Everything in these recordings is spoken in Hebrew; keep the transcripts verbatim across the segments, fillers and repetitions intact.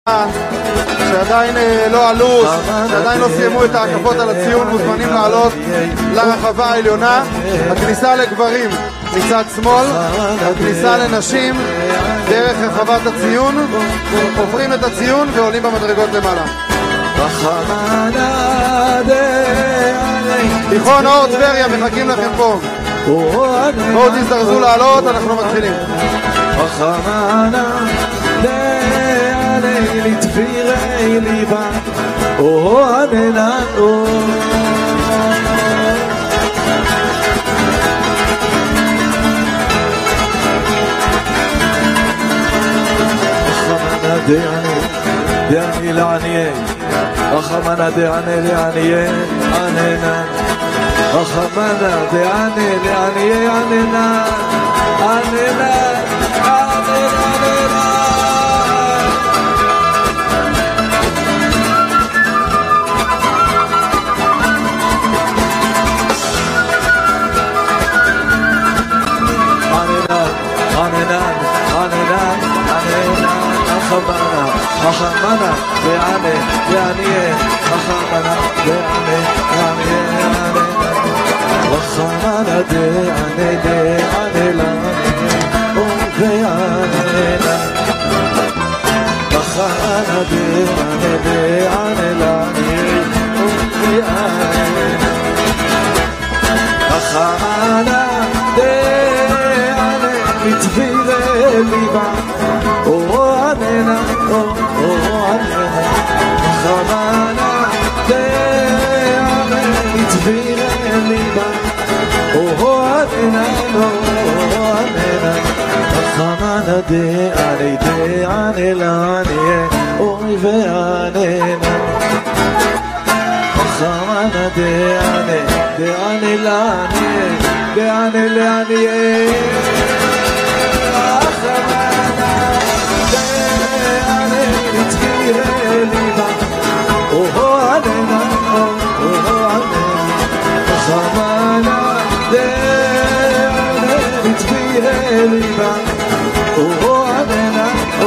שעדיין לא עלו, שעדיין לא סיימו את ההקפות על הציון, מוזמנים לעלות לרחבה העליונה. הכניסה לגברים מצד שמאל, הכניסה לנשים דרך רחבת הציון, עוברים את הציון ועולים במדרגות למעלה. תיכון אור טבריה, מחכים לכם פה. בואו תזדרזו לעלות, אנחנו מתחילים. לתפירי ליבה או הננו רחמנה דעני דעני לעניי רחמנה דעני לעניי עננה רחמנה דעני לעניי עננה עננה רחמנה וענה ועניה רחמנה וענה ועניה רחמנה דענה דענה לעניה ועניה רחמנה דענה דענה לעניה ועניה רחמנה דענה לתפירי ליבה או עננה רחמנה דענה לתפירי ליבה או עננה עננה רחמנה דענה דענה לעניה אוי ועננה רחמנה דענה דענה לעניה דענה לעניה ליבה או עננה או עננה רחמנה דענה לתפירי ליבה או עננה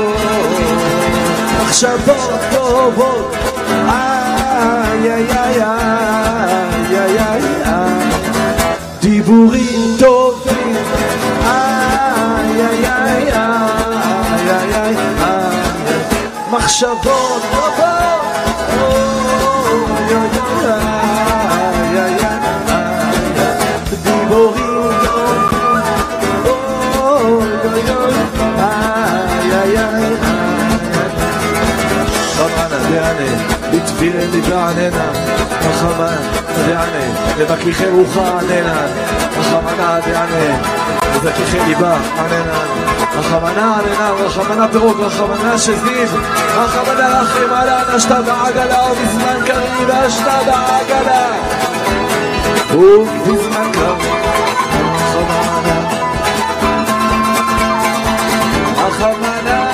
מחשבות טובות איי איי איי איי איי דיבורים טובים איי איי איי איי איי מחשבות טובות דיבורים רחמנה דענה לתפירי ליבה עננה רחמנה דענה לבקריכי רוחה עננה רחמנה דענה לבקריכי ליבה עננה רחמנה עננה רחמנה פירוק רחמנה שזיב רחמנה רחם עלנה שתה בעגלה ובזמן קריב השתה בעגלה ובזמן קריב רחמנה רחמנה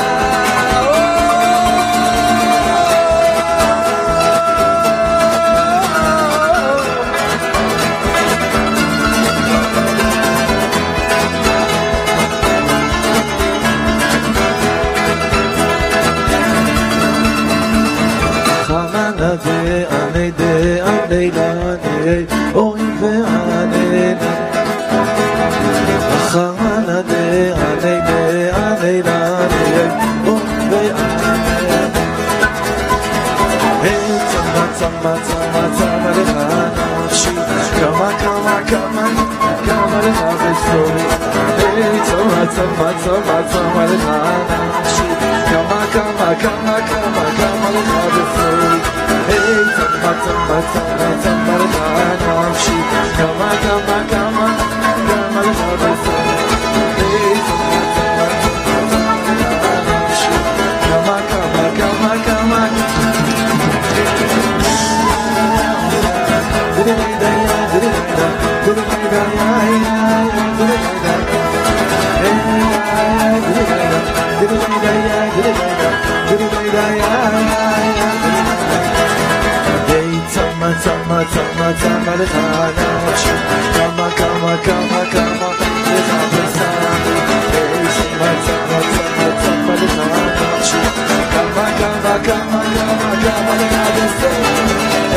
דענה דענה לעניה אוי ועננה רחמנה דענה דענה לעניה אוי ועננה צמא צמא צמא צמא לך נפשי כמה כמה כמה כמה לך בשרי צמא צמא צמא צמא לך נפשי כמה כמה כמה כמה כמה לך בשרי צמא צמא צמא צמא לך נפשי כמה כמה כמה כמה לך בשרי צמא צמא צמא לך נפשי כמה כמה כמה כמה צמא צמא צמא לך נפשי כמה כמה כמה כמה לך בשרי צמא צמא צמא צמא לך נפשי כמה כמה כמה כמה כמה כמה לך בסוף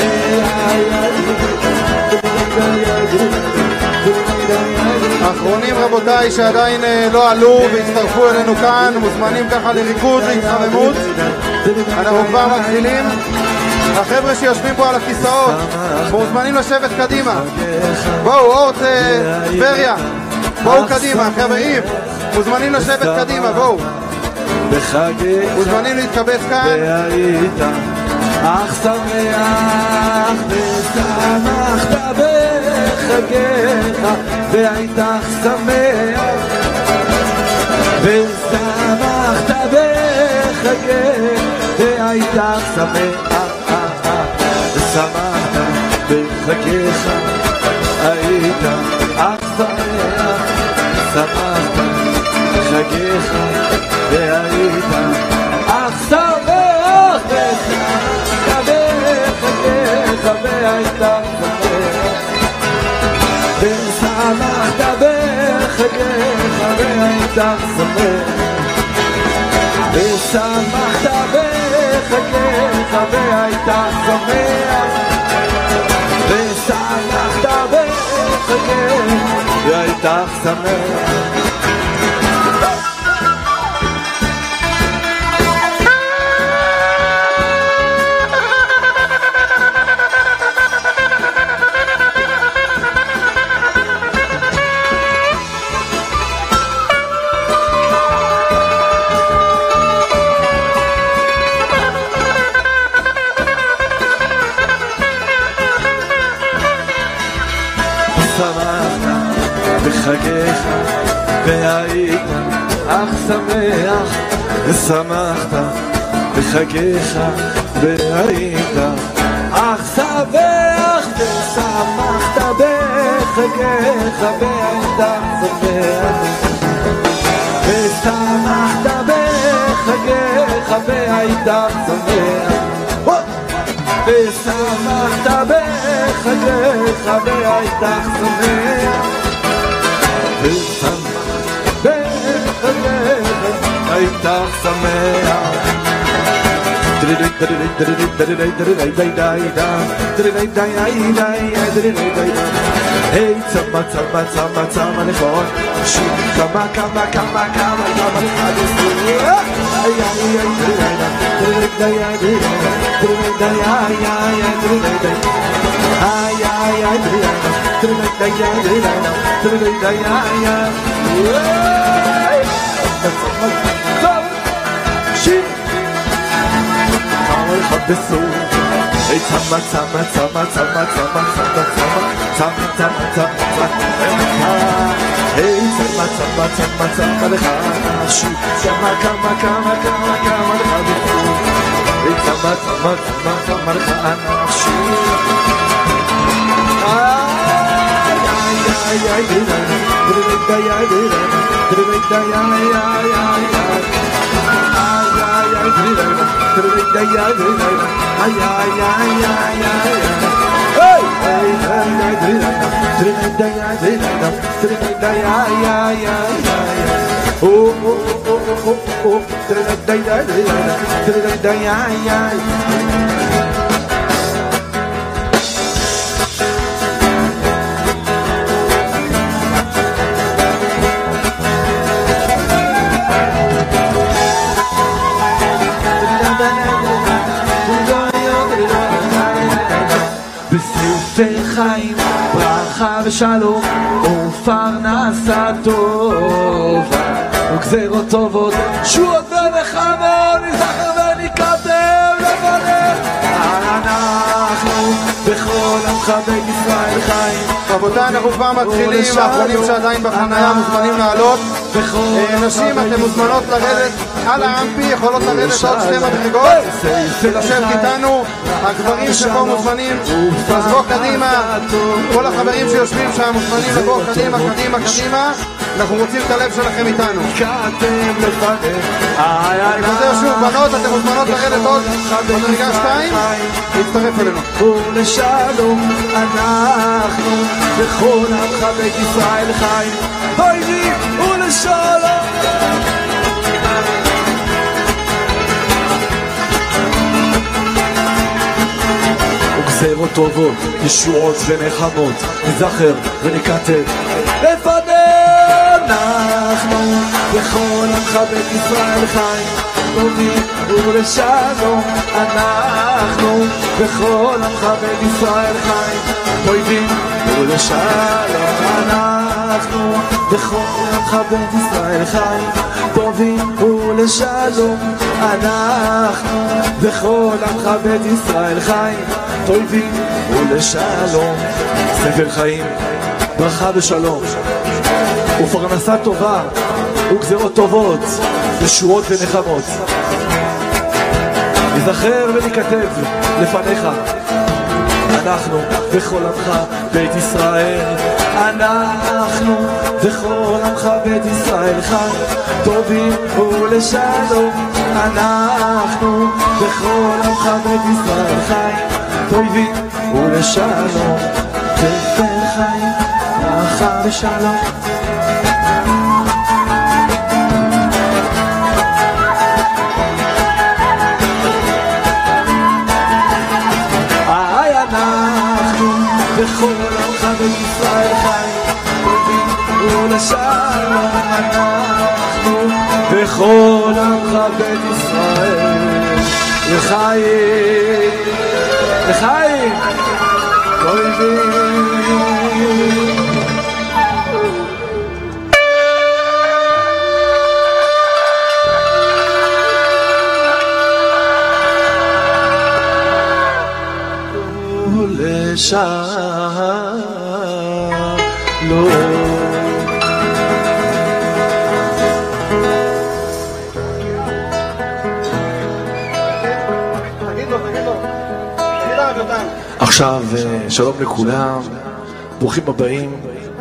האחרונים רבותיי שעדיין לא עלו והצטרפו אלינו כאן מוזמנים ככה לריקוד, להתחממות. אנחנו כבר מתחילים. החבר'ה שיושבים פה על הכיסאות מוזמנים לשבת קדימה. בואו אורט בריה, בואו קדימה חבר'ה, מוזמנים לשבת קדימה, בואו מוזמנים להתקבץ כאן. אך שמח ושמחת בחגיך והיית שמח ושמחת בחגיך והיית שמח ושמחת בחגיך היית אך שמח שמחת בחגיך והיית אך שמח והיית ושמחת בחגיך והיית שמח ושמחת בחגיך והיית שמח ושמחת בחגיך והיית שמח. בחגיך והיית אך שמח ושמחת בחגיך והיית אך שמח ושמחת בחגיך והיית שמח ושמחת בחגיך והיית שמח ושמחת בחגיך והיית שמח ושמחת בחגיך היית שמח. היי צמה צמה צמה צמה נכון כמה כמה כמה כמה כמה לך דסטור היי היי היי Hey, tama tama tama tama tama tama tama tama tama Hey, tama tama tama tama lecha tama kama kama kama kama lecha Hey, tama tama tama tama lecha Ay ay ay ay ay ay חיים, ברכה ושלום ופרנסה טובה וגזרות טובות שועות ונחמה נזכר ונקדם לברך אנחנו בכל עמך בית ישראל חיים. רבותיי, אנחנו כבר מתחילים. האחרונים שעדיין בחניה מוזמנים לעלות. נשים, אתם מוזמנות לרדת על האמפי, יכולות לרדת עוד שתי מדרגות ולשבת איתנו. הגברים שפה מוזמנים, אז בוא קדימה. כל החברים שיושבים שם מוזמנים לבוא קדימה, קדימה, קדימה. אנחנו רוצים את הלב שלכם איתנו. אני חוזר שוב, בנות, אתם מוזמנות לרדת עוד מדרגה שתיים, להצטרף אלינו. ולשלום אנחנו בכל עמך בית ישראל חיים. בואי ולשלום גזרות טובות, ישועות ונחמות, נזכר ונכתב לפנינו אנחנו בכל עמך בית ישראל חי טובים ולשלום אנחנו בכל עמך בית ישראל חי טובים ולשלום אנחנו בכל עמך בית ישראל חי טובים ולשלום אנחנו בכל עמך בית ישראל חי טובים ולשלום ספר חיים ברכה ושלום ופרנסה טובה וגזרות טובות ישועות ונחמות נזכר ונכתב לפניך אנחנו בכל עמך בית ישראל אנחנו בכל עמך בית ישראל חי טובים ולשלום אנחנו בכל עמך בית ישראל חי טובים ולשלום ספר חיים ברכה ושלום בכל עמך בית ישראל חי טובים ולשלום אנחנו בכל עמך בית ישראל לחיים לחיים טובים שלום עכשיו שלום לכולם, ברוכים הבאים.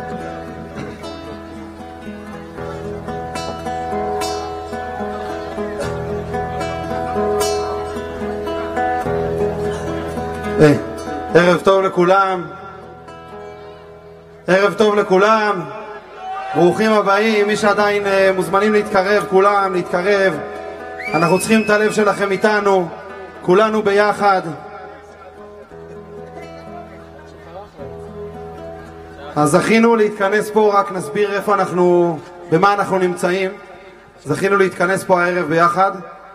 ערב טוב לכולם, ערב טוב לכולם, ברוכים הבאים. מי שעדיין מוזמנים להתקרב, כולם להתקרב. אנחנו צריכים את הלב שלכם איתנו, כולנו ביחד. אז זכינו להתכנס פה, רק נסביר איפה אנחנו, במה אנחנו נמצאים. זכינו להתכנס פה הערב ביחד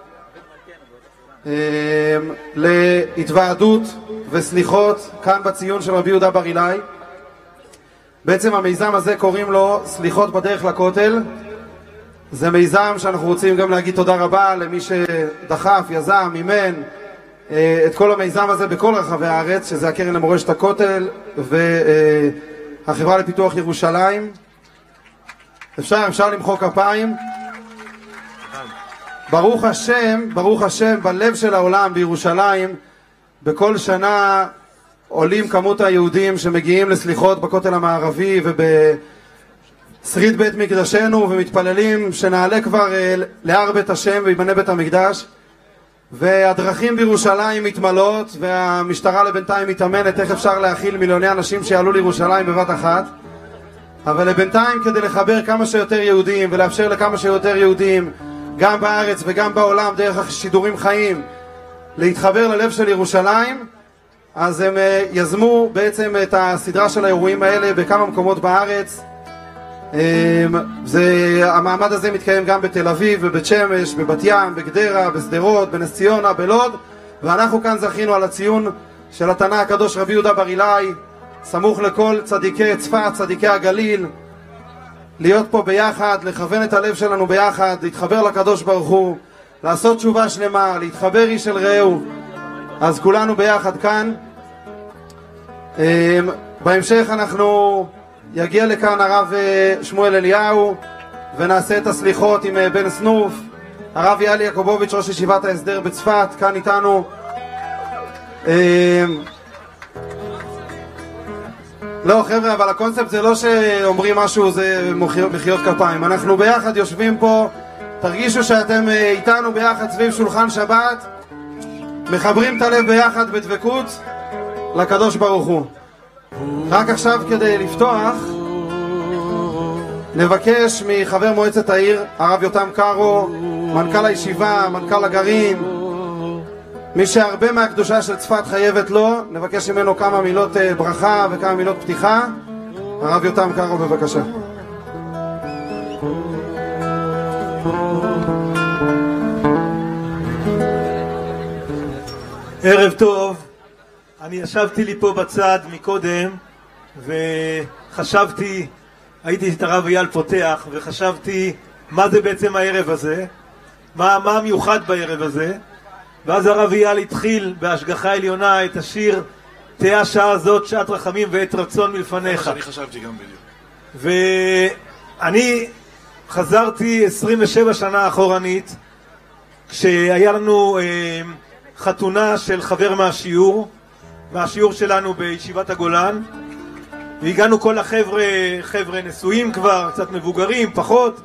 להתוועדות וסליחות כאן בציון של רבי יהודה בר אילאי. בעצם המיזם הזה קוראים לו סליחות בדרך לכותל. זה מיזם שאנחנו רוצים גם להגיד תודה רבה למי שדחף, יזם, מימן את כל המיזם הזה בכל רחבי הארץ, שזה הקרן למורשת הכותל והחברה לפיתוח ירושלים. אפשר, אפשר למחוא כפיים. ברוך השם, ברוך השם, בלב של העולם בירושלים בכל שנה עולים כמות היהודים שמגיעים לסליחות בכותל המערבי ובשריד בית מקדשנו, ומתפללים שנעלה כבר להר בית השם ויבנה בית המקדש, והדרכים בירושלים מתמלאות והמשטרה לבינתיים מתאמנת איך אפשר להכיל מיליוני אנשים שיעלו לירושלים בבת אחת. אבל לבינתיים, כדי לחבר כמה שיותר יהודים ולאפשר לכמה שיותר יהודים גם בארץ וגם בעולם דרך שידורים חיים להתחבר ללב של ירושלים, אז הם יזמו בעצם את הסדרה של האירועים האלה בכמה מקומות בארץ. זה, המעמד הזה מתקיים גם בתל אביב, בבית שמש, בבת ים, בגדרה, בסדרות, בנס ציונה, בלוד, ואנחנו כאן זכינו על הציון של התנא הקדוש רבי יהודה בר אילאי, סמוך לכל צדיקי צפת, צדיקי הגליל, להיות פה ביחד, לכוון את הלב שלנו ביחד, להתחבר לקדוש ברוך הוא, לעשות תשובה שלמה, להתחבר איש אל רעהו. אז כולנו ביחד כאן. בהמשך אנחנו יגיע לכאן הרב שמואל אליהו ונעשה את הסליחות עם בן סנוף. הרב יאלי יעקובוביץ' ראש ישיבת ההסדר בצפת כאן איתנו. לא חבר'ה, אבל הקונספט זה לא שאומרים משהו זה מחיאות כפיים. אנחנו ביחד יושבים פה, תרגישו שאתם איתנו ביחד סביב שולחן שבת, מחברים את הלב ביחד בדבקות לקדוש ברוך הוא. רק עכשיו כדי לפתוח נבקש מחבר מועצת העיר הרב יותם קארו, מנכ"ל הישיבה, מנכ"ל הגרעין, מי שהרבה מהקדושה של צפת חייבת לו, נבקש ממנו כמה מילות ברכה וכמה מילות פתיחה. הרב יותם קארו, בבקשה. ערב טוב. אני ישבתי לי פה בצד מקודם וחשבתי, הייתי את הרב אייל פותח וחשבתי מה זה בעצם הערב הזה, מה, מה המיוחד בערב הזה. ואז הרב אייל התחיל בהשגחה עליונה את השיר תהיה השעה הזאת שעת רחמים ועת רצון מלפניך. זה מה שאני חשבתי גם בדיוק. ואני חזרתי עשרים ושבע שנה אחורנית כשהיה לנו אה, חתונה של חבר מהשיעור, והשיעור שלנו בישיבת הגולן, והגענו כל החבר'ה, חבר'ה נשואים כבר, קצת מבוגרים, פחות,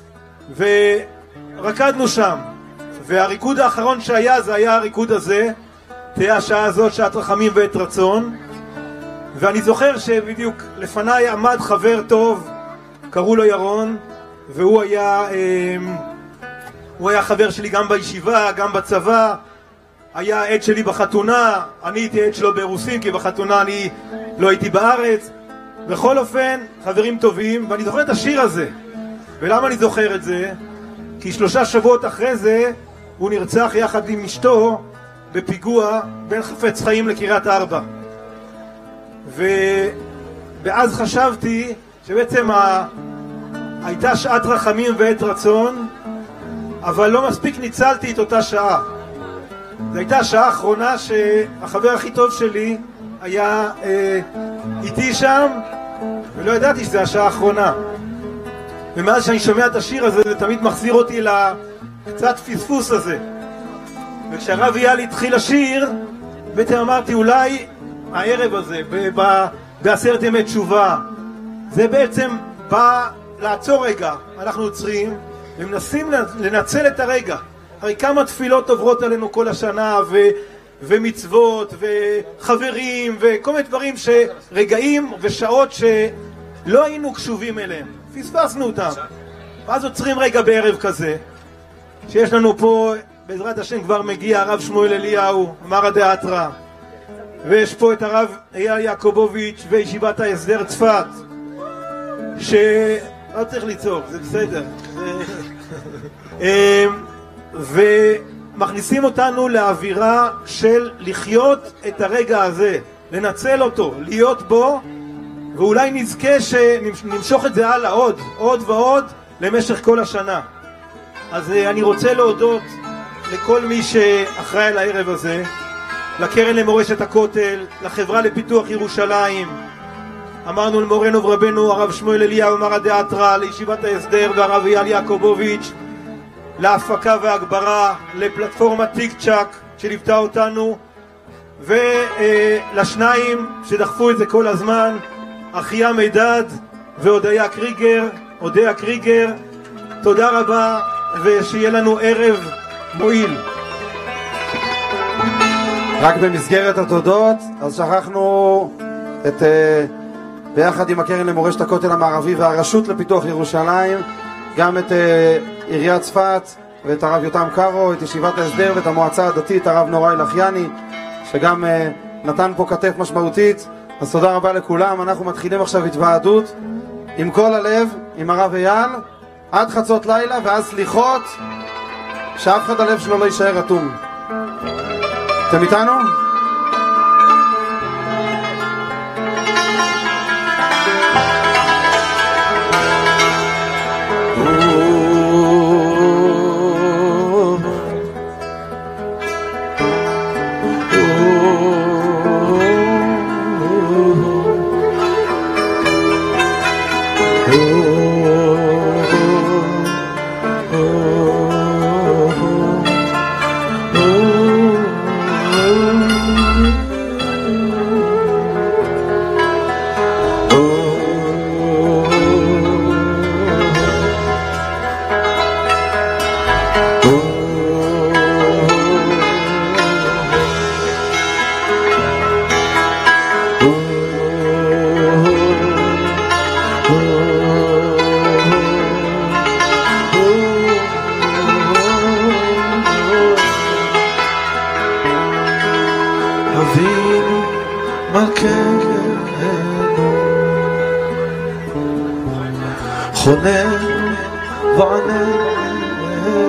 ורקדנו שם. והריקוד האחרון שהיה, זה היה הריקוד הזה, תהיה השעה הזאת שעת רחמים ועת רצון. ואני זוכר שבדיוק לפניי עמד חבר טוב, קראו לו ירון, והוא היה, הוא היה חבר שלי גם בישיבה, גם בצבא, היה עד שלי בחתונה, אני הייתי עד שלו ברוסים, כי בחתונה אני לא הייתי בארץ. בכל אופן, חברים טובים, ואני זוכר את השיר הזה. ולמה אני זוכר את זה? כי שלושה שבועות אחרי זה, הוא נרצח יחד עם אשתו בפיגוע בין חפץ חיים לקריית ארבע. ואז חשבתי שבעצם ה... הייתה שעת רחמים ועת רצון, אבל לא מספיק ניצלתי את אותה שעה. זו הייתה השעה האחרונה שהחבר הכי טוב שלי היה אה, איתי שם, ולא ידעתי שזו השעה האחרונה. ומאז שאני שומע את השיר הזה, זה תמיד מחזיר אותי לקצת פספוס הזה. וכשהרב אייל התחיל לשיר, בעצם אמרתי, אולי הערב הזה, ב- בעשרת ימי תשובה, זה בעצם בא לעצור רגע. אנחנו עוצרים ומנסים לנצל את הרגע. הרי כמה תפילות עוברות עלינו כל השנה, ו... ומצוות, וחברים, וכל מיני דברים שרגעים ושעות שלא היינו קשובים אליהם. פספסנו אותם. ואז עוצרים רגע בערב כזה, שיש לנו פה, בעזרת השם כבר מגיע הרב שמואל אליהו, מרא דאתרא, ויש פה את הרב אייל יעקובוביץ' וישיבת ההסדר צפת, שלא צריך ליצור, זה בסדר. ומכניסים אותנו לאווירה של לחיות את הרגע הזה, לנצל אותו, להיות בו, ואולי נזכה שנמשוך את זה הלאה עוד, עוד ועוד למשך כל השנה. אז אני רוצה להודות לכל מי שאחראי על הערב הזה, לקרן למורשת הכותל, לחברה לפיתוח ירושלים, אמרנו למורנו ורבנו הרב שמואל אליהו מרא דאתרא, לישיבת ההסדר והרב אייל יעקובוביץ', להפקה והגברה, לפלטפורמת טיק צ'ק שליוותה אותנו, ולשניים שדחפו את זה כל הזמן, אחיה מידד והודיה קריגר, הודיה קריגר. תודה רבה, ושיהיה לנו ערב מועיל. רק במסגרת התודות, אז שכחנו את ביחד עם הקרן למורשת הכותל המערבי והרשות לפיתוח ירושלים, גם את עיריית צפת ואת הרב יותם קארו, את ישיבת ההסדר ואת המועצה הדתית הרב נוראי לחיאני, שגם נתן פה כתף משמעותית. אז תודה רבה לכולם. אנחנו מתחילים עכשיו התוועדות עם כל הלב, עם הרב אייל, עד חצות לילה, ואז סליחות, שאף אחד הלב שלו לא יישאר רתום. אתם איתנו? Oh אבינו מלכנו חונן ועננו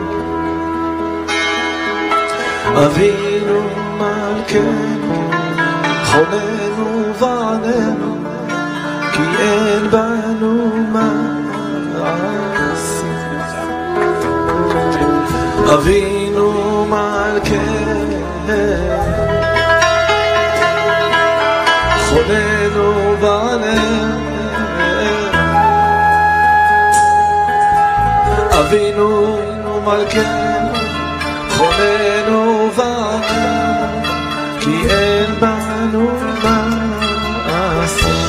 אבינו מלכנו חוננו ועננו כי אין בנו מעשה אבינו מלכנו חוננו ועננו אבינו מלכנו חוננו ועננו כי אין בנו מעשה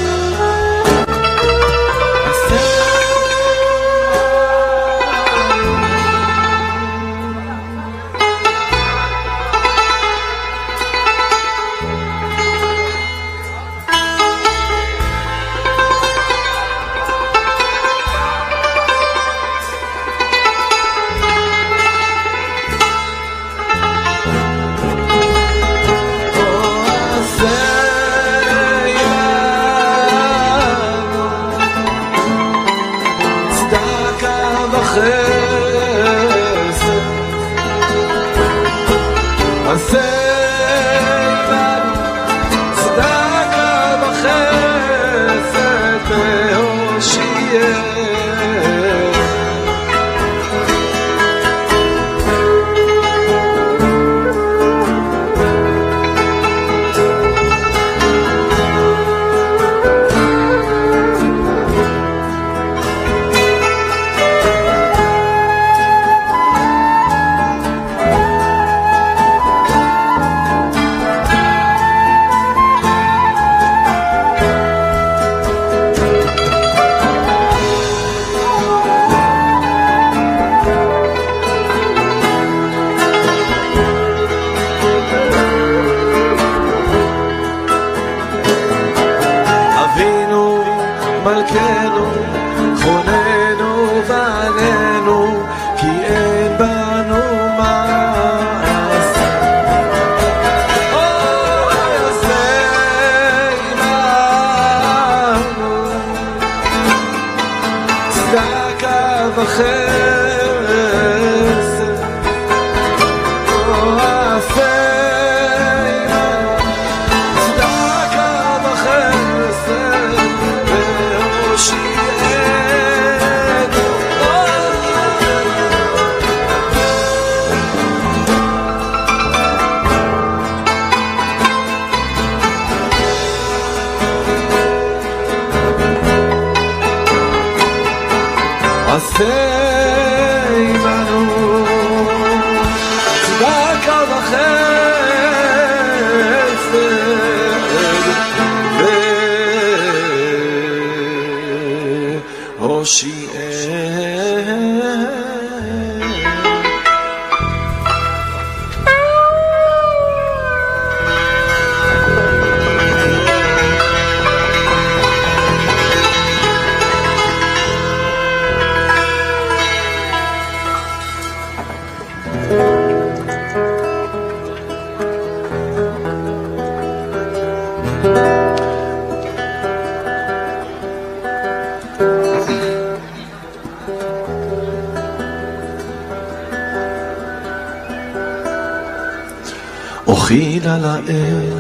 אוכיל על האל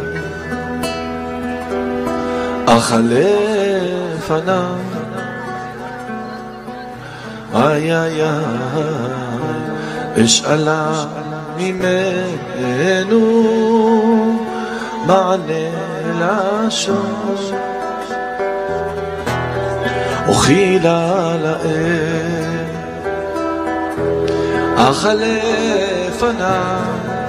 אכלה פניו איי איי איי אשאלה ממנו מענה לשון אוכיל על האל אכלה פניו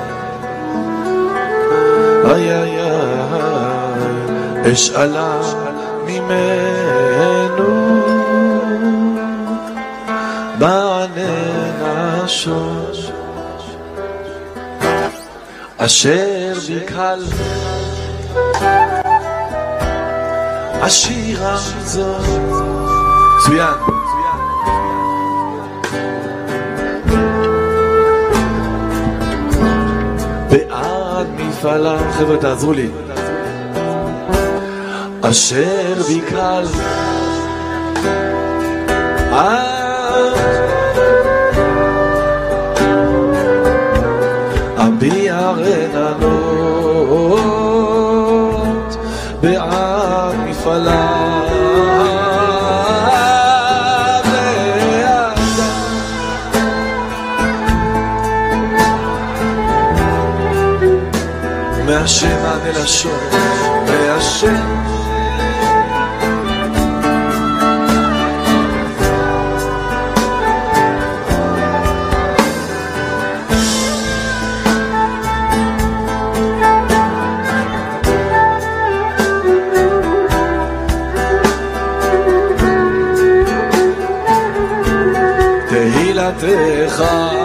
איי איי איי אשאלה ממנו מענה לשון אשר בקהל השירה זאת צוין בעד מפעלה, חבר'ה תעזרו לי. אשר ביקל אביע רננות בעד מפעלה מהשם עד אל השם מהשם תהילתך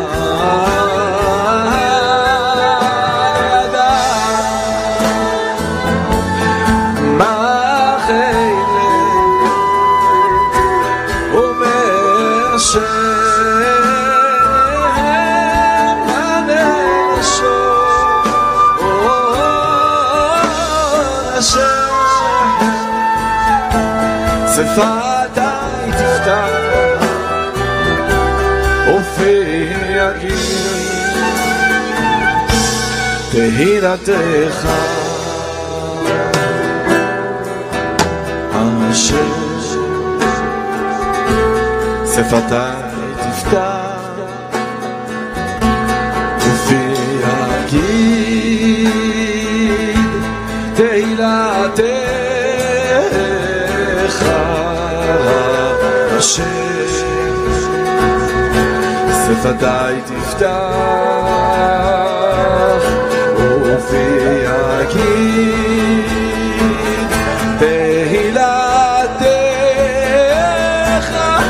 שפתי תפתח ופי יגיד תהילתך אשר שפתי תפתח ופי יגיד תהילתך אשר שפתי תפתח ופי יגיד תהילתך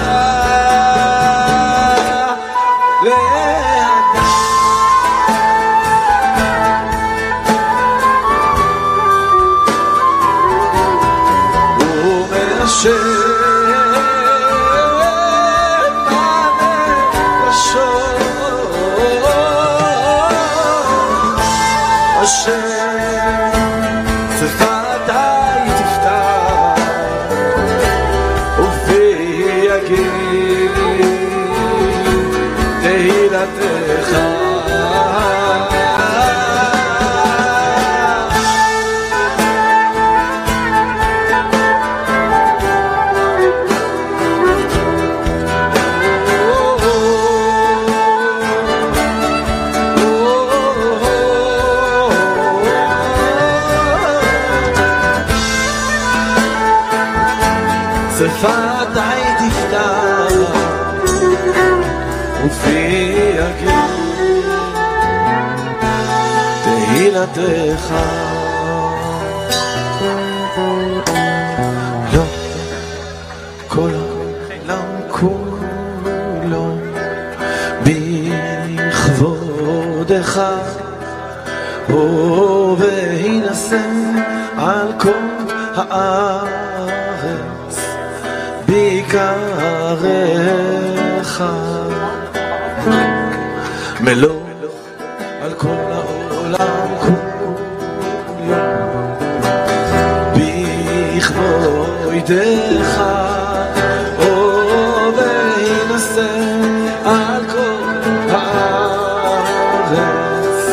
שפתי תפתח ופי יגיד תהילתך לא כל העולם כולו בכבודך ובהינשם על כל הארץ ביקרך מלוא על כל העולם כולו בכבודך ובהינשם על כל הארץ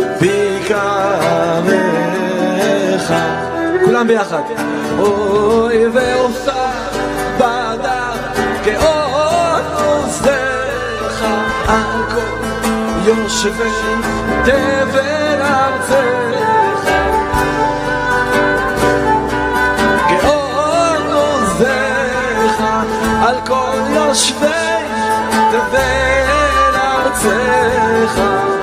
ביקרך כולם ביחד אוי ועושה בדם כאור עוזך על כל יושבי תבל ארצך כאור עוזך על כל יושבי תבל ארצך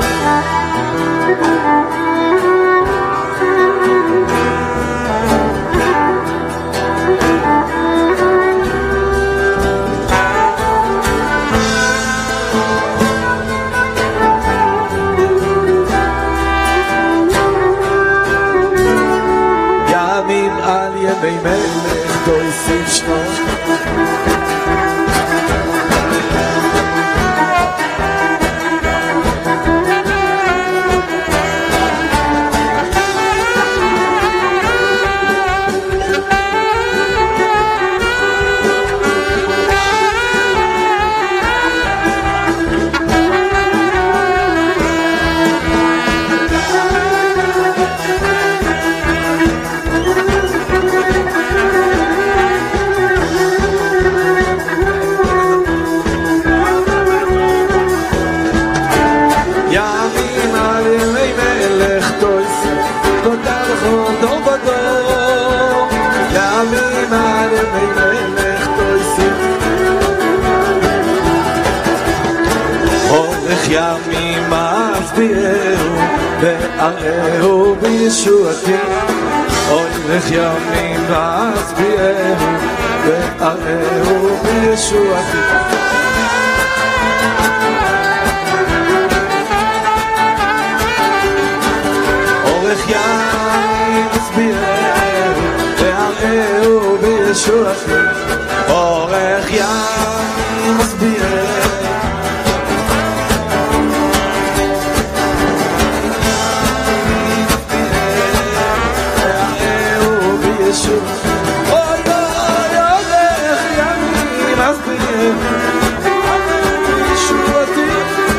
ימי מלך דויסים שנות מצביעהו וערעהו בישועתי הולך ימים מצביעהו וערעהו בישועתי אורך ימים מצביעהו וערעהו בישועתי אורך ימים מצביעהו אוי אוי הולך ימים מסבירים שובתי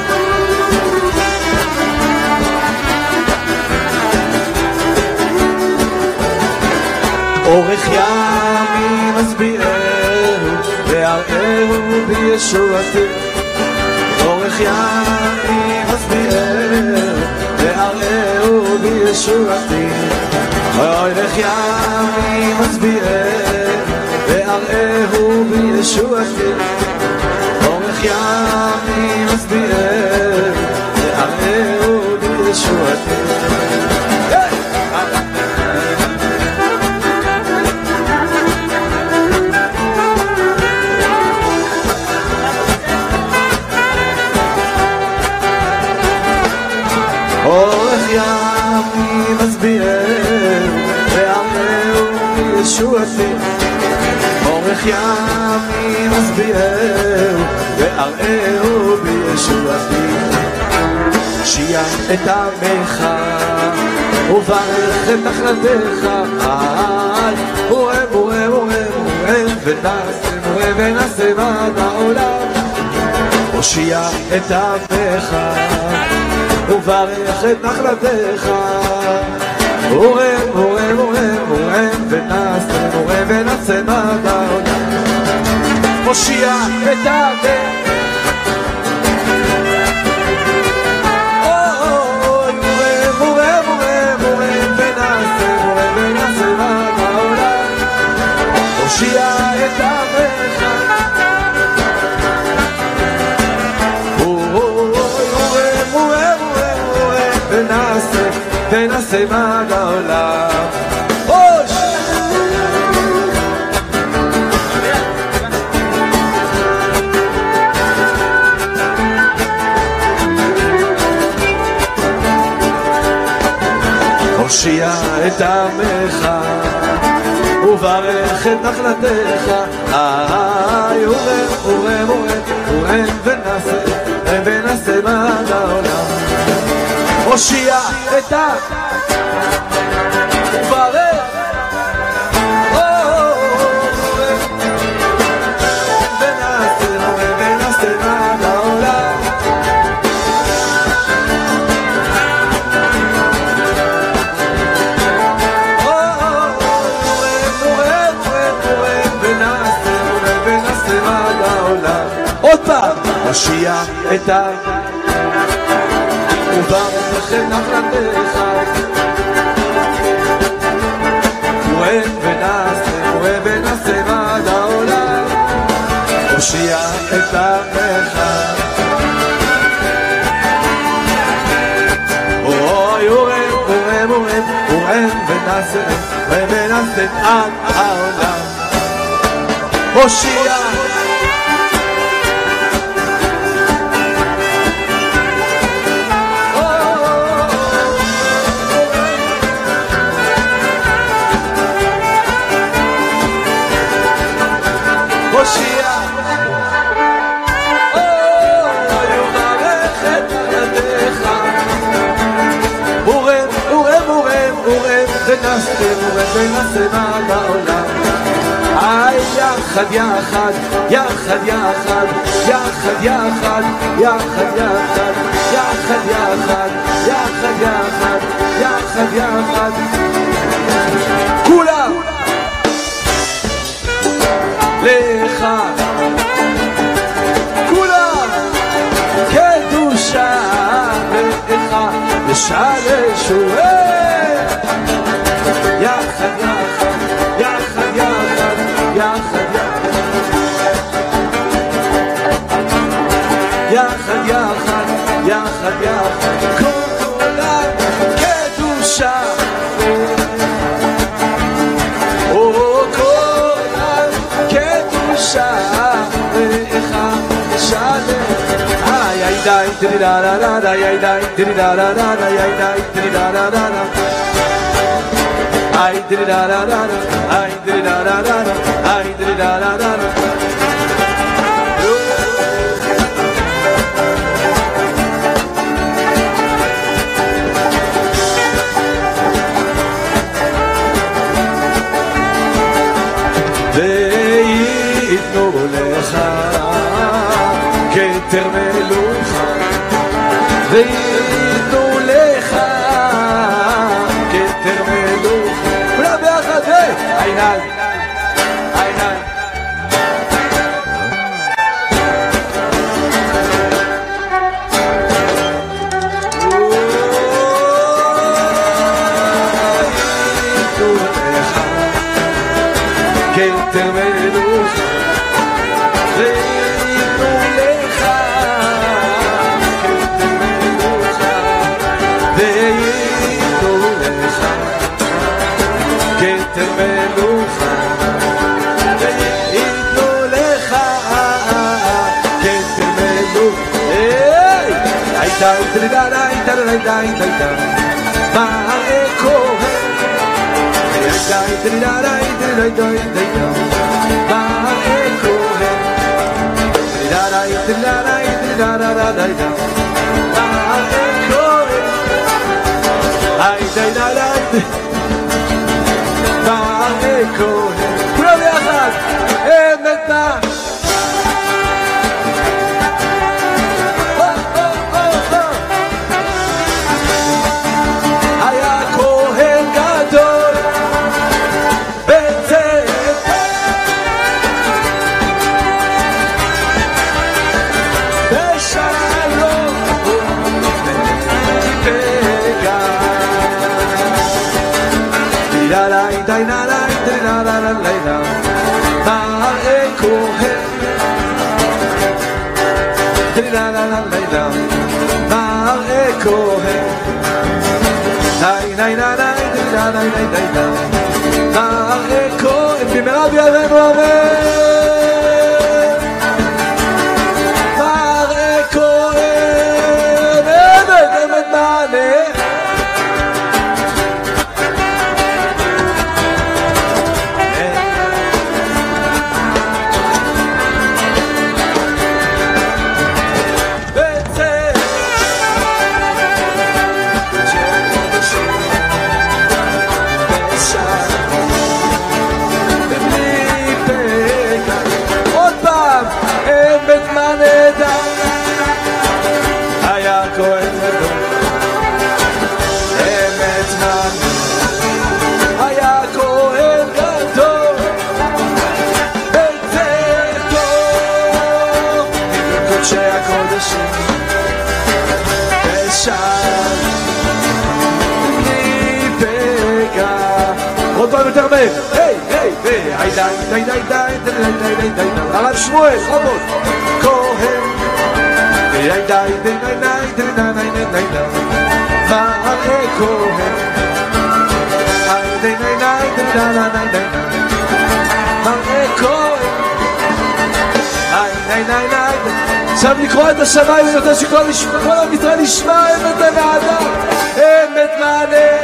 אורך ימים מסבירים וערערו בישועתי אורך ימים מסבירים וערערו בישועתי אורך ימים מסביעהו וערעהו בישועתי אורך ימים מסביעהו וערעהו בישועתי אורך ימים מסביעהו ישועתי אורך ימים מסביעהו וערערו בישועתי שיע את עמך וברך את נחלתך מורה מורה מורה מורה ונעשה מורה ונעשה מעד העולם הושיע את עמך וברך את נחלתך מורה מורה מורה מורה ונעשה מורה ונעשה מעד העולם מושיע את העמך אוי מורה מורה מורה מורה ונעשה מורה ונעשה מעד העולם מושיע את עמך ונעשה ונעשה מעד העולם אוש הושיע את עמך וברך את נחלתך איי אורה אורה מורה מורה ונעשה ונעשה מעד העולם הושיע את ה... וברך ונעשה ונעשה מעד העולם ונעשה ונעשה מעד העולם עוד פעם הושיע את ה... וברך את נחלתך מורה ונעשה מורה ונעשה מעד העולם הושיע את עמך אוי מורה מורה מורה מורה ונעשה מורה ונעשה מעד העולם הושיע הושיע אוי וברך את נחלתך מורה מורה מורה מורה ונעשה מורה ונעשה מעד העולם איי יחד יחד יחד יחד יחד יחד יחד יחד יחד יחד יחד יחד יחד יחד כולם לך כולם קדושה לך ושלשו יחד יחד יחד יחד יחד יחד יחד יחד יחד יחד כל עולם קדושה או כל עולם קדושה ואיך שלם איי איי די די דה דה דה דה איי די די דה דה דה דה איי די די דה דה דה דה I did it da da da da I did it da da da da I did it da da da da ויתנו לך כתר מלוכה ויתנו לך כתר מלוכה כולם ביחד, עינן עינן כתר מלוכה ויתנו לך כתר מלוכה ויתנו לך כתר מלוכה ויתנו לך כתר מלוכה הייתה הייתה הייתה הייתה הייתה מראה כהן הייתה הייתה הייתה הייתה הייתה מראה כהן הייתה הייתה הייתה הייתה הייתה מראה כהן הייתה הייתה מראה כהן כולם יחד אמת נא היה כהן גדול בצאת בשלום ובגן די די די די לילה מראה כהן לילה לילה מראה כהן די די די די די די מראה כהן במהרה בימינו אמן מראה כהן אמת אמת מענה היה כהן גדול אמת מענה היה כהן גדול בצאתו מקודשי הקודשים בשער בלי פגע עוד פעם יותר מהר היי היי היי די די די די די די די הרב שמואל חמוד כהן די די די די די די די די מראה כהן די די די די די די מראה כהן די די די עכשיו לקרוא את השמיים יותר שכל עם ישראל ישמע אמת הנעדה אמת מענה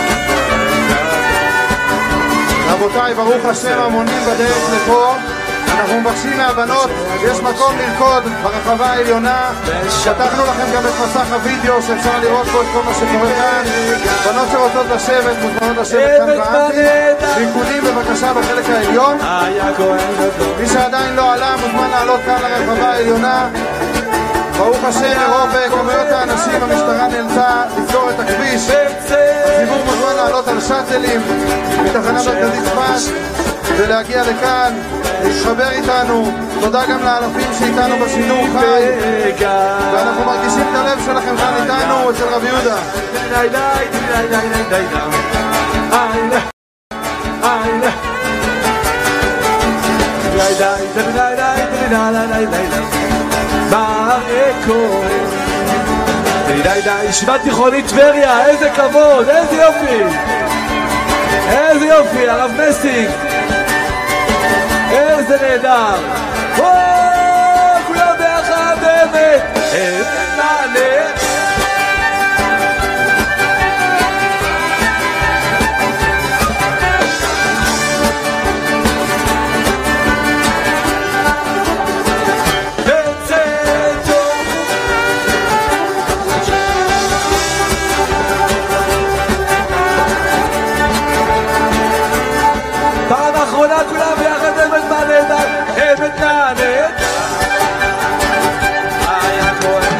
רבותיי, ברוך השם, המונים בדרך לפה. אנחנו מבקשים מהבנות, יש מקום לרקוד ברחבה העליונה. פתחנו לכם גם את מסך הוידאו שאפשר לראות פה את כל מה שקורה כאן. בנות שרוצות לשבת, מוזמנות לשבת כאן באנטי. ריקודים בבקשה בחלק העליון. מי שעדיין לא עלה מוזמן לעלות כאן לרחבה העליונה. ברוך השם, מרוב כמויות האנשים המשטרה נאלצה לסגור את הכביש. הציבור מוזמן לעלות על שאטלים מתחנה מרכזית צפת ולהגיע לכאן, להתחבר איתנו. תודה גם לאלפים שאיתנו בשידור חי, ואנחנו מרגישים את הלב שלכם כאן איתנו אצל רבי יהודה. די די, ישיבה תיכונית טבריה, איזה כבוד, איזה יופי, איזה יופי, הרב מסיק, איזה נהדר. וואו, כולם ביחד באמת, איזה נעלה. כולם ביחד אמת מענית, אמת מענית. היה כהן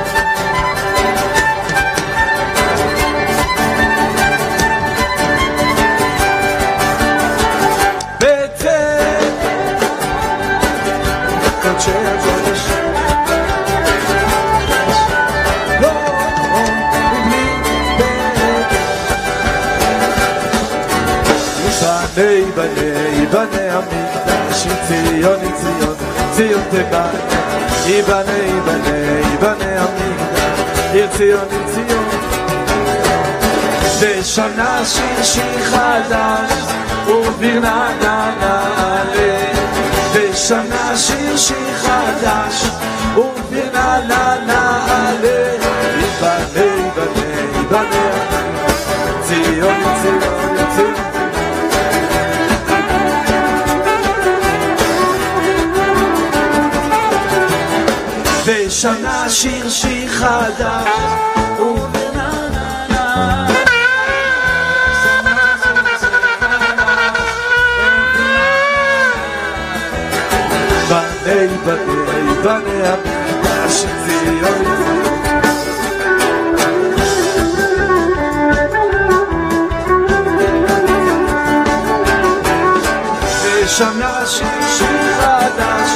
בצד קודשי הקודש לא מבלי בני בני בני המקדש ציון ציון ציון תיבנה יבנה יבנה יבנה המקדש עיר ציון ציון בשנה שיר שיר חדש ובירנה נעלה בשנה שיר שיר חדש ובירנה נעלה יבנה יבנה יבנה ציון ציון ציון בשנה שיר שיר חדש ובנענה בני בני בני המקדש ציון בשנה שיר שיר חדש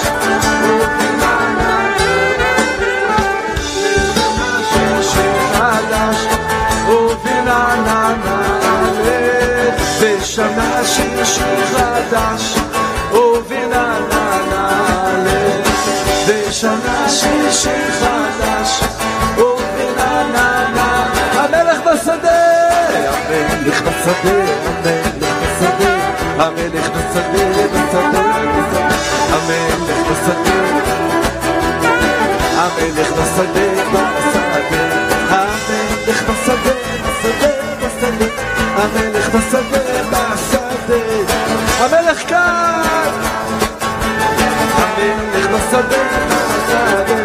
בשנה שיר שיר חדש ובינה נעלה בשנה שיר שיר חדש ובינה נעלה המלך בשדה המלך בשדה המלך בשדה המלך בשדה המלך בשדה המלך בשדה המלך בשדה המלך בשדה בשדה המלך כאן המלך בשדה בשדה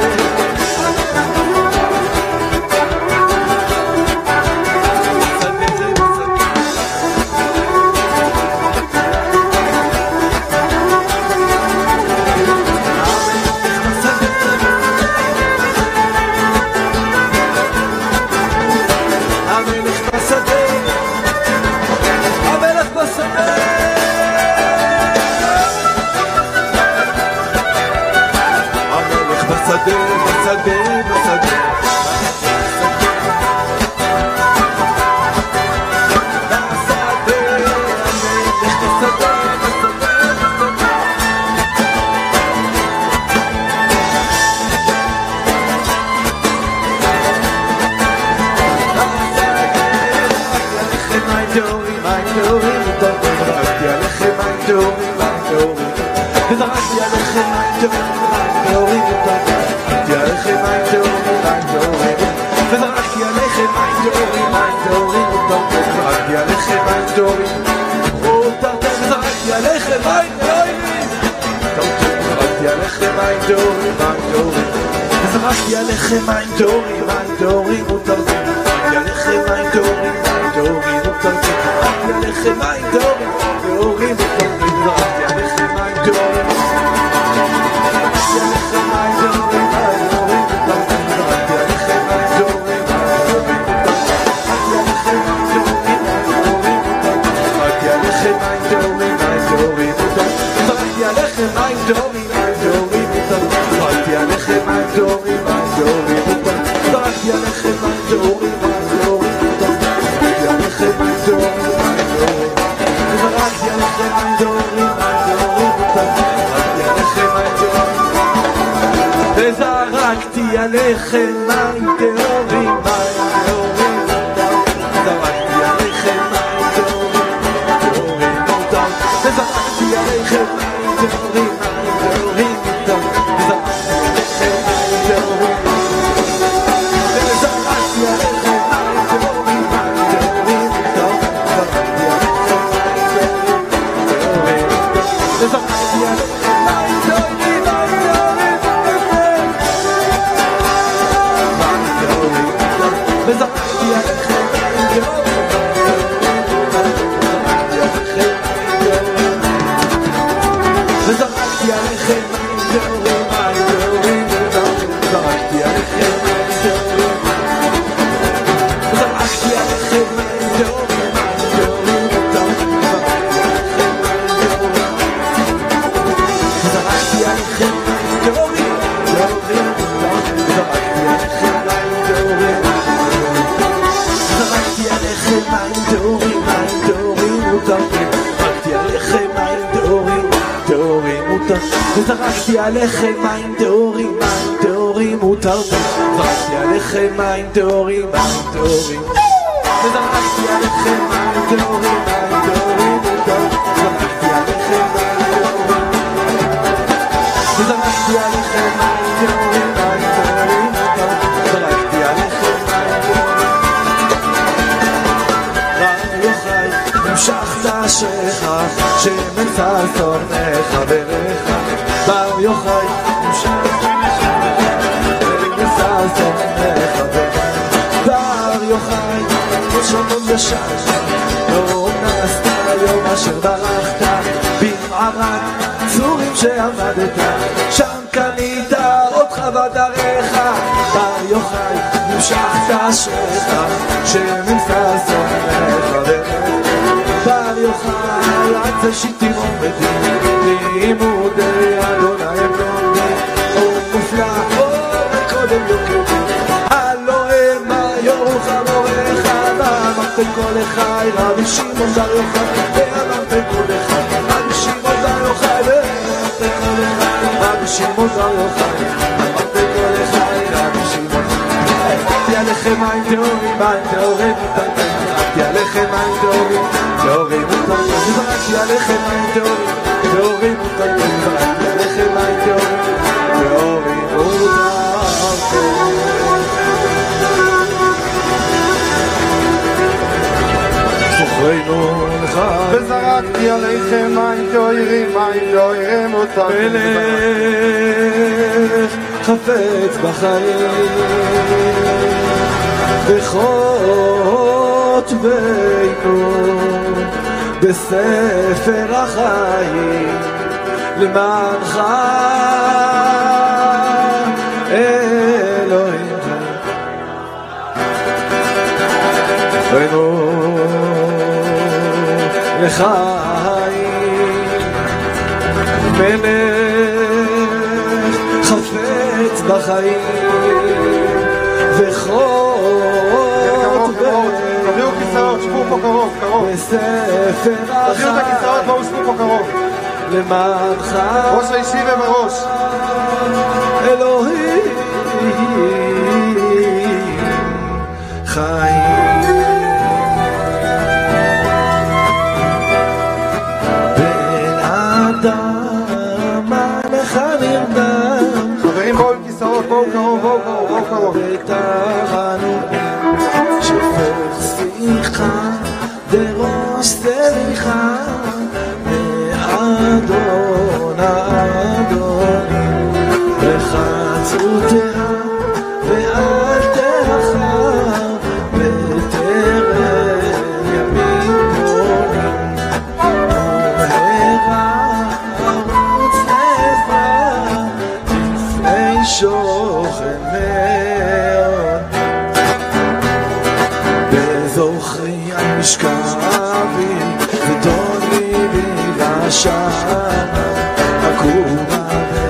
וזרקתי עליכם מים טהורים וזרקתי עליכם מים טהורים וזרקתי עליכם מים טהורים וזרקתי עליכם מים טהורים וזרקתי עליכם מים טהורים דורי, מים דורי. וזרקתי עליכם מים דורי, מים דורי מותרזים. זרקתי עליכם מים דורי, מים דורי מותרזים. זרקתי עליכם מים דורי, דורי מותרזים. זרקתי עליכם מים דורי. זרקתי עליכם מים דורי, מים דורי מותרזים. זרקתי עליכם מים דורי, מים דורי מותרזים. זרקתי עליכם מים דורי, מים דורי מותרזים. זרקתי עליכם מים דורי, מים דורי מותרזים. זרקתי עליכם מים דורי, מים דורי מותרזים. זרקתי עליכם מים דורי, מים דורי מותרזים. זרקתי עליכם מים דורי, מים דורי. זרקתי עליכם מים דורי, מים דורי מותרזים. זרקתי עליכם מים דורי. וזרקתי עליכם מים דורי, מים דורי מותרזים. זרקתי עליכם מים דורי, דורי מותרזים. וזרקתי עליכם מים דורי, מים דורי מותרזים. וזרקתי עליכם מים דורי, מים דורי מותרזים. זרקתי עליכם מים דורי, מים דורי. וזרקתי עליכם מים דורי, מים דורי מותרזים. זרקתי עליכם מים דורי. וזרקתי עליכם מים דורי, מים דורי מותרזים. זרקתי עליכם מים דורי. בר יוחאי המשכת אשריך, שמן ששון מחבריך. בר יוחאי המשכת וששון מחבריך. בר יוחאי שומעון ושש, לא נסת היום אשר ברחת במערת צורים שעמדת, שם קנית עוד חוות עריך. בר יוחאי המשכת אשריך, שמן ששון מחבריך. בר יוחאי עד שיטים עומדים, לימודי אדוני הם לומדים. אור מופלא, אור קודם יוקדים, הלא המה יורוך מורך. ואמרתם כל אחי רבי שמעון בר יוחאי, ואמרתם כל אחי רבי שמעון בר יוחאי, ואמרתם כל אחי רבי שמעון בר יוחאי, אמרתם כל אחי רבי שמעון. זרקתי עליכם מים דורי, מים דורי מותרזים. זרקתי עליכם מים דורי, דורי מותרזים. זרקתי עליכם מים דורי, דורי מותרזים. זרקתי עליכם מים דורי, דורי מותרזים. זוכרנו לך וזרקתי עליכם מים דוירים, מים דוירים מותרזים. מלך חפץ בחיים בכל בינו בספר החיים למענך אלוהים. זוכרנו לחיים מלך חפץ בחיים וכל תביאו כיסאות, שבו פה קרוב, קרוב. בספר החיים תביאו את הכיסאות, בואו שבו פה קרוב. למענך ראש הישיבה בראש. אלוהים חיים. בן אדם עליך נרדם, חברים בואו עם כיסאות, בואו קרוב, בואו קרוב, בואו קרוב. ותרנונים שפך שיחה דרוש סליחה מאדון האדונים אשכבי ודון ליבי לשנה אקומה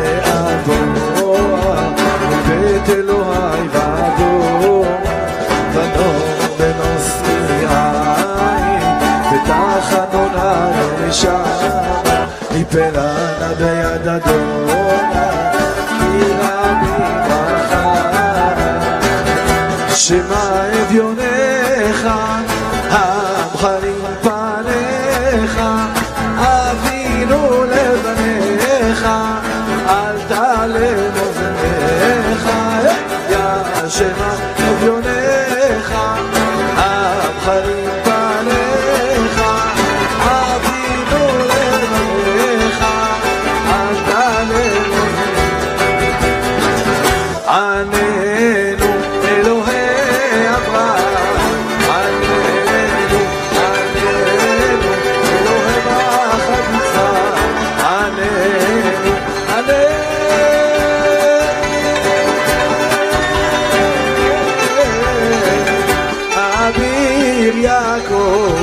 ואבוה מבית אלוהי ועדו בנור בנושאי עין בתחנונה לשנה מפלנה ביד אדונה כי רבי מחנה שמה אביונך המחלים פניך אבינו לבניך אל תעלם אוזניך יא שמה אביונך המחלים פניך אבינו לבניך אל תעלם אוזניך עננו אלוהי אברהם עננו עננו אלוהי בחדוצה עננו עננו אביר יעקב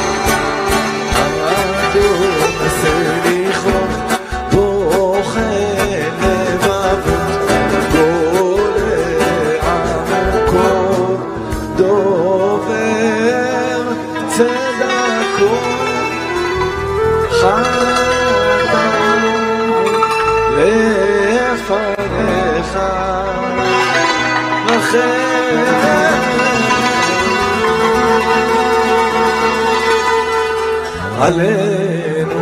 עמדו מסליחו בוחן לבבו גולה עמוקו דובר צדקו חתמו לפניך רחם עלינו.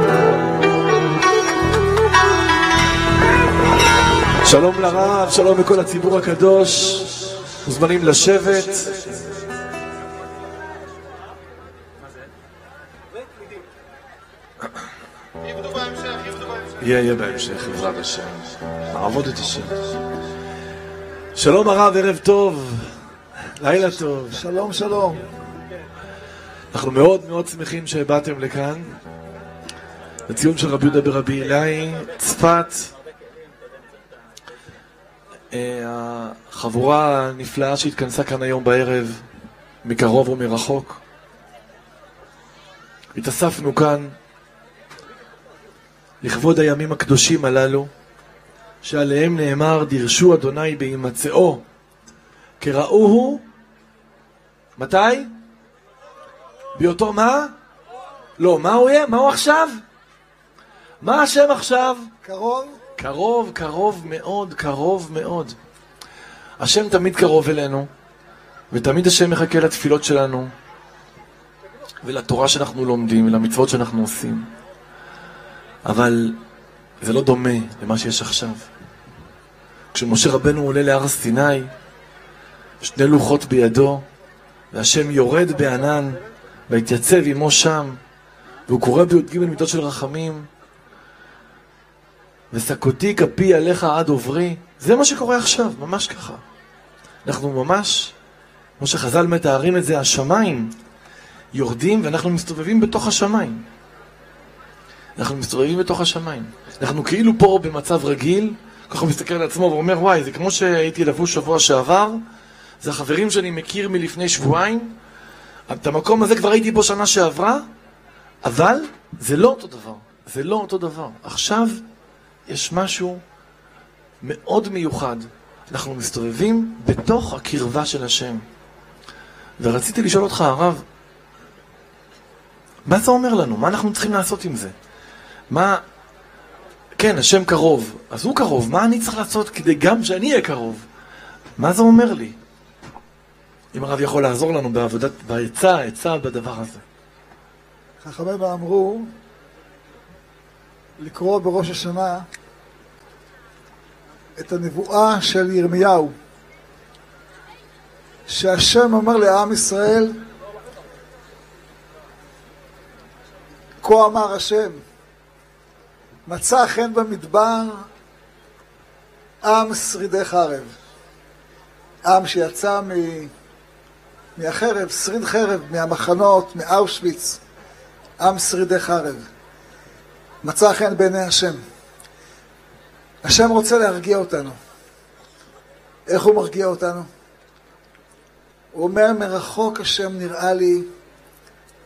שלום לרב, שלום לכל הציבור הקדוש, מוזמנים לשבת. יהיה, יהיה בהמשך, בעזרת השם. נעבוד את השם. שלום הרב, ערב טוב, לילה טוב. שלום, שלום. אנחנו מאוד מאוד שמחים שבאתם לכאן לציון של רבי יהודה ברבי אילאי, צפת. החבורה הנפלאה שהתכנסה כאן היום בערב, מקרוב ומרחוק. התאספנו כאן לכבוד הימים הקדושים הללו, שעליהם נאמר, דרשו אדוני בהימצאו, כראוהו, מתי? באותו מה? לא, מה הוא יהיה? מה הוא עכשיו? מה השם עכשיו? קרוב? קרוב, קרוב מאוד, קרוב מאוד. השם תמיד קרוב אלינו, ותמיד השם מחכה לתפילות שלנו, ולתורה שאנחנו לומדים, ולמצוות שאנחנו עושים. אבל זה לא דומה למה שיש עכשיו. כשמשה רבנו עולה להר סיני, שני לוחות בידו, והשם יורד בענן, והתייצב עמו שם, והוא קורא בי"ג מידות של רחמים, וסקותי כפי עליך עד עוברי. זה מה שקורה עכשיו, ממש ככה. אנחנו ממש, כמו שחז"ל מתארים את זה, השמיים יורדים ואנחנו מסתובבים בתוך השמיים. אנחנו מסתובבים בתוך השמיים. אנחנו כאילו פה במצב רגיל, ככה הוא מסתכל על עצמו ואומר, וואי, זה כמו שהייתי לבוש שבוע שעבר, זה החברים שאני מכיר מלפני שבועיים, את המקום הזה כבר הייתי בו שנה שעברה, אבל זה לא אותו דבר. זה לא אותו דבר. עכשיו יש משהו מאוד מיוחד. אנחנו מסתובבים בתוך הקרבה של השם. ורציתי לשאול אותך, הרב, מה זה אומר לנו? מה אנחנו צריכים לעשות עם זה? מה... כן, השם קרוב. אז הוא קרוב. מה אני צריך לעשות כדי גם שאני אהיה קרוב? מה זה אומר לי? אם הרב יכול לעזור לנו בעבודת, בעצה, עצה בדבר הזה. חכמינו אמרו לקרוא בראש השנה את הנבואה של ירמיהו, שהשם אומר לעם ישראל, כה אמר השם, מצא חן במדבר עם שרידי חרב. עם שיצא מ... מהחרב, שריד חרב, מהמחנות, מאושוויץ, עם שרידי חרב. מצא חן בעיני השם. השם רוצה להרגיע אותנו. איך הוא מרגיע אותנו? הוא אומר, מרחוק השם נראה לי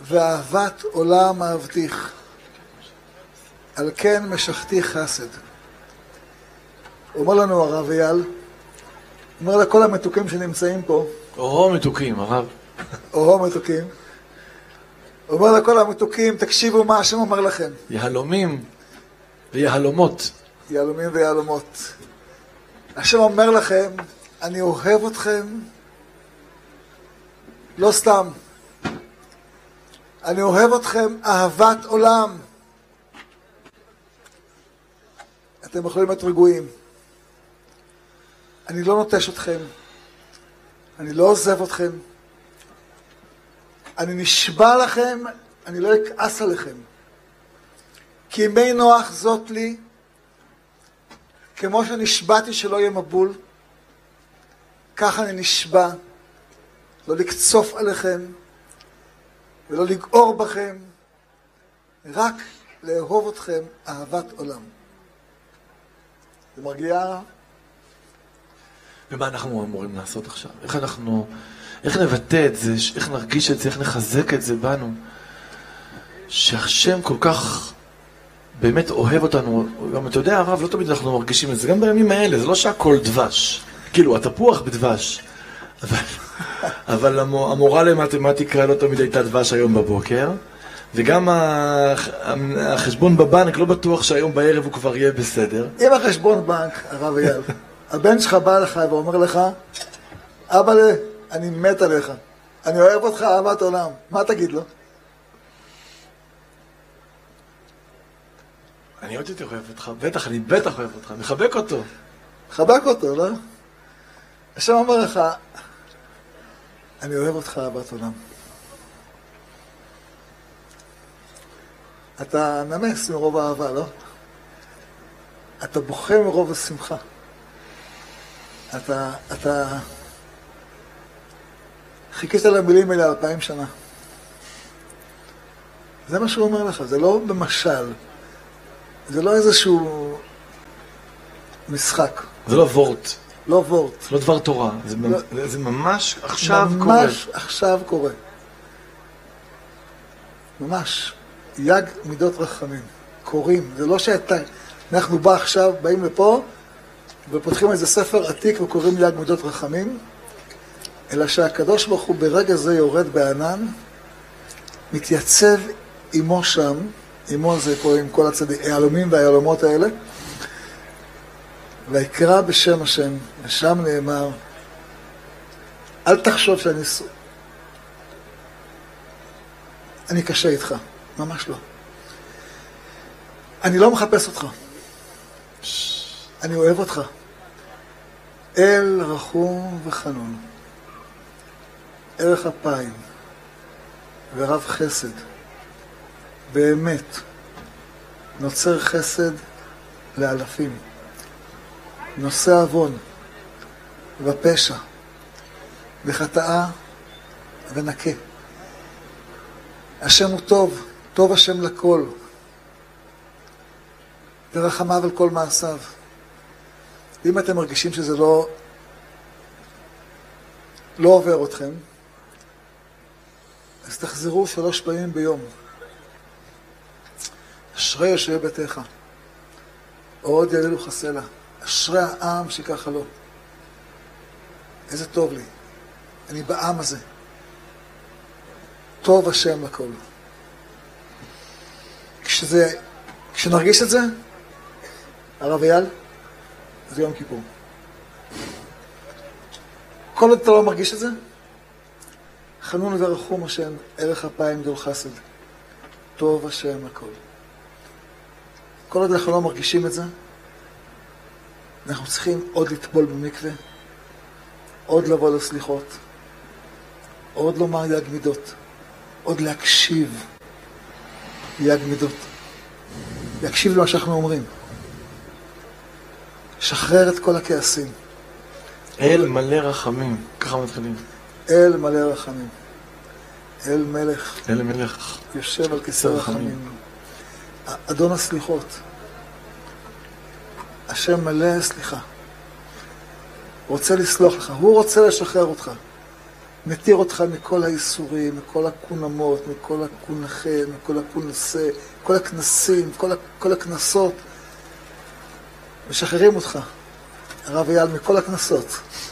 ואהבת עולם אהבתיך, על כן משכתי חסד. הוא אומר לנו הרב אייל, הוא אומר לכל המתוקים שנמצאים פה, אוהו מתוקים, הרב. אוהו מתוקים, הוא אומר לכל המתוקים, תקשיבו מה השם אומר לכם. יהלומים ויהלומות. יהלומים ויהלומות. השם אומר לכם, אני אוהב אתכם, לא סתם. אני אוהב אתכם אהבת עולם. אתם יכולים להיות רגועים. אני לא נוטש אתכם. אני לא עוזב אתכם. אני נשבע לכם, אני לא אכעס עליכם. כי ימי נוח זאת לי, כמו שנשבעתי שלא יהיה מבול, כך אני נשבע, לא לקצוף עליכם, ולא לגעור בכם, רק לאהוב אתכם אהבת עולם. זה מרגיע? ומה אנחנו אמורים לעשות עכשיו? איך אנחנו, איך נבטא את זה, איך נרגיש את זה, איך נחזק את זה בנו? שהשם כל כך באמת אוהב אותנו. גם אתה יודע, הרב, לא תמיד אנחנו מרגישים את זה, גם בימים האלה, זה לא שהכל דבש. כאילו, התפוח בדבש. אבל, אבל המורה למתמטיקה לא תמיד הייתה דבש היום בבוקר, וגם החשבון בבנק לא בטוח שהיום בערב הוא כבר יהיה בסדר. אם החשבון בנק, הרב אייל, הבן שלך בא לך ואומר לך, אבא, אני מת עליך, אני אוהב אותך אהבת עולם, מה תגיד לו? אני עוד יותר אוהב אותך, בטח, אני בטח אוהב אותך, מחבק אותו. מחבק אותו, לא? השם אומר לך, אני אוהב אותך אהבת עולם. אתה נמס מרוב האהבה, לא? אתה בוכה מרוב השמחה. אתה, אתה חיכית למילים האלה אלפיים שנה. זה מה שהוא אומר לך, זה לא במשל. זה לא איזשהו משחק. זה לא וורט. לא וורט. זה לא דבר תורה. זה, לא, זה, זה ממש עכשיו ממש קורה. ממש עכשיו קורה. ממש. יג מידות רחמים. קוראים. זה לא שאתה... אנחנו בא עכשיו, באים לפה, ופותחים איזה ספר עתיק וקוראים יג מידות רחמים, אלא שהקדוש ברוך הוא ברגע זה יורד בענן, מתייצב עמו שם, עמו זה פה עם כל היהלומים והיהלומות האלה, ויקרא בשם השם, ושם נאמר, אל תחשוב שאני אני קשה איתך, ממש לא. אני לא מחפש אותך. אני אוהב אותך. אל רחום וחנון, ערך אפיים ורב חסד, באמת נוצר חסד לאלפים, נושא עוון ופשע וחטאה ונקה. השם הוא טוב, טוב השם לכל, ורחמיו על כל מעשיו. ואם אתם מרגישים שזה לא לא עובר אתכם, אז תחזרו שלוש פעמים ביום. אשרי יושבי ביתך, עוד יללו חסלה, אשרי העם שככה לא. איזה טוב לי, אני בעם הזה. טוב השם לכל. כשזה, כשנרגיש את זה, הרב אייל, זה יום כיפור. כל עוד אתה לא מרגיש את זה, חנון ורחום השם, ערך אפיים גדול חסד. טוב השם לכל. כל עוד אנחנו לא מרגישים את זה, אנחנו צריכים עוד לטבול במקווה, עוד לבוא לסליחות, עוד לומר יג מידות, עוד להקשיב יג מידות. להקשיב למה שאנחנו אומרים. שחרר את כל הכעסים. אל מלא רחמים, ככה מתחילים. אל מלא רחמים. אל מלך. אל מלך. יושב על כיסא רחמים. אדון הסליחות. השם מלא סליחה. רוצה לסלוח לך. הוא רוצה לשחרר אותך. מתיר אותך מכל האיסורים, מכל הקונמות, מכל הקונחה, מכל הקונסה, כל הכנסים, כל, כל הכנסות. משחררים אותך, הרב אייל, מכל הכנסות.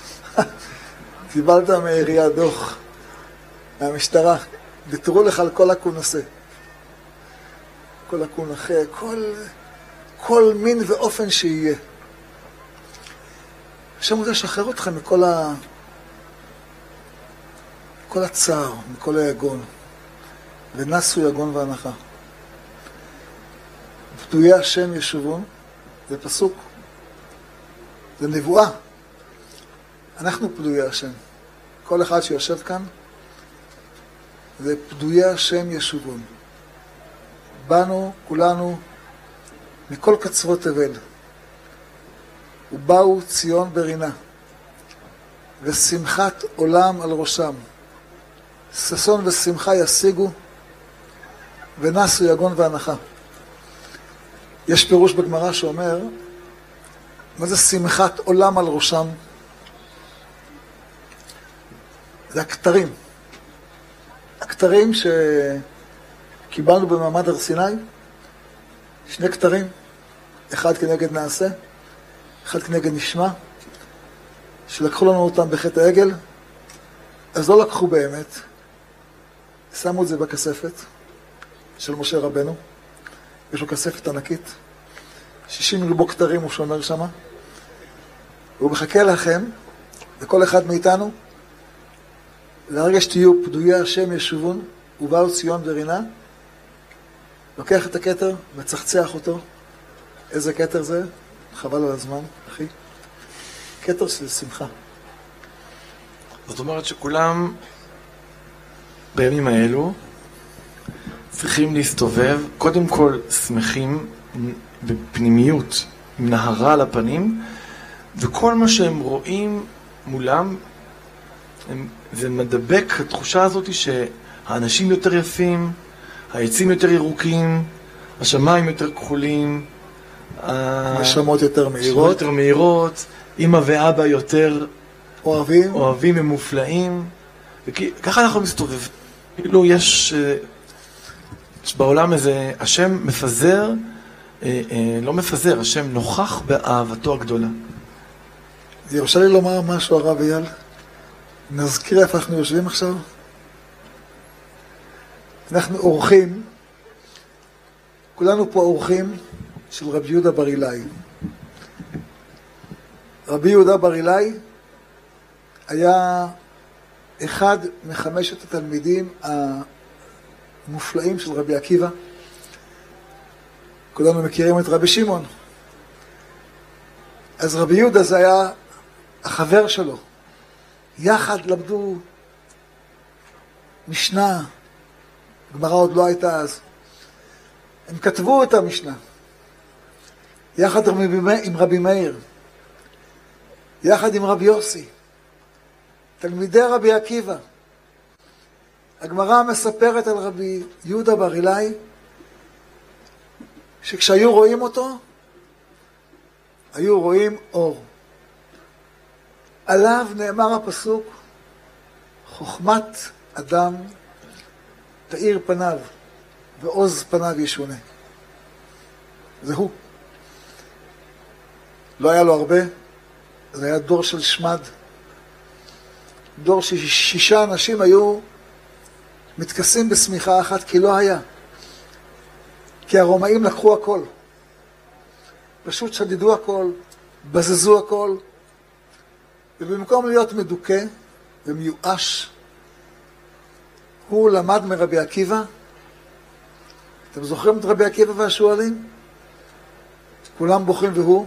קיבלת מהעירייה דוח, מהמשטרה, ויתרו לך על כל הקונסה. כל הקונחה, כל, כל מין ואופן שיהיה. השם רוצה לשחרר אותך מכל ה... כל הצער, מכל היגון. ונסו יגון והנחה. פדויי השם ישובון, זה פסוק. זה נבואה. אנחנו פדויי השם. כל אחד שיושב כאן, זה פדויי השם ישובון. באנו כולנו מכל קצוות תבל. ובאו ציון ברינה. ושמחת עולם על ראשם. ששון ושמחה ישיגו, ונסו יגון והנחה. יש פירוש בגמרא שאומר, מה זה שמחת עולם על ראשם? זה הכתרים. הכתרים שקיבלנו במעמד הר סיני, שני כתרים, אחד כנגד נעשה, אחד כנגד נשמע, שלקחו לנו אותם בחטא העגל, אז לא לקחו באמת, שמו את זה בכספת של משה רבנו, יש לו כספת ענקית, שישים ריבו כתרים הוא שומר שמה, והוא מחכה לכם, לכל אחד מאיתנו, לרגע שתהיו פדויי השם ישובון, ובאו ציון ברינה, לוקח את הכתר, מצחצח אותו, איזה כתר זה? חבל על הזמן, אחי. כתר של שמחה. זאת אומרת שכולם בימים האלו צריכים להסתובב, קודם כל שמחים בפנימיות, עם נהרה על הפנים, וכל מה שהם רואים מולם, הם, זה מדבק התחושה הזאת שהאנשים יותר יפים, העצים יותר ירוקים, השמיים יותר כחולים, נשמות יותר מהירות, יותר מהירות, אמא ואבא יותר אוהבים, אוהבים ומופלאים, וככה אנחנו מסתובבים. כאילו יש, יש בעולם איזה, השם מפזר, לא מפזר, השם נוכח באהבתו הגדולה. ירשה לי לומר משהו, הרב אייל? נזכיר איפה אנחנו יושבים עכשיו? אנחנו אורחים, כולנו פה אורחים של רבי יהודה בר אילאי. רבי יהודה בר אילאי היה אחד מחמשת התלמידים המופלאים של רבי עקיבא. כולנו מכירים את רבי שמעון. אז רבי יהודה זה היה החבר שלו. יחד למדו משנה, גמרא עוד לא הייתה אז. הם כתבו את המשנה. יחד עם רבי מאיר. יחד עם רבי יוסי. תלמידי רבי עקיבא. הגמרא מספרת על רבי יהודה בר אילאי, שכשהיו רואים אותו, היו רואים אור. עליו נאמר הפסוק, חוכמת אדם תאיר פניו, ועוז פניו ישונה. זה הוא. לא היה לו הרבה, זה היה דור של שמד. דור ששישה אנשים היו מתכסים בשמיכה אחת, כי לא היה. כי הרומאים לקחו הכל. פשוט שדדו הכל, בזזו הכל, ובמקום להיות מדוכא ומיואש, הוא למד מרבי עקיבא. אתם זוכרים את רבי עקיבא והשואלים? כולם בוכים והוא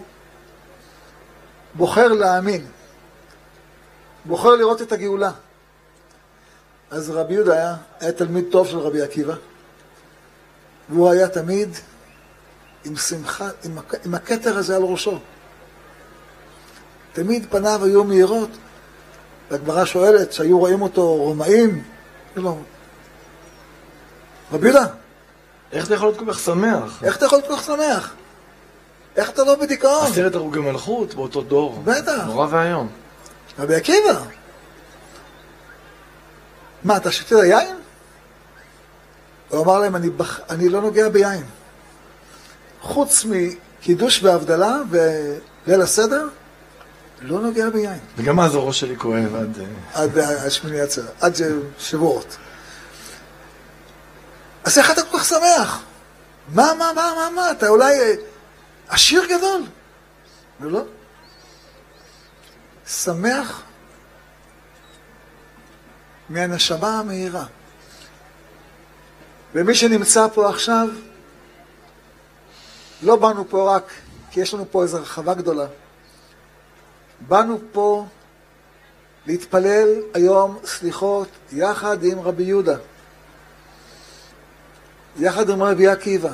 בוחר להאמין. בוחר לראות את הגאולה. אז רבי יהודה היה, היה תלמיד טוב של רבי עקיבא, והוא היה תמיד עם שמחה, עם, עם הכתר הזה על ראשו. תמיד פניו היו מהירות. והגמרא שואלת, שהיו רואים אותו רומאים, לא. רבי יהודה, איך אתה יכול להיות כל כך שמח? איך אתה יכול להיות כל כך שמח? איך אתה לא בדיכאון? עשרת הרוגי מלכות באותו דור. בטח. נורא והיום. רבי עקיבא. מה, אתה שותה ליין? הוא אמר להם, אני, בח... אני לא נוגע ביין. חוץ מקידוש והבדלה וליל הסדר, לא נוגע ביין. וגם אז הראש שלי כואב עד... עד השמיני עצר, עד שבועות. אז איך אתה כל כך שמח? מה, מה, מה, מה, מה? אתה אולי עשיר גדול? ולא? שמח מהנשמה המהירה. ומי שנמצא פה עכשיו, לא באנו פה רק כי יש לנו פה איזו רחבה גדולה. באנו פה להתפלל היום סליחות יחד עם רבי יהודה, יחד עם רבי עקיבא,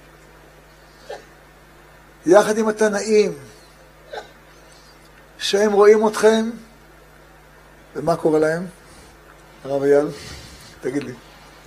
יחד עם התנאים, שהם רואים אתכם, ומה קורה להם? הרב אייל, תגיד לי.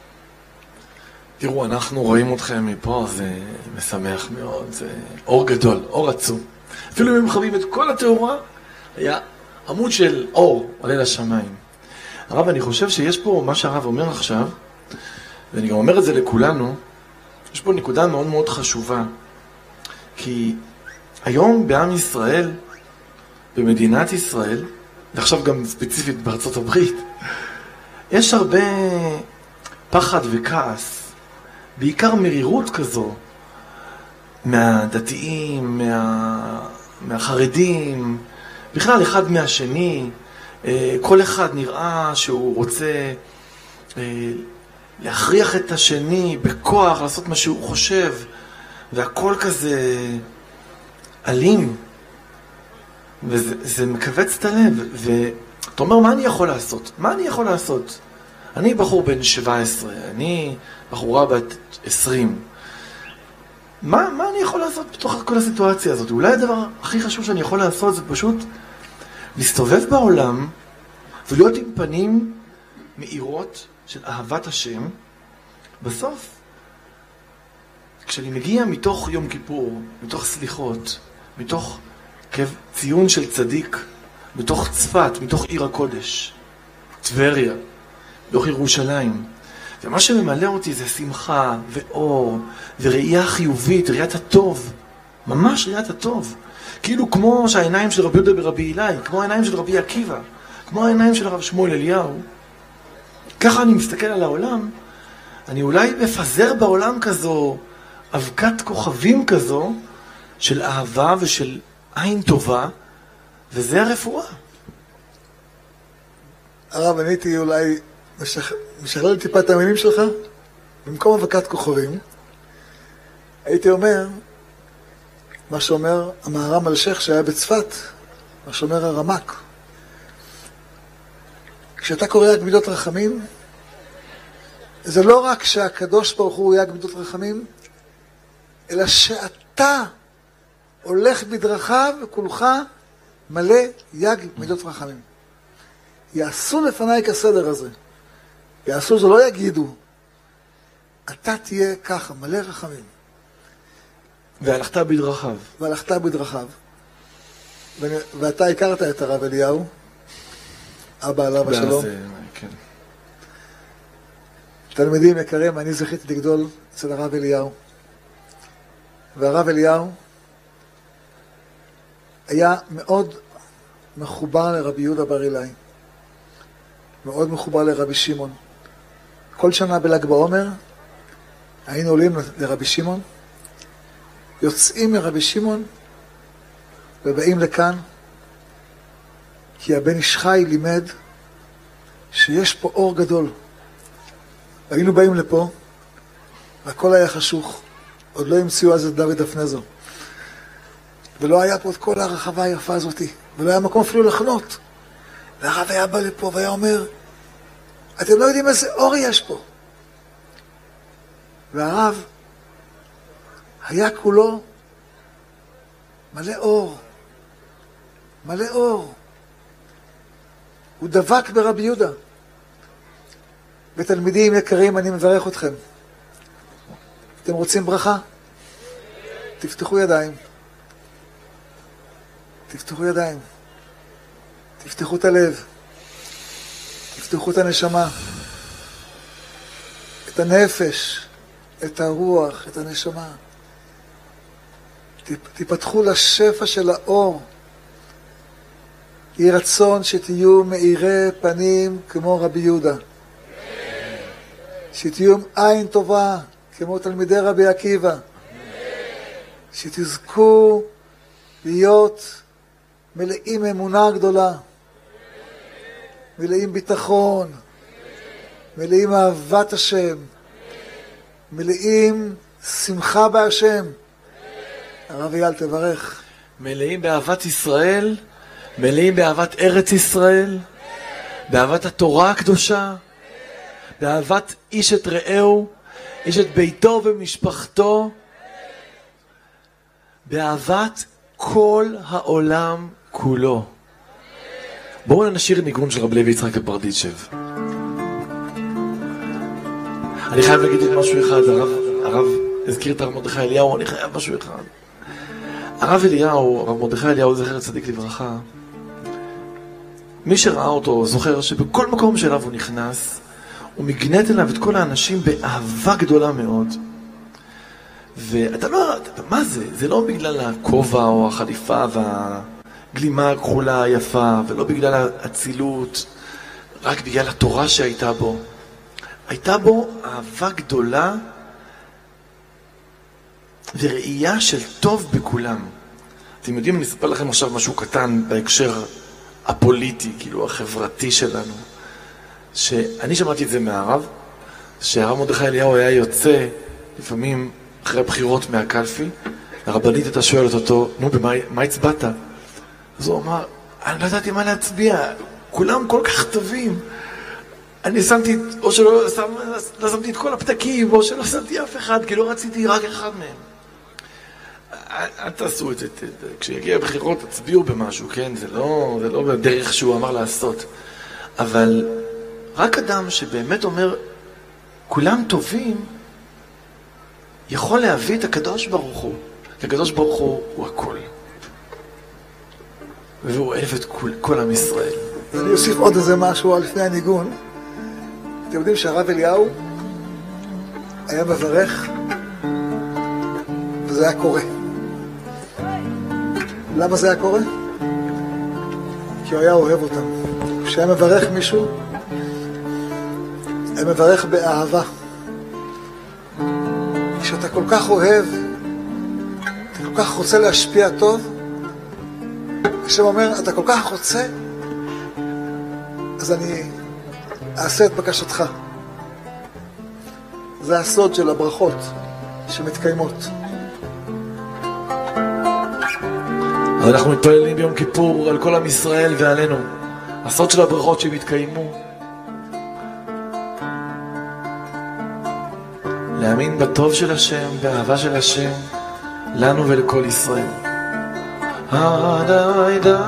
תראו, אנחנו רואים אתכם מפה, זה משמח מאוד, זה אור גדול, אור עצום. אפילו אם הם חווים את כל התאורה, היה עמוד של אור עולה לשמיים. הרב, אני חושב שיש פה מה שהרב אומר עכשיו, ואני גם אומר את זה לכולנו, יש פה נקודה מאוד מאוד חשובה. כי היום בעם ישראל, במדינת ישראל, ועכשיו גם ספציפית בארצות הברית, יש הרבה פחד וכעס, בעיקר מרירות כזו, מהדתיים, מה... מהחרדים, בכלל אחד מהשני, כל אחד נראה שהוא רוצה להכריח את השני בכוח, לעשות מה שהוא חושב, והכל כזה אלים, וזה זה מכווץ את הלב, ואתה אומר, מה אני יכול לעשות? מה אני יכול לעשות? אני בחור בן שבע עשרה, אני בחורה בת עשרים. מה, מה אני יכול לעשות בתוך כל הסיטואציה הזאת? אולי הדבר הכי חשוב שאני יכול לעשות זה פשוט להסתובב בעולם ולהיות עם פנים מאירות של אהבת השם. בסוף, כשאני מגיע מתוך יום כיפור, מתוך סליחות, מתוך ציון של צדיק, מתוך צפת, מתוך עיר הקודש, טבריה, מתוך ירושלים, ומה שממלא אותי זה שמחה ואור וראייה חיובית, ראיית הטוב, ממש ראיית הטוב. כאילו כמו שהעיניים של רבי יהודה ברבי אילאי, כמו העיניים של רבי עקיבא, כמו העיניים של הרב שמואל אליהו. ככה אני מסתכל על העולם, אני אולי מפזר בעולם כזו, אבקת כוכבים כזו, של אהבה ושל עין טובה, וזה הרפואה. הרב, אני הייתי אולי משכ... משכלל טיפה את המילים שלך, במקום אבקת כוכבים, הייתי אומר, מה שאומר המהר"ם אלשיך שהיה בצפת, מה שאומר הרמ"ק. כשאתה קורא גמילות רחמים, זה לא רק שהקדוש ברוך הוא יהיה גמילות רחמים, אלא שאתה הולך בדרכיו וכולך מלא יג גמילות רחמים. יעשו לפניי כסדר הזה. יעשו, זה לא יגידו. אתה תהיה ככה, מלא רחמים. והלכת בדרכיו. והלכת בדרכיו. ואתה הכרת את הרב אליהו, אבא עליו השלום. כן. תלמידים יקרים, אני זכיתי לגדול אצל הרב אליהו. והרב אליהו היה מאוד מחובר לרבי יהודה בר אילאי. מאוד מחובר לרבי שמעון. כל שנה בל"ג בעומר היינו עולים לרבי שמעון, יוצאים מרבי שמעון ובאים לכאן, כי הבן איש חי לימד שיש פה אור גדול. היינו באים לפה, והכל היה חשוך. עוד לא המציאו אז את דוד אפנזו. ולא היה פה את כל הרחבה היפה הזאת, ולא היה מקום אפילו לחנות. והרב היה בא לפה והיה אומר, אתם לא יודעים איזה אור יש פה. והרב היה כולו מלא אור. מלא אור. הוא דבק ברבי יהודה. ותלמידים יקרים, אני מברך אתכם. אתם רוצים ברכה? תפתחו ידיים. תפתחו ידיים. תפתחו את הלב. תפתחו את הנשמה. את הנפש, את הרוח, את הנשמה. תיפתחו לשפע של האור. יהי רצון שתהיו מאירי פנים כמו רבי יהודה. שתהיו עם עין טובה כמו תלמידי רבי עקיבא. שתזכו להיות מלאים אמונה גדולה, מלאים ביטחון, מלאים אהבת השם, מלאים שמחה בהשם. הרב אייל תברך. מלאים באהבת ישראל, מלאים באהבת ארץ ישראל, באהבת התורה הקדושה, באהבת איש את רעהו, איש את ביתו ומשפחתו, באהבת כל העולם כולו. בואו נשיר ניגון של רב לוי יצחק ברדיצ'ב. אני חייב להגיד עוד משהו אחד. הרב, הרב הזכיר את הרב מרדכי אליהו, אני חייב משהו אחד. הרב אליהו, הרב מרדכי אליהו, זכר צדיק לברכה, מי שראה אותו זוכר שבכל מקום שאליו הוא נכנס, הוא מגנט אליו את כל האנשים באהבה גדולה מאוד. ואתה לא, אתה, מה זה? זה לא בגלל הכובע או החליפה והגלימה הכחולה היפה, ולא בגלל האצילות, רק בגלל התורה שהייתה בו. הייתה בו אהבה גדולה וראייה של טוב בכולם. אתם יודעים, אני אספר לכם עכשיו משהו קטן בהקשר הפוליטי, כאילו החברתי שלנו, שאני שמעתי את זה מהרב, שהרב מרדכי אליהו היה יוצא לפעמים אחרי הבחירות מהקלפי, הרבנית הייתה שואלת אותו, נו, במה, מה הצבעת? אז הוא אמר, אני לא ידעתי מה להצביע, כולם כל כך טובים. אני שמתי, או שלא שם, לא שמתי את כל הפתקים, או שלא שמתי אף אחד, כי לא רציתי רק אחד מהם. אל תעשו את זה, כשיגיע הבחירות תצביעו במשהו, כן? זה לא, זה לא בדרך שהוא אמר לעשות. אבל רק אדם שבאמת אומר, כולם טובים, יכול להביא את הקדוש ברוך הוא. כי הקדוש ברוך הוא הוא הכל. והוא אוהב את כל, כל עם ישראל. אני אוסיף עוד איזה משהו על לפני הניגון. אתם יודעים שהרב אליהו היה מברך, וזה היה קורה. למה זה היה קורה? כי הוא היה אוהב אותם. כשהיה מברך מישהו, היה מברך באהבה. כשאתה כל כך אוהב, אתה כל כך רוצה להשפיע טוב, השם אומר, אתה כל כך רוצה, אז אני אעשה את בקשתך. זה הסוד של הברכות שמתקיימות. אז אנחנו מתפללים ביום כיפור על כל עם ישראל ועלינו. הסוד של הברכות שמתקיימו. להאמין בטוב של השם, באהבה של השם, לנו ולכל ישראל. די די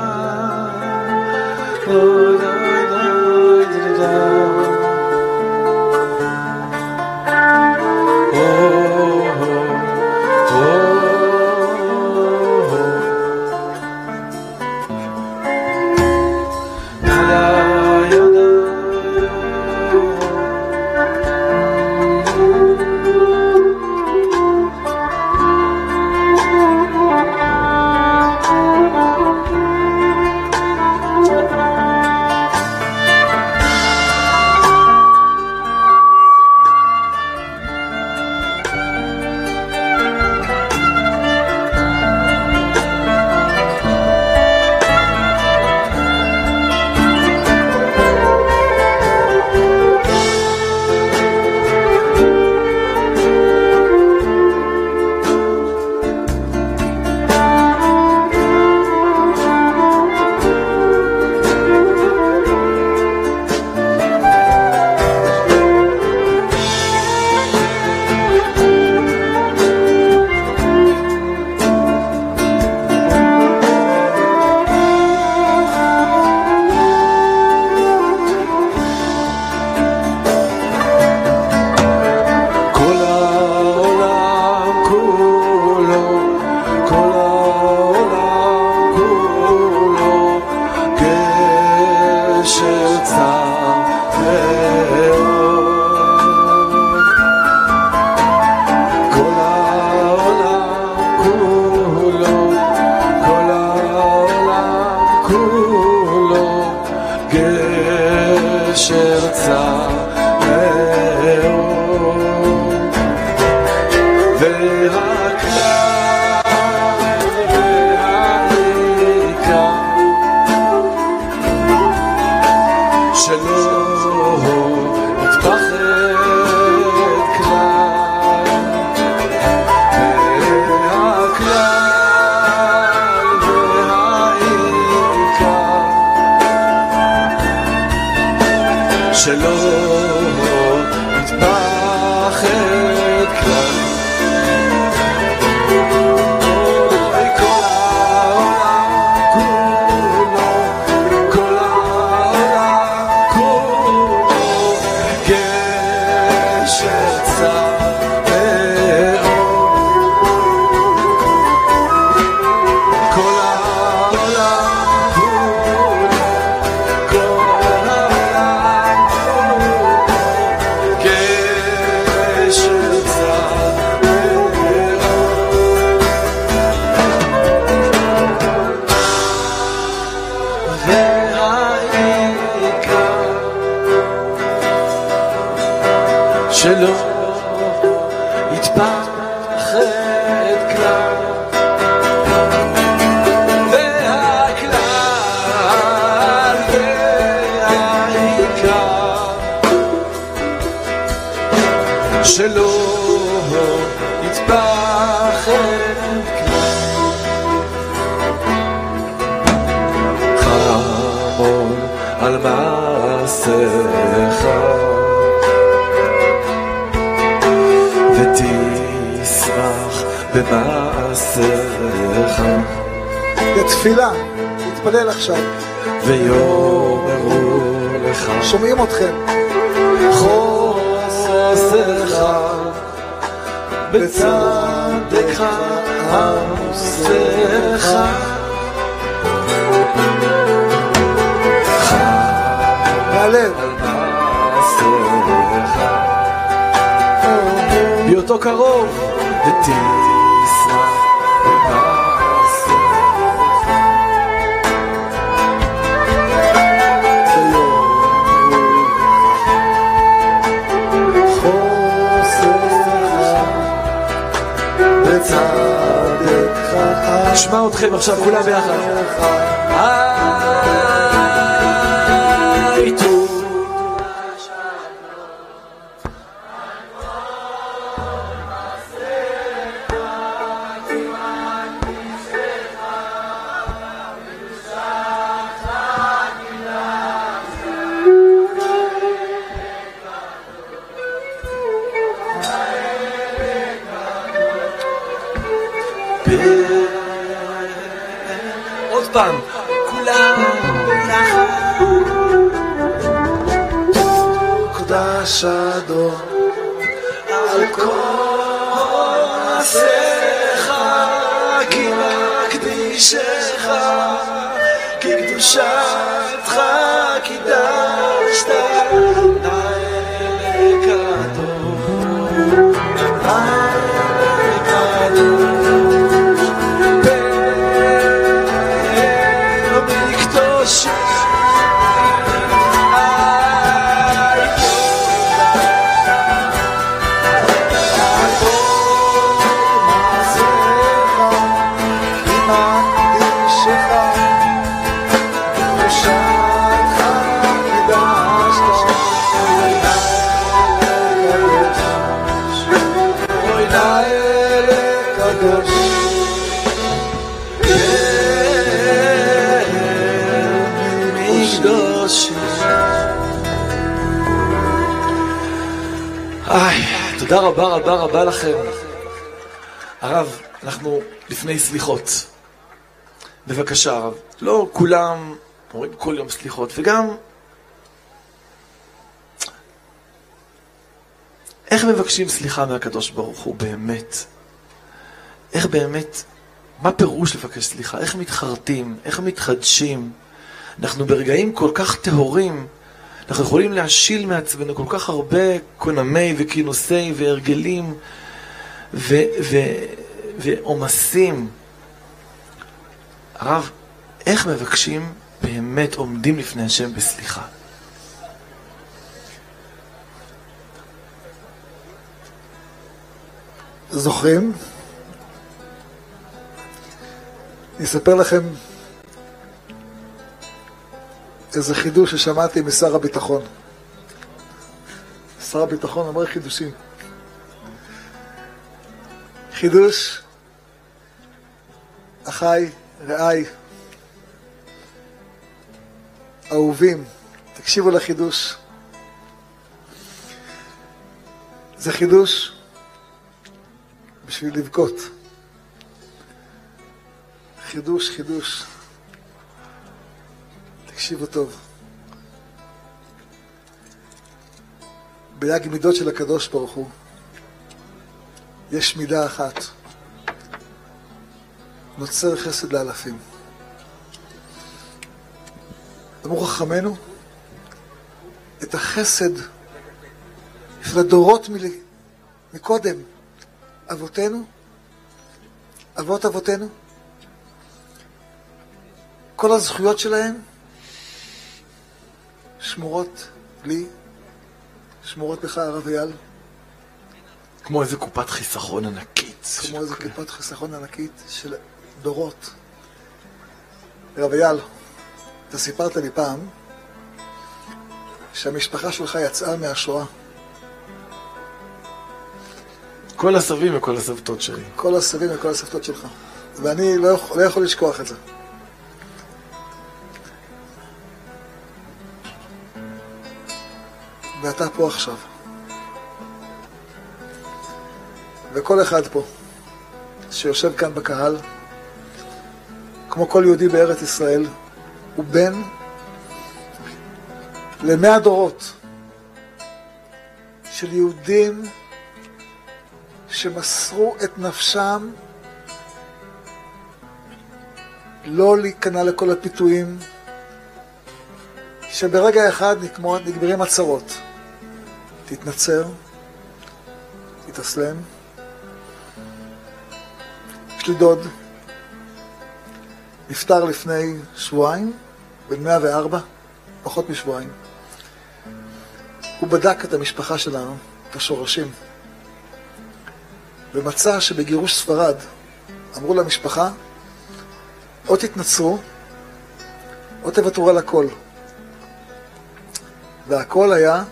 שלא יתפחד כלל. אוי כל העולם כולו, כל העולם כולו גשר צבאו. כל העולם כולו, כל העולם כולו גשר צבאו. והעיקר שלא יתפחד כלל. והכלל והעיקר שלא יתפחד כלל. חמול על מעשיך ותשמח במעשיך. לתפילה, להתפלל עכשיו. ויאמרו לך שומעים אתכם. חוסך בצדקך עמוסך. מהלב. על מעשיך בהיותו קרוב ותשמח במעשיך. נשמע אתכם עכשיו כולם ביחד. הייתו עוד פעם כולם ביחד. קודש אדון על כל מעשיך כי מקדישך כי קדושתך קידשת. נאה לקדוש נאה לקדוש בנו בקדוש. איי, תודה רבה רבה רבה לכם. הרב, אנחנו לפני סליחות. בבקשה הרב, לא כולם אומרים כל יום סליחות, וגם איך מבקשים סליחה מהקדוש ברוך הוא באמת? איך באמת, מה פירוש לבקש סליחה? איך מתחרטים? איך מתחדשים? אנחנו ברגעים כל כך טהורים, אנחנו יכולים להשיל מעצמנו כל כך הרבה קונמי וכינוסי והרגלים ו- ו- ועומסים. הרב, איך מבקשים באמת עומדים לפני השם בסליחה? זוכרים? אני אספר לכם איזה חידוש ששמעתי משר הביטחון. שר הביטחון אמר חידושים. חידוש, אחיי, רעיי, אהובים, תקשיבו לחידוש. זה חידוש בשביל לבכות. חידוש, חידוש. תקשיבו טוב. ביג מידות של הקדוש ברוך הוא יש מידה אחת. נוצר חסד לאלפים. אמרו חכמנו, את החסד של הדורות מקודם, אבותינו, אבות אבותינו, כל הזכויות שלהם שמורות לי, שמורות בך הרב אייל. כמו איזה קופת חיסכון ענקית. כמו איזה קופת חיסכון ענקית של דורות. הרב אייל, אתה סיפרת לי פעם שהמשפחה שלך יצאה מהשואה. כל הסבים וכל הסבתות שלי. כל הסבים וכל הסבתות שלך. ואני לא יכול, לא יכול לשכוח את זה. ואתה פה עכשיו. וכל אחד פה שיושב כאן בקהל, כמו כל יהודי בארץ ישראל, הוא בן למאה דורות של יהודים שמסרו את נפשם לא להיכנע לכל הפיתויים, שברגע אחד נגמרים הצרות. תתנצר, תתאסלם. יש לי דוד, נפטר לפני שבועיים, בן מאה וארבע, פחות משבועיים. הוא בדק את המשפחה שלנו, את השורשים, ומצא שבגירוש ספרד אמרו למשפחה, או תתנצרו, או תוותרו על הכל. והכל היה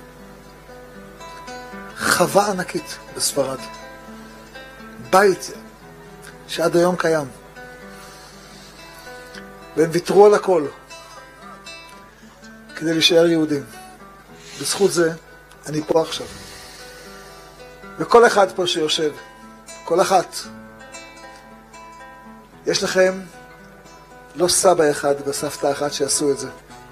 חווה ענקית בספרד. בית שעד היום קיים. והם ויתרו על הכל כדי להישאר יהודים. בזכות זה אני פה עכשיו. וכל אחד פה שיושב, כל אחת, יש לכם לא סבא אחד וסבתא אחת שעשו את זה.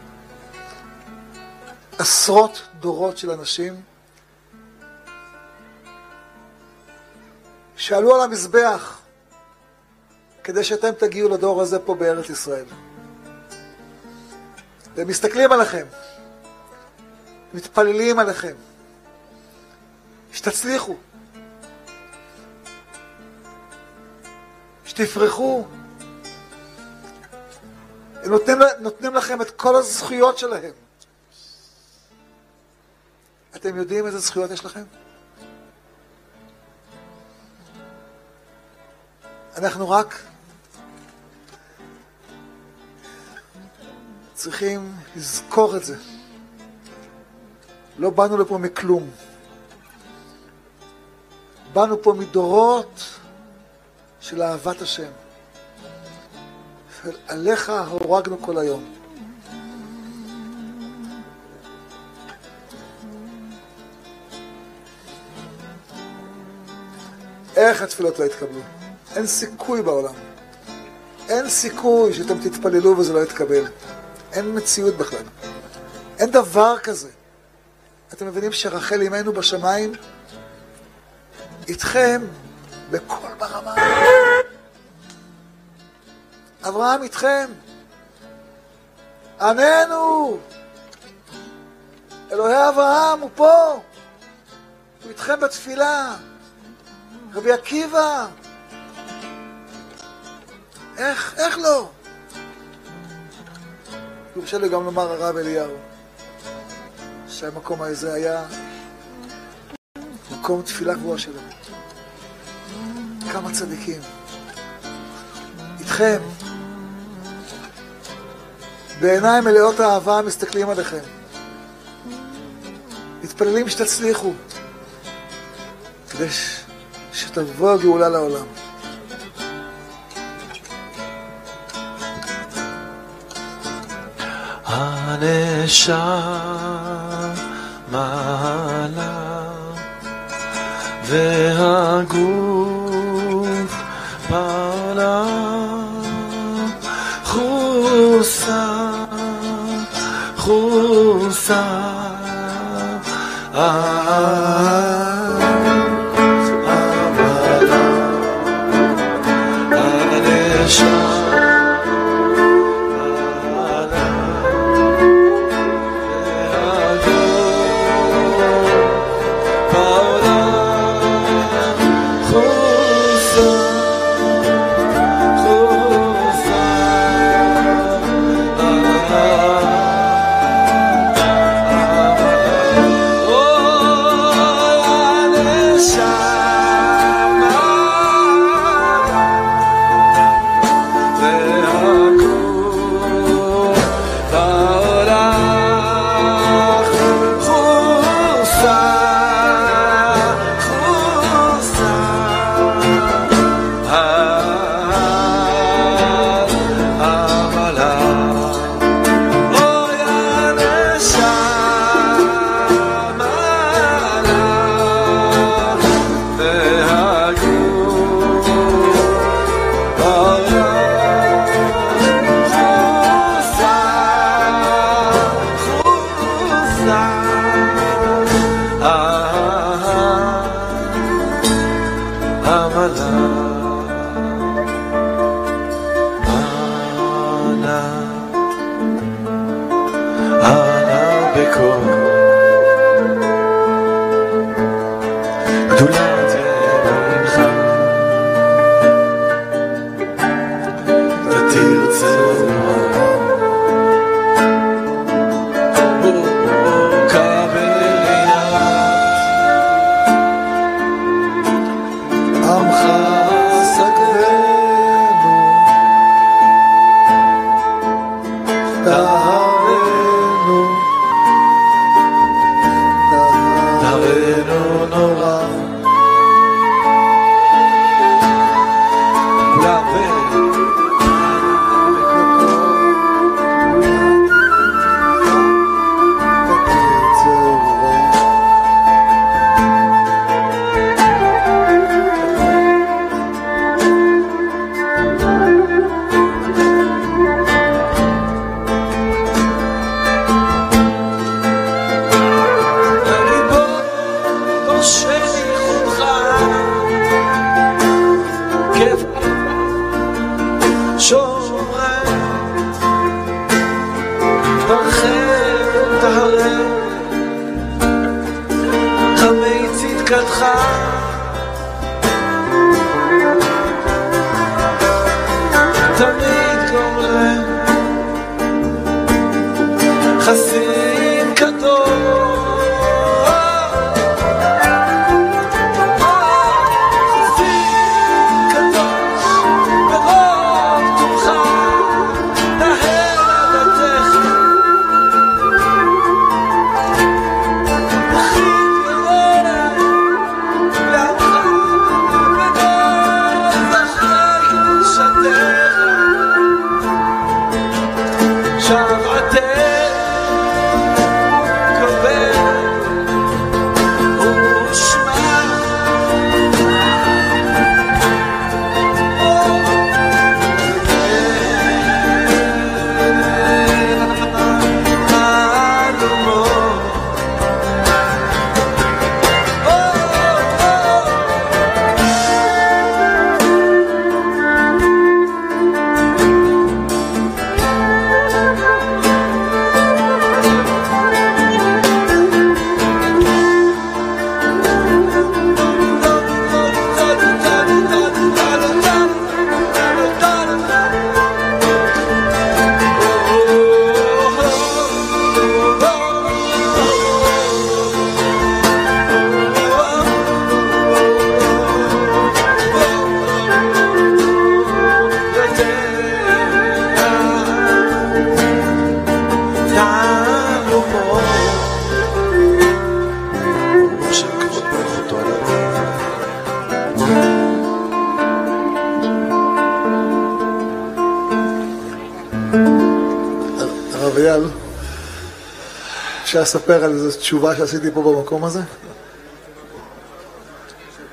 עשרות דורות של אנשים שעלו על המזבח כדי שאתם תגיעו לדור הזה פה בארץ ישראל. והם מסתכלים עליכם, מתפללים עליכם, שתצליחו, שתפרחו. הם נותנים, נותנים לכם את כל הזכויות שלהם. אתם יודעים איזה זכויות יש לכם? אנחנו רק צריכים לזכור את זה. לא באנו לפה מכלום. באנו פה מדורות של אהבת השם. עליך הורגנו כל היום. איך התפילות לא יתקבלו? אין סיכוי בעולם. אין סיכוי שאתם תתפללו וזה לא יתקבל. אין מציאות בכלל. אין דבר כזה. אתם מבינים שרחל אמנו בשמיים איתכם בכל ברמה. אברהם איתכם. עננו. אלוהי אברהם הוא פה. הוא איתכם בתפילה. רבי עקיבא. איך, איך לא? יורשה לי גם לומר הרב אליהו, שהמקום הזה היה מקום תפילה גבוהה שלנו. כמה צדיקים. איתכם. בעיניים מלאות האהבה מסתכלים עליכם. מתפללים שתצליחו. כדי ש... שתבוא הגאולה לעולם. הנשמה לה והגוף בעולם חוסה חוסה אייל, אפשר לספר על איזו תשובה שעשיתי פה במקום הזה?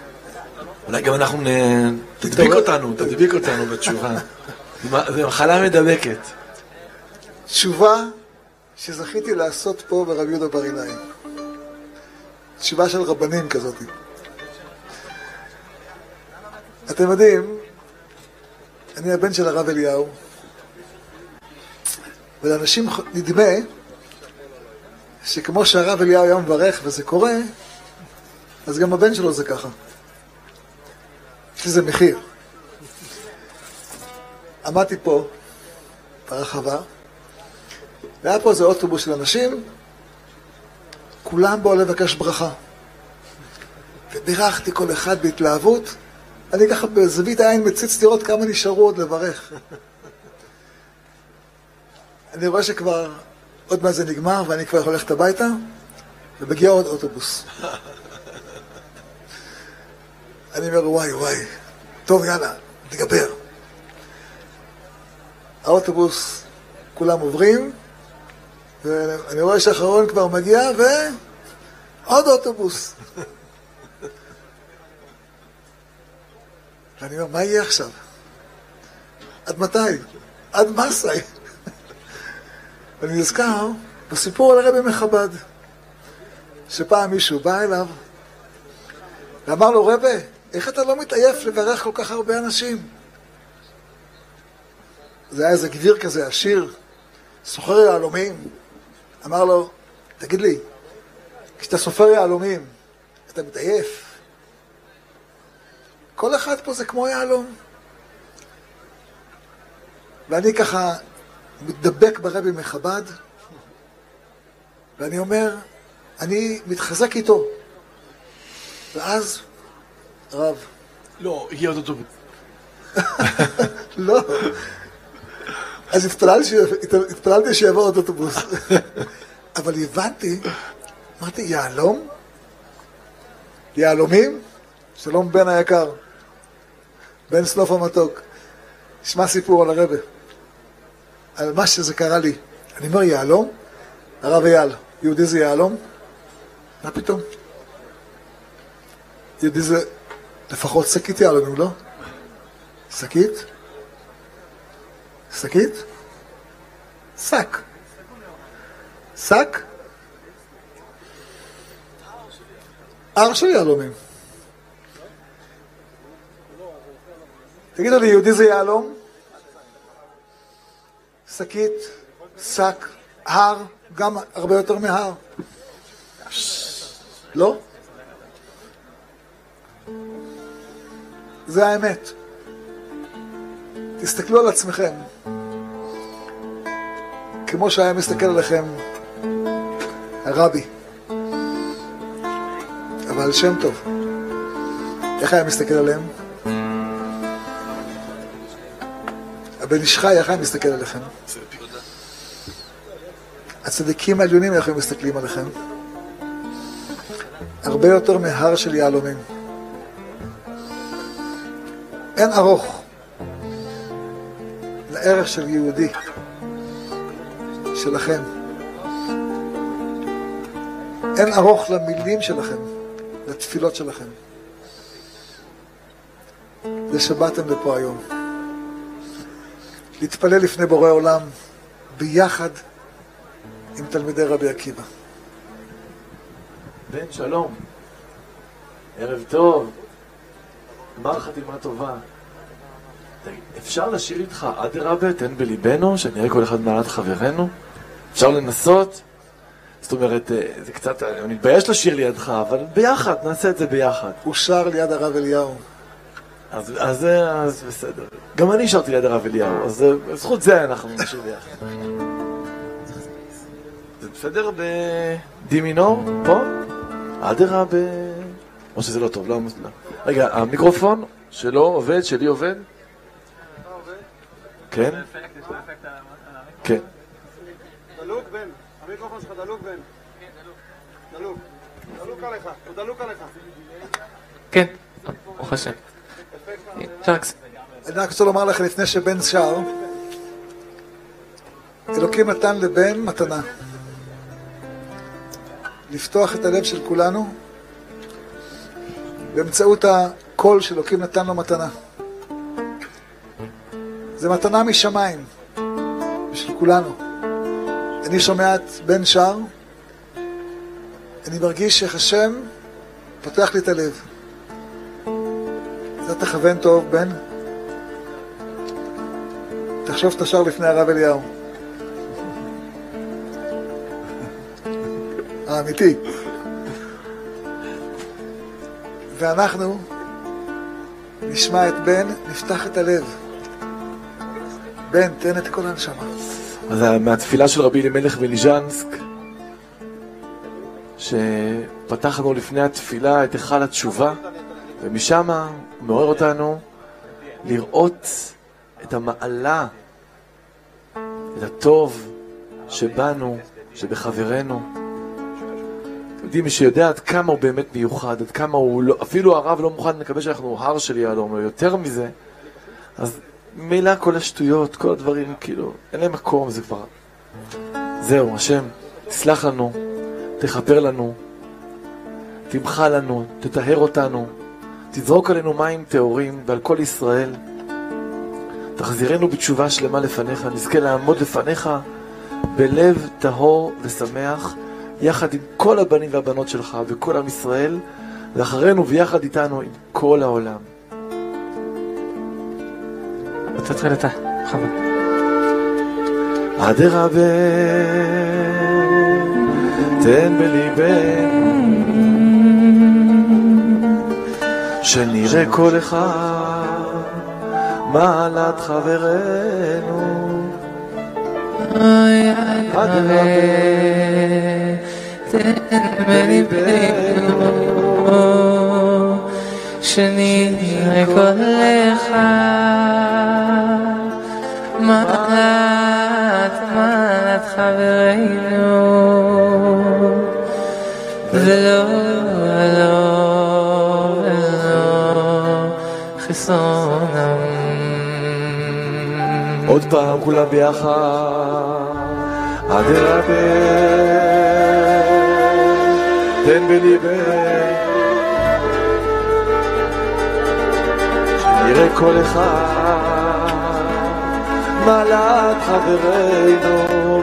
אולי גם אנחנו תדביק אותנו, תדביק אותנו בתשובה. זו מחלה מדבקת. תשובה שזכיתי לעשות פה ברבי יהודה בר אילאי. תשובה של רבנים כזאת. אתם יודעים, אני הבן של הרב אליהו, ולאנשים נדמה שכמו שהרב אליהו היה מברך וזה קורה, אז גם הבן שלו זה ככה. יש לזה מחיר. עמדתי פה, ברחבה, והיה פה איזה אוטובוס של אנשים, כולם באו לבקש ברכה. ובירכתי כל אחד בהתלהבות, אני ככה בזווית העין מציץ לראות כמה נשארו עוד לברך. אני רואה שכבר עוד מה זה נגמר, ואני כבר הולכת הביתה, ומגיע עוד אוטובוס. אני אומר, וואי, וואי, טוב, יאללה, נגבר. האוטובוס, כולם עוברים, ואני רואה שהאחרון כבר מגיע, ועוד אוטובוס. ואני אומר, מה יהיה עכשיו? עד מתי? עד מסי? ואני נזכר בסיפור על הרבי מחב"ד, שפעם מישהו בא אליו, ואמר לו, רבי, איך אתה לא מתעייף לברך כל כך הרבה אנשים? זה היה איזה גביר כזה, עשיר, סוחר יהלומים. אמר לו, תגיד לי, כשאתה סופר יהלומים, אתה מתעייף? כל אחד פה זה כמו יהלום. ואני ככה מתדבק ברבי מחב"ד, ואני אומר, אני מתחזק איתו. ואז, רב. לא, הגיע עוד אוטובוס. לא. אז התפללתי שיבוא עוד אוטובוס. אבל הבנתי, אמרתי, יהלום? יהלומים? שלום בן היקר. בן סלוף המתוק. שמע סיפור על הרבי. על מה שזה קרה לי. אני אומר, יהלום? הרב אייל, יהודי זה יהלום? מה פתאום? יהודי זה לפחות שקית יהלומים, לא? שקית? שקית? שק. שק? הר של יהלומים. תגידו לי, יהודי זה יהלום? שקית, שק, הר, גם הרבה יותר מהר. לא? זה האמת. תסתכלו על עצמכם. כמו שהיה מסתכל עליכם הרבי. אבל שם טוב. איך היה מסתכל עליהם? הבן איש חי, איך היה מסתכל עליכם? הצדיקים העליונים, איך הם מסתכלים עליכם? הרבה יותר מהר של יהלומים. אין ארוך לערך של יהודי שלכם. אין ארוך למילים שלכם, לתפילות שלכם. זה שבאתם לפה היום. להתפלל לפני בורא עולם ביחד עם תלמידי רבי עקיבא. בן שלום, ערב טוב, גמר חתימה טובה. אפשר לשיר איתך אדרבה, תן בליבנו, שנראה כל אחד מעלת חברנו? אפשר לנסות? זאת אומרת, זה קצת, אני מתבייש לשיר לידך, אבל ביחד, נעשה את זה ביחד. הוא שר ליד הרב אליהו. אז, אז, אז בסדר. גם אני שרתי ליד הרב אליהו, אז בזכות זה אנחנו נשיר ביחד. זה בסדר בדי מינור? פה? אדרבה... או שזה לא טוב, לא... רגע, המיקרופון שלו עובד, שלי עובד? כן? כן. דלוק בן, המיקרופון שלך דלוק בן. כן, דלוק. דלוק. דלוק עליך, הוא דלוק עליך. כן, ברוך השם. שרקס. אני רק רוצה לומר לך לפני שבן שר, אלוקים נתן לבן מתנה. לפתוח את הלב של כולנו באמצעות קול שאלוקים נתן לו מתנה. זה מתנה משמיים, בשביל כולנו. אני שומע את בן שר, אני מרגיש איך השם פותח לי את הלב. זה תכוון טוב, בן. תחשוב שאתה שר לפני הרב אליהו. האמיתי. ואנחנו נשמע את בן, נפתח את הלב. בן, תן את כל הנשמה. אז מהתפילה של רבי אלימלך מליז'נסק, שפתחנו לפני התפילה את היכל התשובה, ומשם הוא מעורר אותנו לראות את המעלה, את הטוב שבנו, שבחברנו. יודעים, מי שיודע עד כמה הוא באמת מיוחד, עד כמה הוא לא, אפילו הרב לא מוכן לקבל שאנחנו הר של יהלום, יותר מזה, אז מילה כל השטויות, כל הדברים, כאילו, אין להם מקום, זה כבר... זהו, השם, תסלח לנו, תחפר לנו, תמחה לנו, תטהר אותנו, תזרוק עלינו מים טהורים ועל כל ישראל, תחזירנו בתשובה שלמה לפניך, נזכה לעמוד לפניך בלב טהור ושמח, יחד עם כל הבנים והבנות שלך וכל עם ישראל, ואחרינו ויחד איתנו עם כל העולם. תתחיל אתה, חבל. עדי רבי, תן בליבנו, שנראה כל אחד מעלת חברנו. עדי רבי, תן בליבנו, שנראה כל אחד מעלת, מעלת חברנו, ולא, ולא, ולא חסונם. עוד פעם כולם ביחד. עדי רבי, תן בליבנו, שנראה כל אחד מעלת חברנו,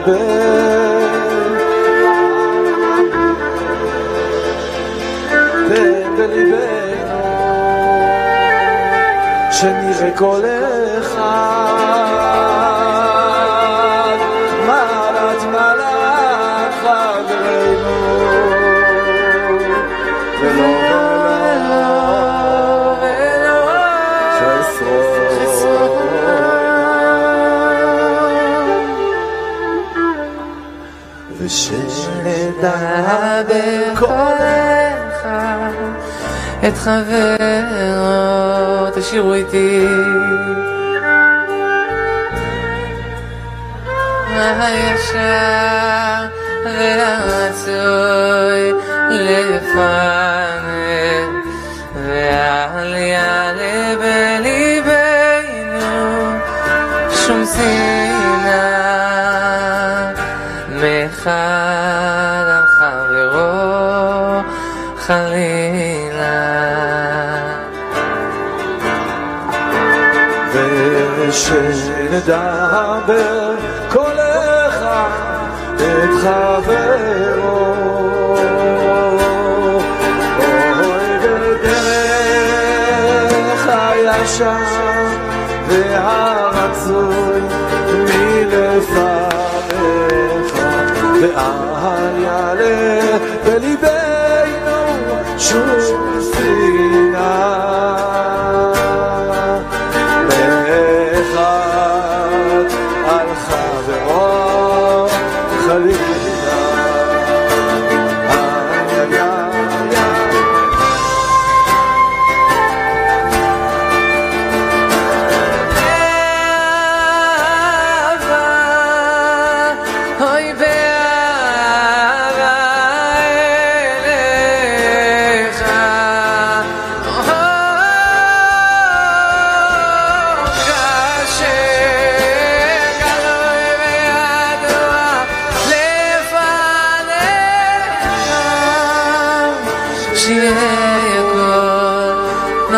תן בליבנו, שנראה כל אחד מעלת, מעלת חברנו, ולא ושנדע בקולך את חברו, תשירו איתי, הישר והרצוי לפניו, ואל יעלה בליבנו שום שנאה מחד על חברו חלילה. ושנדבר כל אחד את חברו, אוי בדרך הישר והרצוי מלפניך, ואל יעלה בליבנו שום שנאה מאחד על חברו חלילה.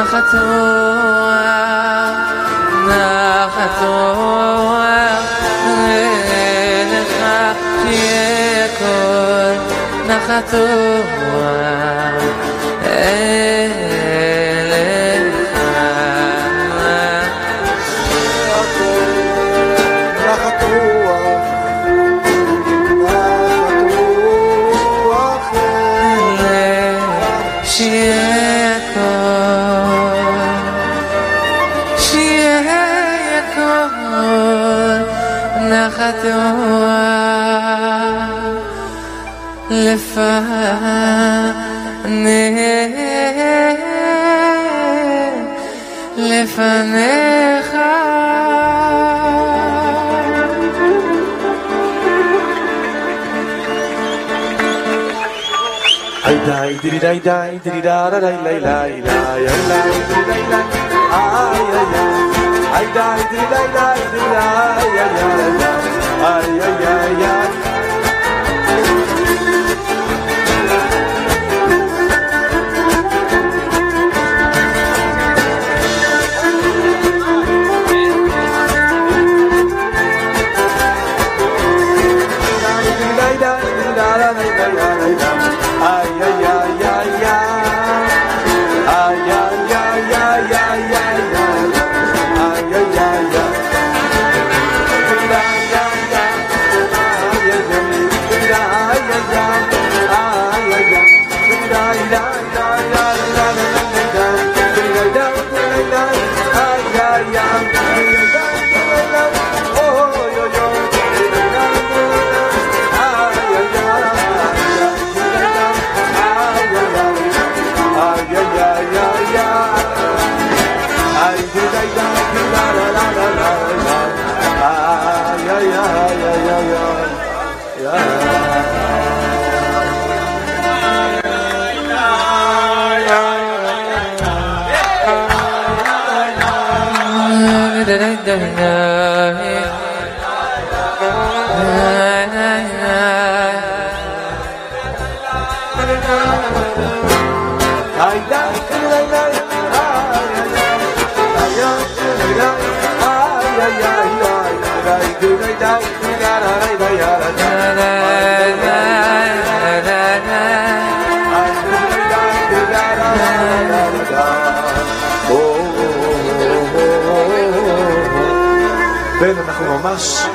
נחת רוח, נחת רוח, לך שיהיה הכל, נחת רוח, אליך. נחת רוח, נחת רוח, שיהיה הכל, שיהיה הכל, נחת רוח לפניך, לפניך. Ay dai diri dai dai diri da da dai lai lai lai ay dai diri dai dai ay ay ay ay dai diri dai dai diri ay ay ay ay ay ay בן, אנחנו ממש,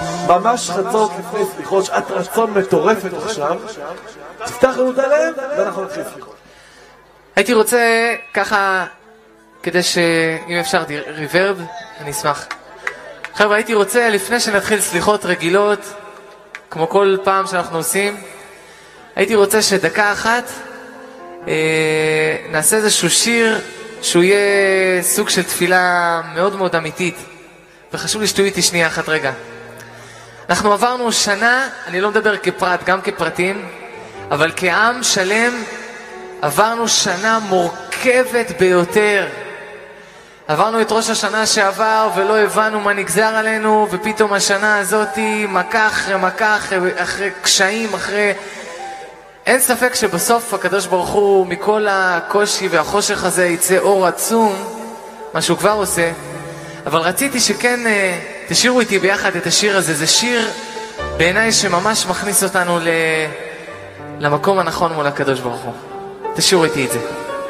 ממש חצות לפני סליחות, שעת רצון מטורפת עכשיו. תפתח לנו את הלב ואנחנו נתחיל סליחות. הייתי רוצה ככה, כדי שאם אפשר ריברב, אני אשמח. חבר'ה, הייתי רוצה לפני שנתחיל סליחות רגילות, כמו כל פעם שאנחנו עושים, הייתי רוצה שדקה אחת אה, נעשה איזשהו שיר שהוא יהיה סוג של תפילה מאוד מאוד אמיתית. וחשוב לי שתהיו איתי שנייה אחת רגע. אנחנו עברנו שנה, אני לא מדבר כפרט, גם כפרטים, אבל כעם שלם עברנו שנה מורכבת ביותר. עברנו את ראש השנה שעבר ולא הבנו מה נגזר עלינו, ופתאום השנה הזאת מכה אחרי מכה, אחרי, אחרי קשיים, אחרי... אין ספק שבסוף הקדוש ברוך הוא מכל הקושי והחושך הזה יצא אור עצום, מה שהוא כבר עושה. אבל רציתי שכן תשירו איתי ביחד את השיר הזה. זה שיר בעיניי שממש מכניס אותנו ל... למקום הנכון מול הקדוש ברוך הוא. תשירו איתי את זה.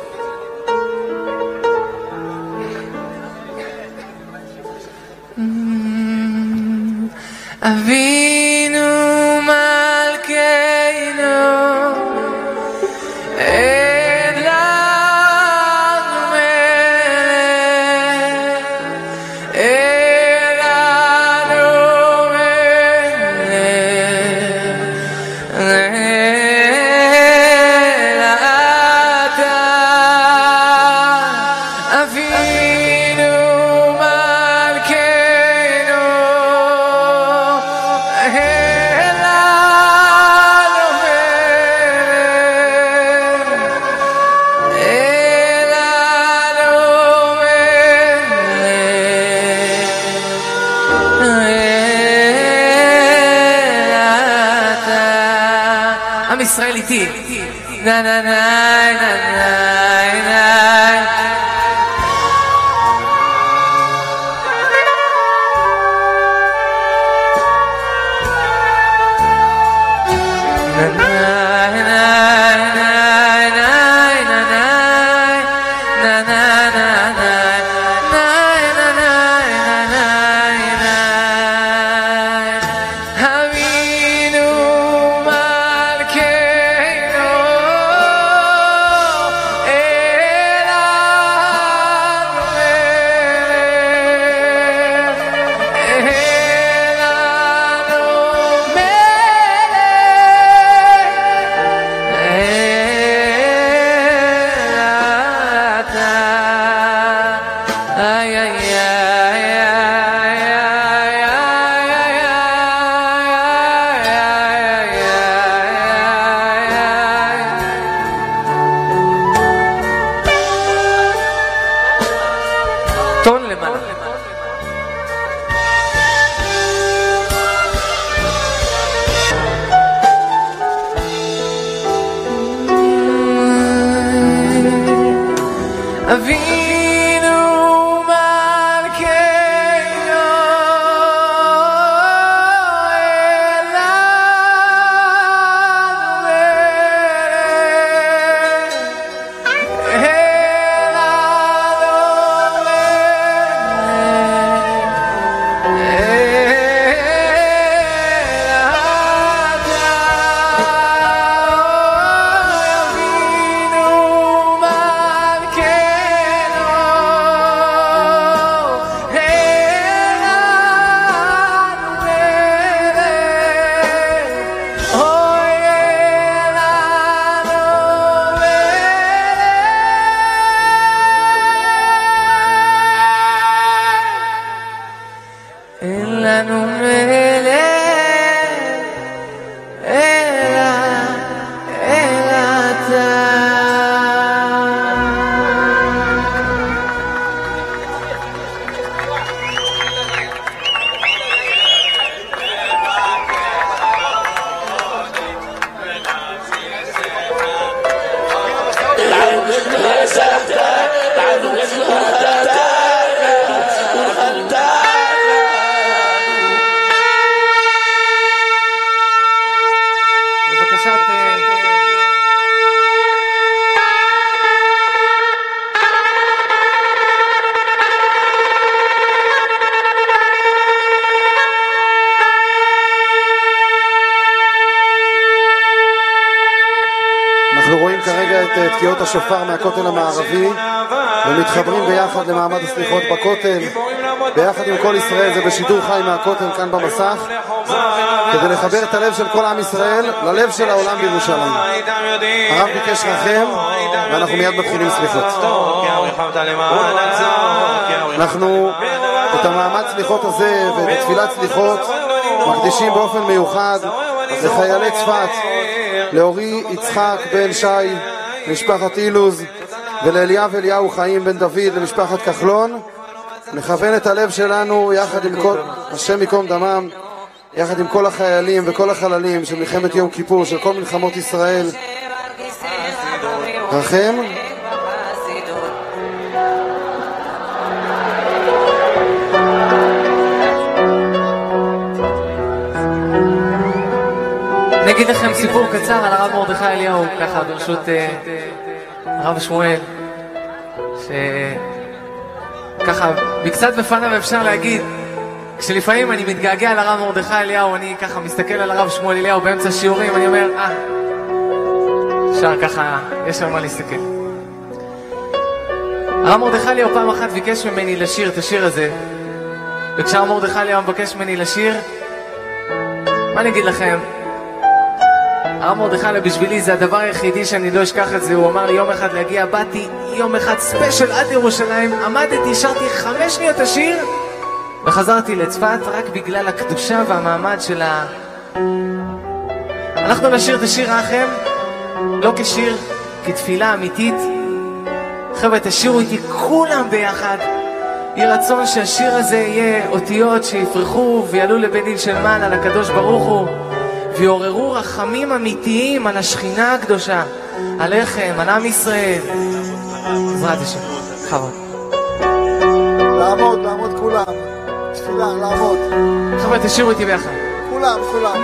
אבינו מלכנו אין לנו מלך, אין לנו מלך, אלא אתה. אבינו מלכנו אין לנו עם ישראל איתי. נה נה נה נה נה נה אבינו מלכנו תקיעות השופר מהכותל המערבי ומתחברים ביחד למעמד הסליחות בכותל ביחד עם כל ישראל. זה בשידור חי מהכותל כאן במסך כדי לחבר את הלב של כל עם ישראל ללב של העולם בירושלים. הרב ביקש רחם ואנחנו מיד מתחילים סליחות. אנחנו את המעמד סליחות הזה ואת תפילת סליחות מקדישים באופן מיוחד לחיילי צפת, לאורי יצחק בן שי למשפחת אילוז ולאליאב אליהו חיים בן דוד למשפחת כחלון. נכוון את הלב שלנו יחד עם כל השם יקום דמם, יחד עם כל החיילים וכל החללים של מלחמת יום כיפור, של כל מלחמות ישראל. רחם. נגיד לכם סיפור קצר על הרב מרדכי אליהו, ככה ברשות הרב שמואל, שככה בקצת בפניו אפשר להגיד, כשלפעמים אני מתגעגע על הרב מרדכי אליהו, אני ככה מסתכל על הרב שמואל אליהו באמצע שיעורים, אני אומר, אה, אפשר ככה, יש על מה להסתכל. הרב מרדכי אליהו פעם אחת ביקש ממני לשיר את השיר הזה, וכשהרב מרדכי אליהו מבקש ממני לשיר, מה אני אגיד לכם? הרב מרדכי אליהו בשבילי זה הדבר היחידי שאני לא אשכח את זה. הוא אמר לי יום אחד להגיע, באתי יום אחד ספיישל עד ירושלים, עמדתי, שרתי חמש שניות השיר וחזרתי לצפת רק בגלל הקדושה והמעמד של ה... אנחנו נשיר את השיר רחם לא כשיר, כתפילה אמיתית. חבר'ה, תשירו איתי כולם ביחד. יהי רצון שהשיר הזה יהיה אותיות שיפרחו ויעלו לבית של מעלה לקדוש ברוך הוא, ויעוררו רחמים אמיתיים על השכינה הקדושה, עליכם, על עם ישראל. בעזרת השם. חבוד. לעמוד, לעמוד כולם. תפילה, לעמוד. חבר'ה, תשירו איתי ביחד. כולם, כולם.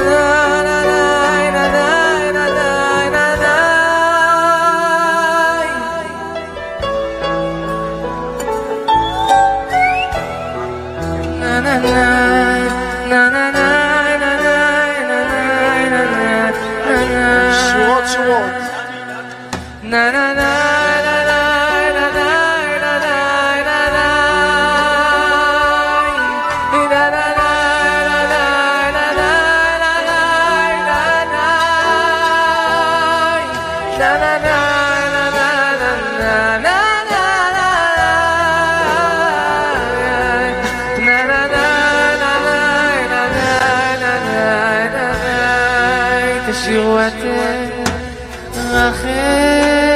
שורות שורות. na na na na na na na תשירו אתם רחם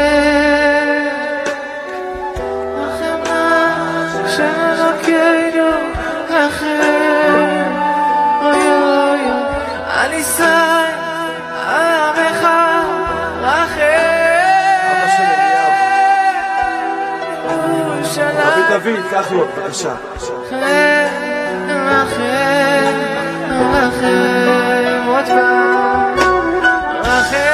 רחם שם אלוקינו רחם אוי אוי על ישראל עמך רחם דוד, קח לו, בבקשה. רחם, רחם, רחם, עוד פעם, רחם.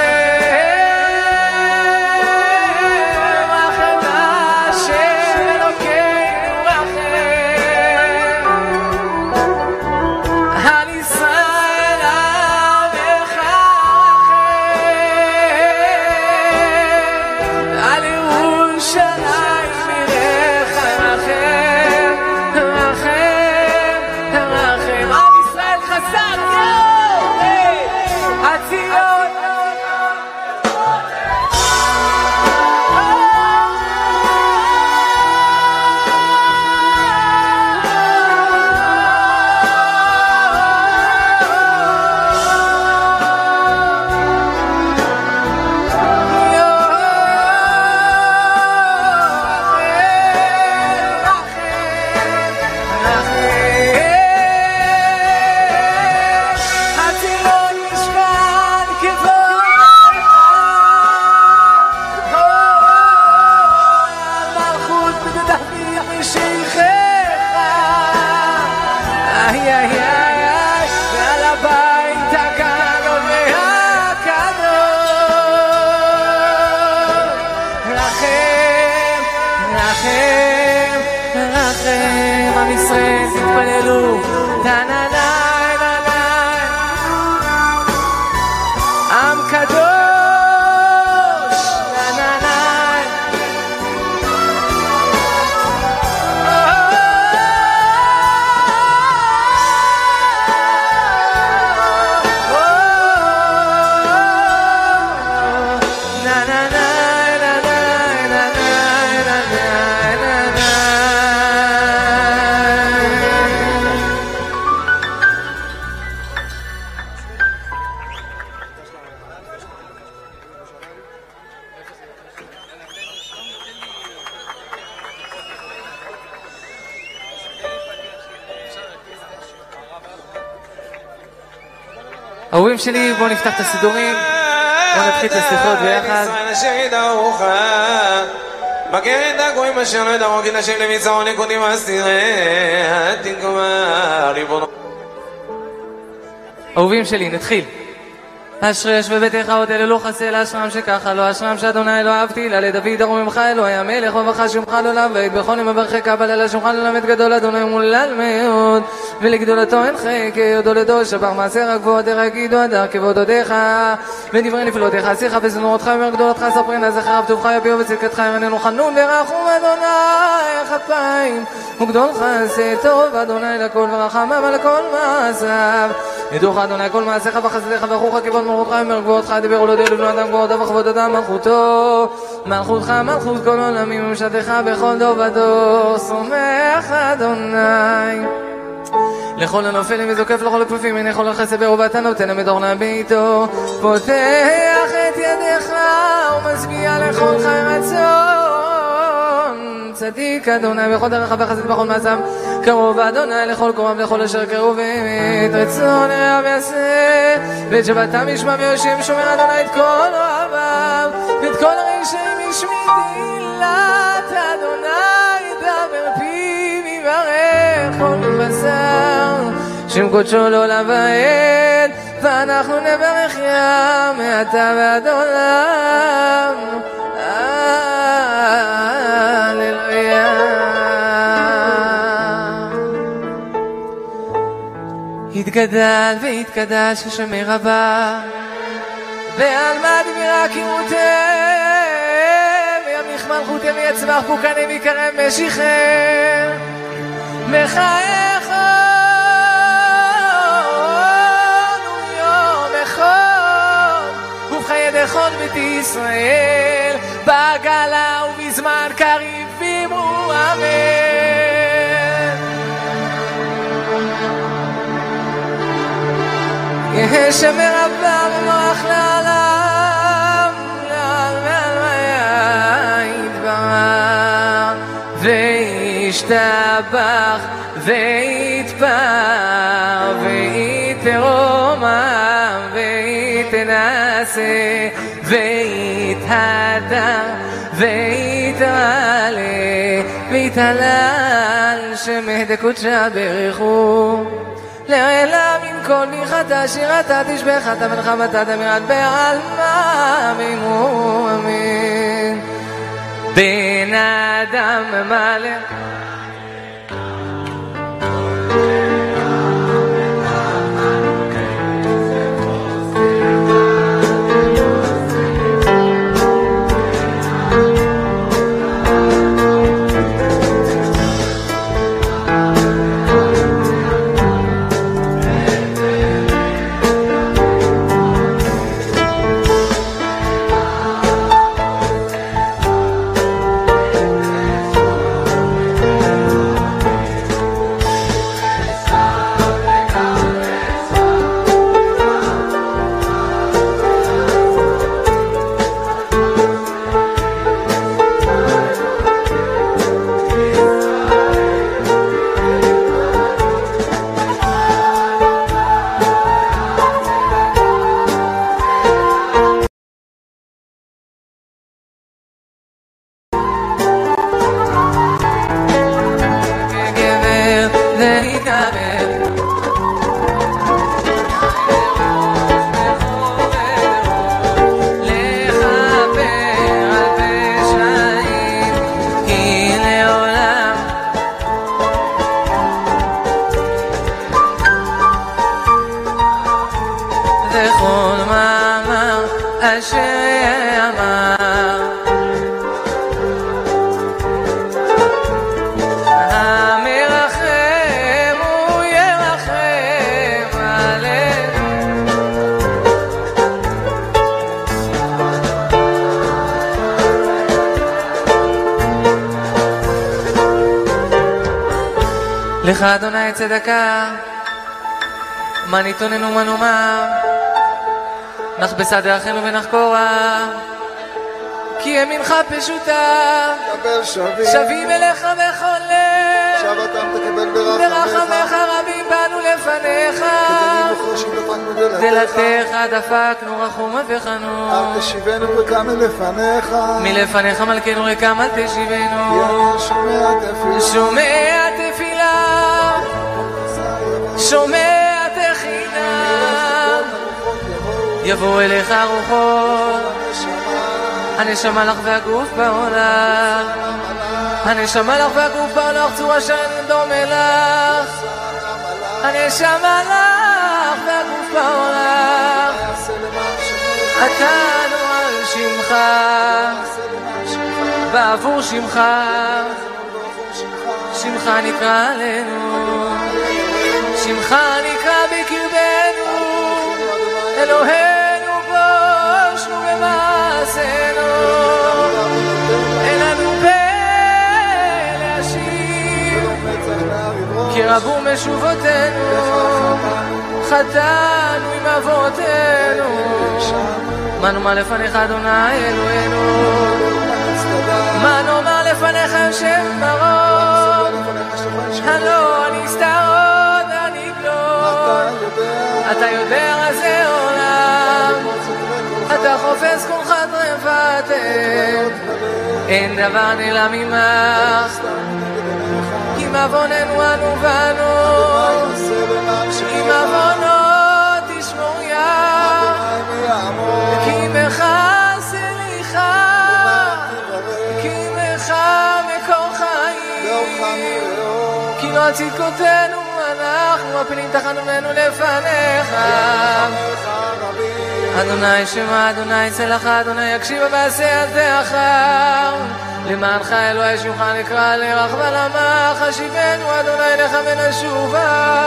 אהובים שלי, בואו נפתח את הסידורים, בואו נתחיל את הסליחות ביחד. בקרן דגויים אשר לא ידעו כי נשם למצעון נקודים אסתירה תנקומה ריבונו. אהובים שלי, נתחיל. אשרי ישבי ביתך עוד אלה לא חסל אשרם שככה לא אשרם שאדוני לא אהבתי לה לדוד ארום ממך אלוהי המלך ובכה שמך לעולם ואת בכל יום אברכך בלילה שמך לעולם את גדול אדוני ומולל מאוד ולגדולתו אין חקר יודו לדור שבר מעשר הגבוהות יגידו הדר כבוד הודיך ודברי נפלותיך שיחה וזנורתך ומר גדולתך ספרנה זכר טובך יביאו וצדקתך ירננו חנון ורחום אדוני כפיים וגדול חסד טוב אדוני לכל ורחמיו לכל מעשיו ידוך אדוני כל מעשיך וחסדיך וחוך כבוד מלכותך ומר גבוהתך דיברו לו דלו בנו אדם גבוהותיו וכבוד אדם מלכותו מלכותך מלכות כל עולמים ומשתך בכל דור ודור סומך אדוני לכל הנופלים וזוקף לכל הכפופים הנה כל החסד ברובתה נותן המדורנה ביתו פותח את ידיך ומשביע לכל חי רצון צדיק אדוני בכל דרך וחסד בכל מעשיו קרוב אדוני לכל קרוב לכל אשר קרוב באמת רצון רב יעשה ואת שבתם ישמע ויושב שומר אדוני את כל אוהביו ואת כל הרשעים ישמיע תהילת אדוני דבר פיו יברך כל בשר שם קודשו לעולם ועד ואנחנו נברך יה מעתה ועד עולם הללויה. התגדל והתקדש השם רבה ועל מה דמירה כימותם וימיך מלכותם ויצמח פוקנים ויקרם משיכם מחייך יום אחד ובחיי דכל בית ישראל בגלה ובזמן קריב ואמרו אמן. יהא שמר רבה ומוח לעולם לעולם יתברך וישתבח ויתפאר ויתרומם ויתנשא ויתהדר ויתעלה ויתעלל שמד קודשה ברכו לעילה מן כל מיכתה שירתה תשבחתה ונחמתה דמירת בעלמה מימו אמן בן אדם מלא לך אדוני צדקה, מה ניתונן ומה נאמר, נחבסה דרכנו ונחקורה, כי ימינך פשוטה, שבים אליך בכל לב, שבתם תקבל ברחמך, ברחמך רבים באנו לפניך, דלתך דפקנו רחום וחנון, אל תשיבנו ריקם מלפניך, מלפניך מלכנו ריקם אל תשיבנו, שומע תפילה, שומע תפילה, שומע תחינה, יבוא אליך רוחות, הנשמה לך והגוף בעולך, הנשמה לך והגוף בעולך, צורה שאני דומה לך, הנשמה לך והגוף בעולך, אתה נועל שמך, בעבור שמך, שמך נקרא עלינו, שמך נקרא בקרבנו, אלוהינו בושנו במעשינו, אין לנו פה להשיב, כי רבו משובותינו, חטאנו עם אבותינו, מה נאמר לפניך אדוני אלוהינו, מה נאמר לפניך השם ברוך, הלא הנסתרות הנגלות, אתה יודע רזי עולם, אתה חופש כל חדרי ותק, אין דבר נעלם ממך, עם עווננו אנו בנו, עם עוונות תשמור ים, כי עמך סליחה, כי עמך מקור חיים, כי לא צדקותינו אנחנו מפילים תחנוננו לפניך, אדוני שמע אדוני צלח אדוני יקשיב ועשה על זה אחר, למענך אלוהי שמך נקרא לרחבה למח, השיבנו אדוני לך ונשובה,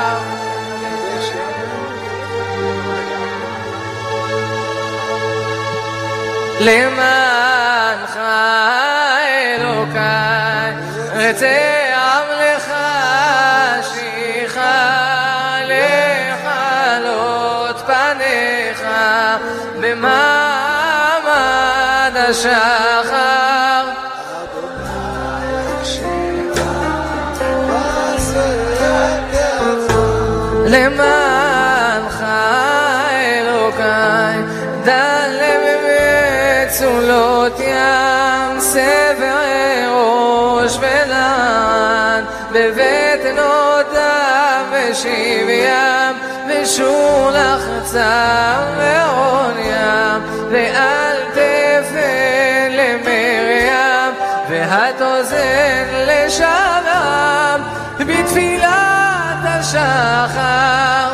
למענך אלוקי רצה עמלך שיחה לחלות פניך במעמד השחר, למענך אלוקי דלה במצולות ים סבר ראש ולען בבטנותיו משיב ים ושור לחצה ועון ים ואל תפן למרים והתוזן לשלם בתפילת השחר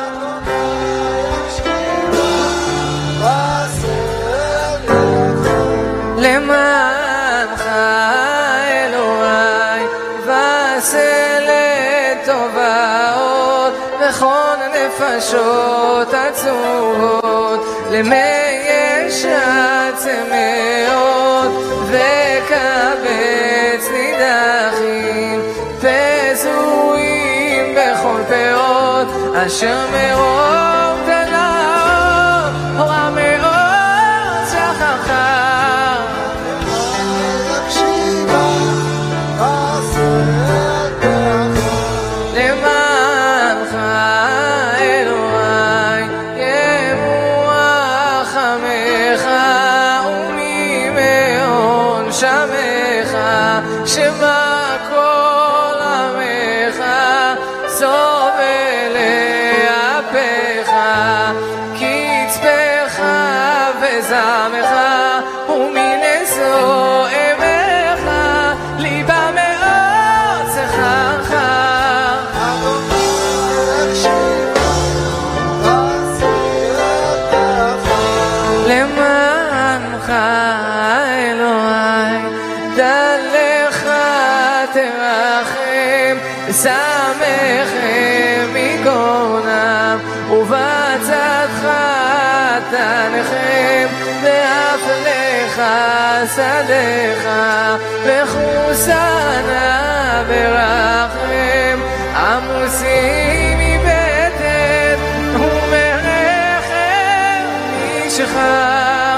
למענך אלוהי ועשה לטובות וכל נפשות עצובות למי ישע צמאות וקבץ נידחים פזורים בכל פאות אשר מרוב תלאות הורה מאוד שכחך למענך אלוהי ימוח עמך וממעון שמך שמע כל עמך סובל לאפיך קצפך וזעמך ומנשוא אמך ליבה מאוד שכרך למענך אלוהי דל לך תרחם שמחם מגורנם ובצדך תנחם ואף לך שדך וחוסנה ברחם עמוסים מבטן ומרחם משחר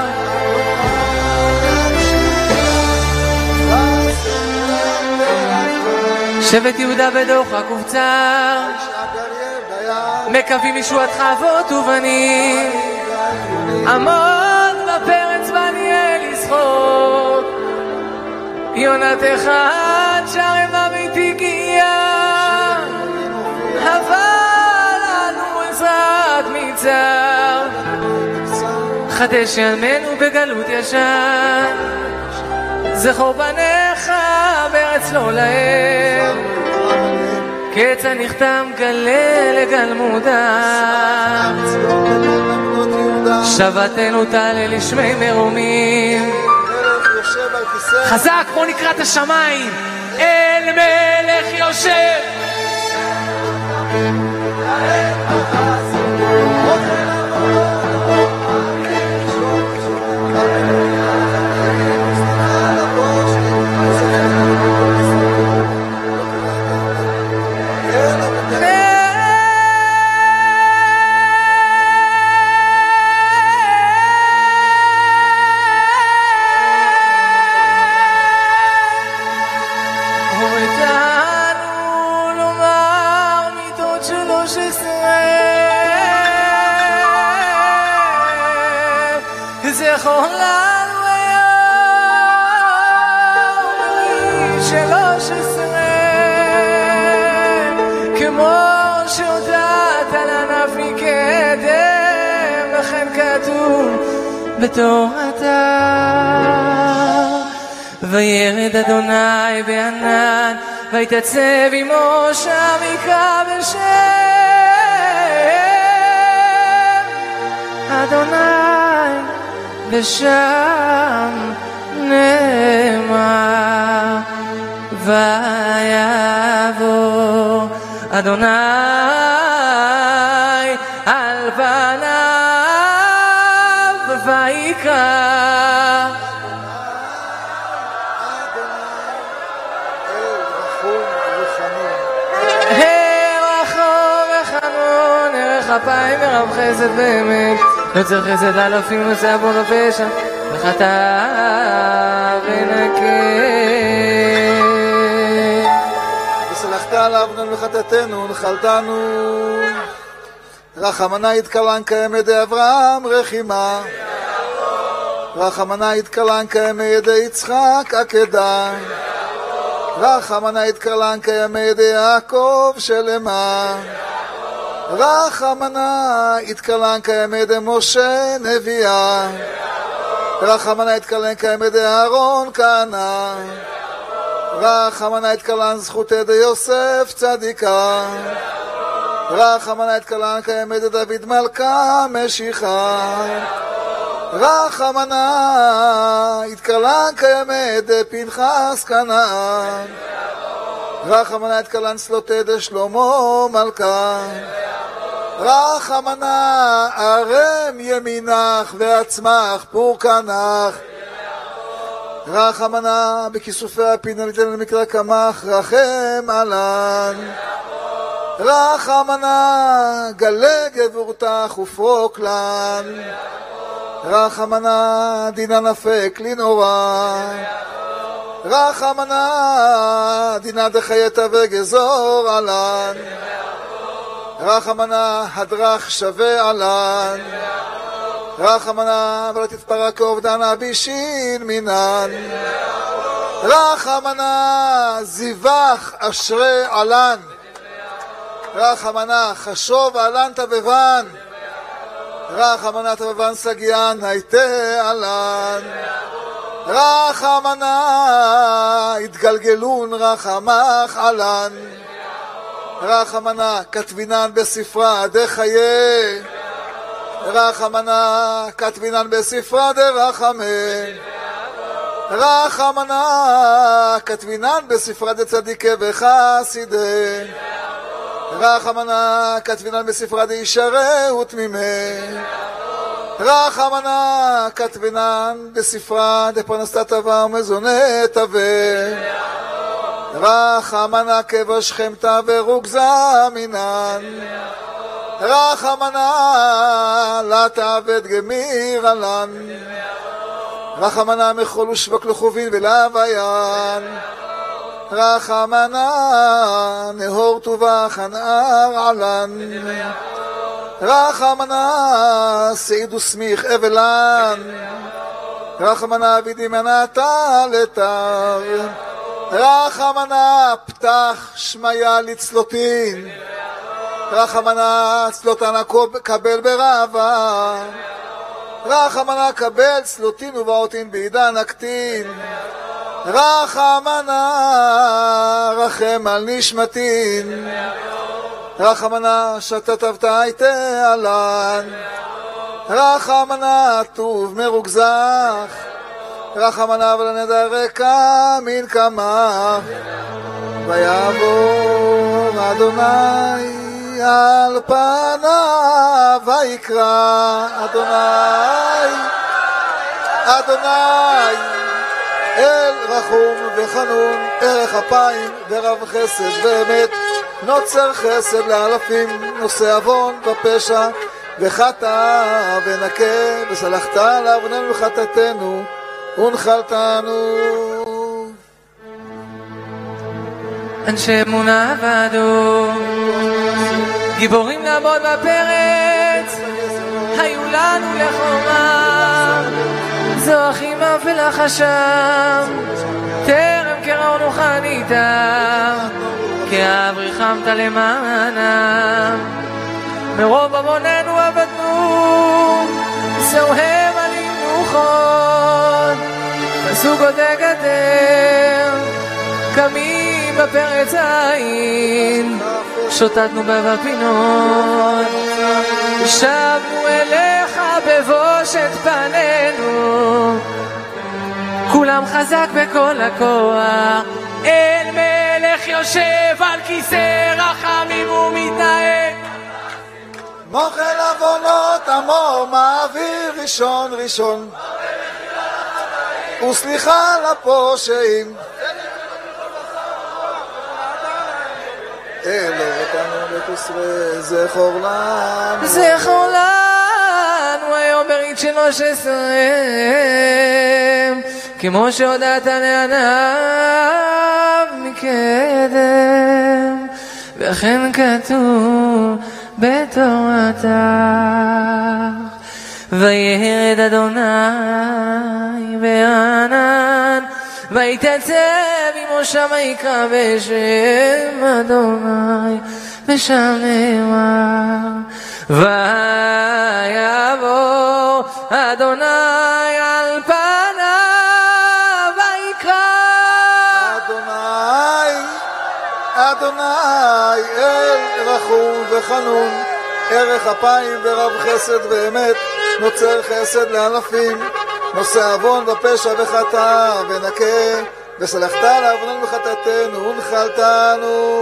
שבט יהודה בדוחק ובצר מקווים ישועתך אבות ובנים עמוד בפרץ בניאל לשחוק יונת אחד שרם אמיתי גייה אבל לנו עזרת מצר חדש ימינו בגלות ישן זכור בניך בארץ לא להם קצה נחתם גלה לגלמודם שבתנו תעלה לשמי מרומים חזק בוא נקרא את השמיים אל מלך יושב זכור לנו היום שלוש עשרה כמו שהודעת על ענף מקדם לכן כתוב בתורתה וירד אדוני בענן ויתעצב עמו שם יקרא בשם אדוני ושם נאמר ויבוא אדוני על פניו ויקרא רחום וחנון ערך אפיים ורב חסד באמת יוצר חסד על אפילו נושא בו לפשע וחטא ונקה וסלחת עליו וחטאתנו נחלתנו רחמנה יתקלן כימי אברהם רחימה רחמנה יתקלן כימי יצחק עקדה רחמנא יתקרלן כימי דיעקב שלמה. רחמנא יתקרלן כימי דמשה נביאה. רחמנא יתקרלן כימי דאהרון כהנא. רחמנא יתקרלן זכותי דיוסף צדיקה. רחמנא יתקרלן כימי דוד מלכה משיחה. רחמנא יתקרלן כימי דפנחס כנען. רחמנא יתקרלן סלוטי דשלמה מלכה. רחמנא ערם ימינך ועצמך פורקנך. רחמנא בכיסופי הפינה ניתן למקרא קמח רחם עלן. רחמנא גלה גבורתך ופרוק לן. רחמנא דינה נפק לנורא. רחמנא דינה דחייתא וגזור עלן. רחמנא הדרך שווה עלן. רחמנא ולא תתפרק כעובדנה בישין מינן. רחמנא זיווח אשרי עלן. רחמנא חשוב עלן תבבן. רחמנא תבבן סגיין הייתה עלן. רחמנא התגלגלון רחמך עלן. רחמנא כתבינן בספרה דחיי. רחמנא כתבינן בספרה דרחמי. רחמנא כתבינן בספרה דצדיקי וחסידי. רחמנא כתבינן בספרה דישרי ותמימי. רחמנא כתבינן בספרה דפרנסתא טובה ומזוני טובה. רחמנא כבשכמתא ורוגזה מינן. רחמנא לה תעבד גמיר עלן. רחמנא מחול ושבק לחובין ולהוויין. רחמנא נהור טובה חנער עלן. רחמנא סעיד וסמיך אבלן. רחמנא אבידי מנעתה לתר. רחמנא פתח שמיה לצלוטין. רחמנא צלוטנה קבל ברעבה. רחמנא קבל צלוטין ובעותין בעידן הקטין. רחמנא רחם על נשמתין. רחמנא שתתבת הייתה עלן. רחמנא טוב מרוגזך. רחמנא ולנדע רקע מן קמח. ויעבור אדוני על פניו ויקרא אדוני אדוני אל רחום וחנון ערך אפיים ורב חסד ואמת נוצר חסד לאלפים נושא עוון ופשע וחטא ונקה וסלחת לעווננו וחטאתנו ונחלתנו. אנשי אמונה עבדו, גיבורים לעמוד בפרץ, היו לנו לחומה, זו אחימה ולחשם, טרם קראונו חניתה, כאב ריחמת למענם, מרוב עווננו עבדנו, זהו הם עלינו חוד, פסו גודי גדר, קמים בפרץ העין, שוטטנו בפינות, שבנו אליך בבושת פנינו, כולם חזק בכל הכוח, אל מלך יושב על כיסא רחמים ומתנהג, מוחל עוונות עמו מעביר ראשון ראשון, וסליחה לפושעים, אלוהינו בתוסרי זכור לנו זכור לנו היום ברית שלוש עשרה כמו שהודעת לעניו מקדם וכן כתוב בתורתך וירד אדוני בענן ויתייצב עמו שם ויקרא בשם אדוני ושם נאמר ויבוא אדוני על פניו ויקרא אדוני אדוני אל רחום וחנון ערך אפיים ורב חסד ואמת נוצר חסד לאלפים נושא עוון ופשע וחטא ונקה וסלחת לעווננו וחטאתנו ונחלתנו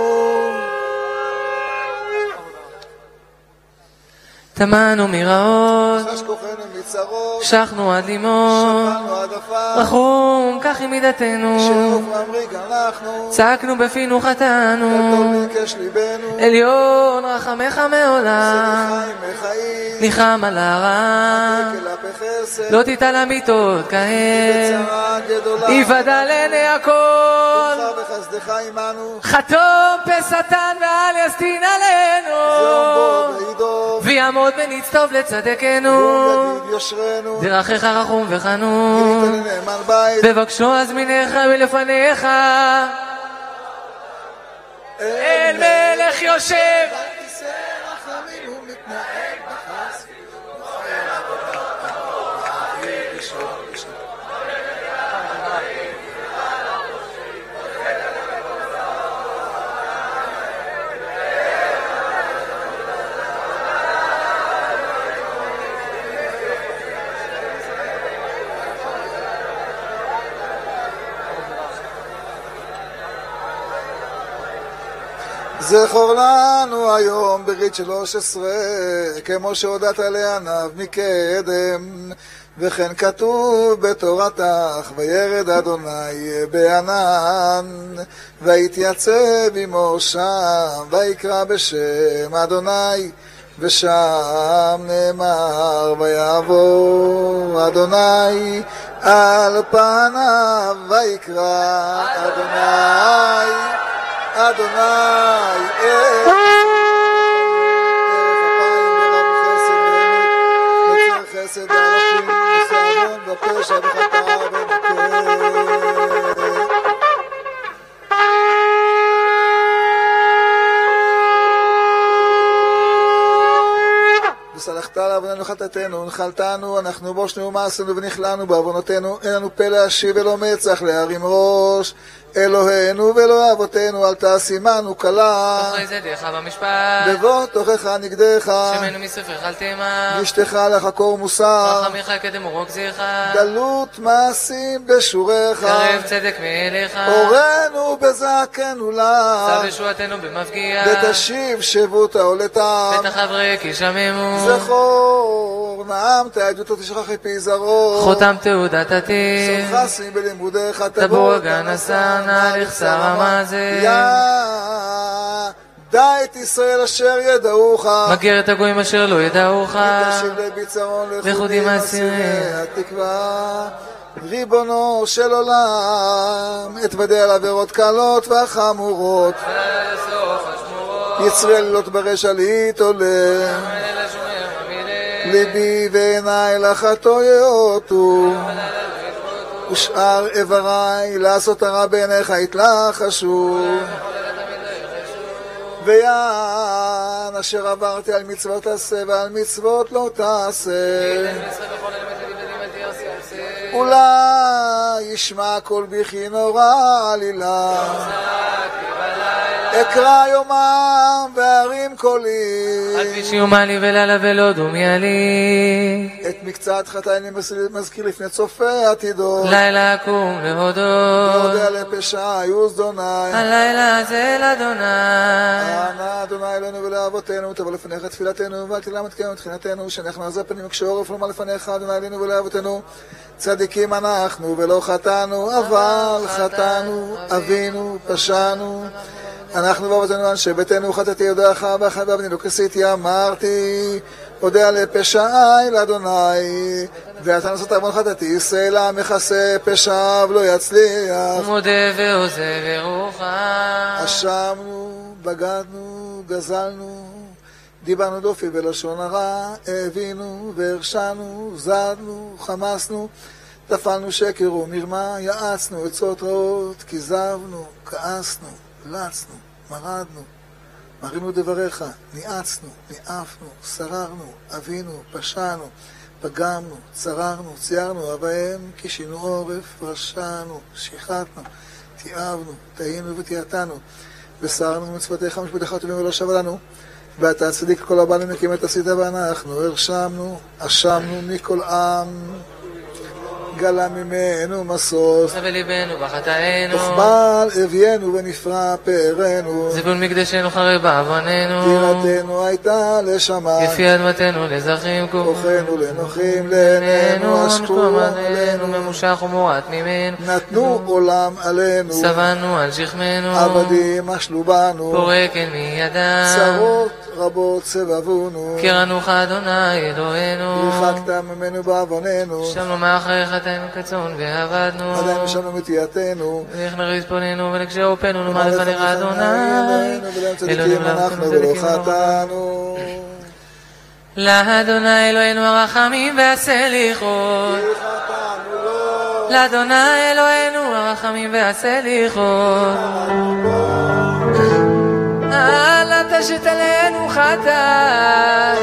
טמנו מרעות חש כוחנו מצרות שכנו עד לימון שמענו עד עפר רחום כך היא מידתנו שרוף ממריג אנחנו צעקנו בפינו גדול חטאנו ביקש ליבנו עליון רחמך מעולם חיים מחיים ניחם על הרע כלפי חסד לא תיטל המיטות כעת בצרה גדולה יוודע לעיני הכל תוכה וחסדך עמנו חתום פסתן ואל יסטין עלינו זרום בו וידוב ויעמוד מניץ טוב לצדקנו ויגיד יושרנו דרכך רחום וחנון ניתן נאמן בית בבקשו הזמינך ולפניך אל מלך יושב כיסא רחמים הוא מתנהג בחס זכור לנו היום ברית שלוש עשרה כמו שהודעת לעניו מקדם וכן כתוב בתורתך וירד אדוני בענן ויתייצב עמו שם ויקרא בשם אדוני ושם נאמר ויבוא אדוני על פניו ויקרא אדוני אדוני אל חסד אלפים וסעבון ופשע וחטא ונקה וסלחת לעווננו וחטאתנו ונחלתנו אנחנו בושנו ומעשינו ונכלענו בעוונותינו אין לנו פה להשיב ולא מצח להרים ראש אלוהינו ואלוהי אבותינו אל תשימנו קלה אחרי זה דרך במשפט בבוא תוכך נגדך שמנו מספרך אל תימא נשתך לחקור מוסר רחמיך קדם ורוק זיך דלות מעשים בשוריך קרב צדק מאליך הורנו בזעקנו לה צו ישועתנו במפגיע ותשיב שבות העולתה בטח אברי כי שממו זכור נעמת עדותו תשכח מפי זרעו חותם תעודת עתיד סוחסים בלימודיך תבור הגן הסן הליך שר המזה יא דע את ישראל אשר ידעוך מגר את הגויים אשר לא ידעוך תשיב לביצרון לכודים לכודים אסירי אסירי התקווה ריבונו של עולם אתוודה על עבירות קלות וחמורות יצרי עלילות ברשע להתעולם ליבי ועיניי לחתו יאותו ושאר איבריי לעשות הרע בעיניך יתלחשו ויען אשר עברתי על מצוות תעשה ועל מצוות לא תעשה אולי ישמע קול בכי נורא עלילה אקרא יומם והרים קולי על פי שיומה לי וללה ולא דומיה לי את מקצת חטאי אני מזכיר לפני צופה עתידו לילה אקום להודות יודע לפשע היו זדוני הלילה הזה לאדוני אנא אדוני אלינו ולאבותינו תבוא לפניך תפילתנו ואל תלמד תקיים תחינתנו שאנחנו נעזר פנים כשעורף לומר לפניך אדוני אלינו ולאבותינו צדיקים אנחנו ולא חטאנו אבל חטאנו אבינו פשענו אנחנו ואבותינו אנשי ביתנו חטאתי יודעך ואחי ואבני לא כסיתי אמרתי הודע לפשעי לאדוני ואתה נעשות עוון חטאתי סלע מכסה פשעיו לא יצליח מודה ועוזב ורוחה אשמנו בגדנו גזלנו דיברנו דופי ולשון הרע הבינו והרשענו זדנו חמסנו טפלנו שקר ומרמה, יעצנו עצות רעות, כיזבנו, כעסנו, לצנו, מרדנו, מרינו דבריך, ניאצנו, ניאפנו, שררנו, אבינו, פשענו, פגמנו, צררנו, ציירנו, אבהם, קישינו עורף, רשענו, שיחתנו, תיאבנו, תהינו ותיעתנו, וסרנו מצוותיך משפטיך טובים ולא שווה לנו, ואתה צדיק כל הבנים מקים את עשית ואנחנו הרשמנו, אשמנו מכל עם, גלה ממנו משוש, ובליבנו בחטאינו, תחבל אביינו ונפרע פארנו, זיבול מקדשנו חרב בעווננו, דירתנו הייתה לשמיים, יפי אדמתנו לזרחים כוחנו לנוחים לעינינו, אשכו עלינו, ממושך ומורט ממנו, נתנו עולם עלינו, סבנו על שכמנו, עבדים אשלו בנו, פורקן מידם, צרות רבות סבבונו, קרנוך אדוני אלוהינו, הרחקת ממנו בעווננו, שמנו מאחרי חטאינו כצאן ועבדנו, עדיין שמנו מתייתנו, ואיך נריז פנינו ונקשה עורפנו נאמר לפניך אדוני, ולהם צדיקים אנחנו ולא חטאנו. לאדוני אלוהינו הרחמים והסליחות, לאדוני אלוהינו הרחמים והסליחות, אל תשת עלינו חטאת,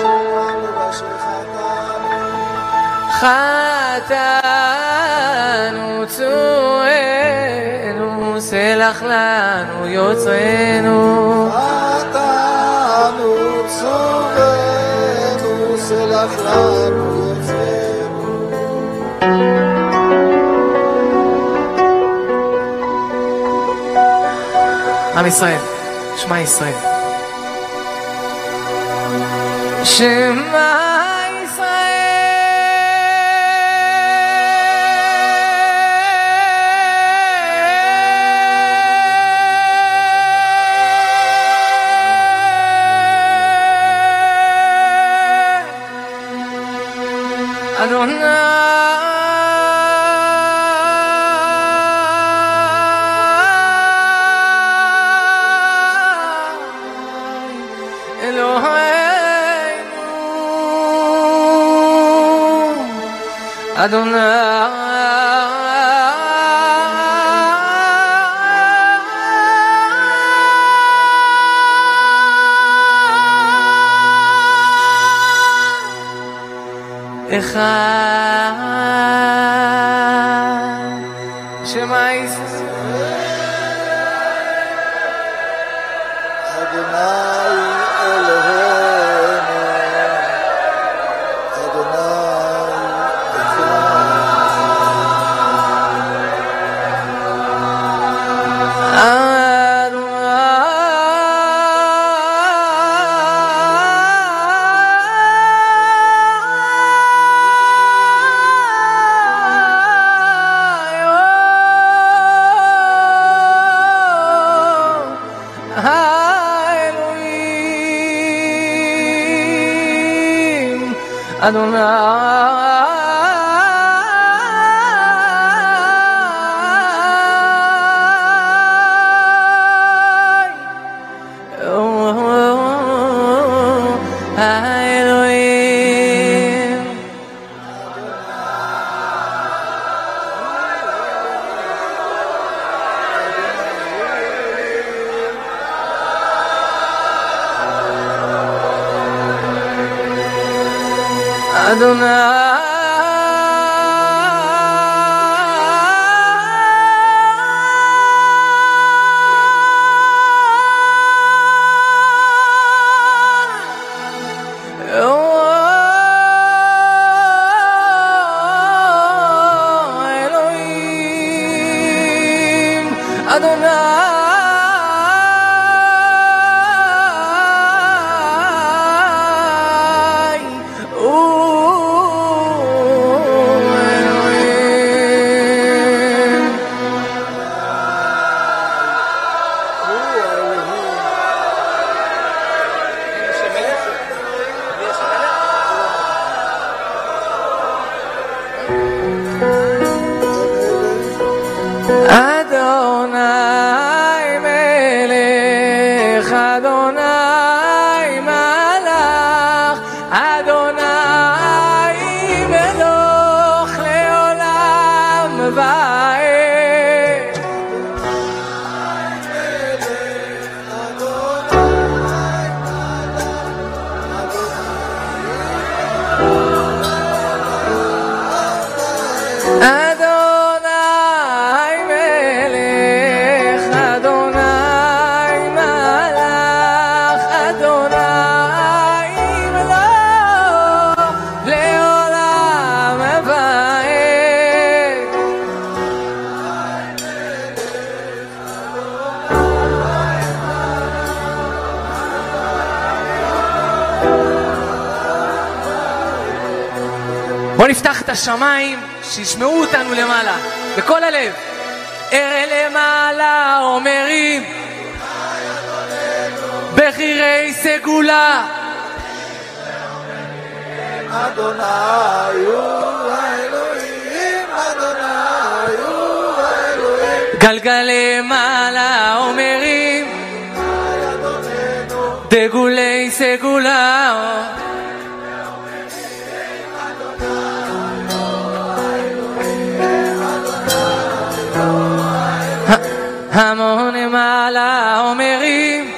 חטאנו צורנו, סלח לנו יוצרנו, חטאנו צורנו, סלח לנו יוצרנו. עם ישראל, שמע ישראל, שמע אדוני אחד שמע ישראל אדוני אלוהינו אדוני אדוני מלך, אדוני מלוך לעולם, נפתח את השמיים, שישמעו אותנו למעלה, בכל הלב. אראה למעלה אומרים, בחירי סגולה, אדוני הוא האלוהים, אדוני הוא האלוהים. גלגלי מעלה אומרים, דגולי סגולה, המון מעלה אומרים,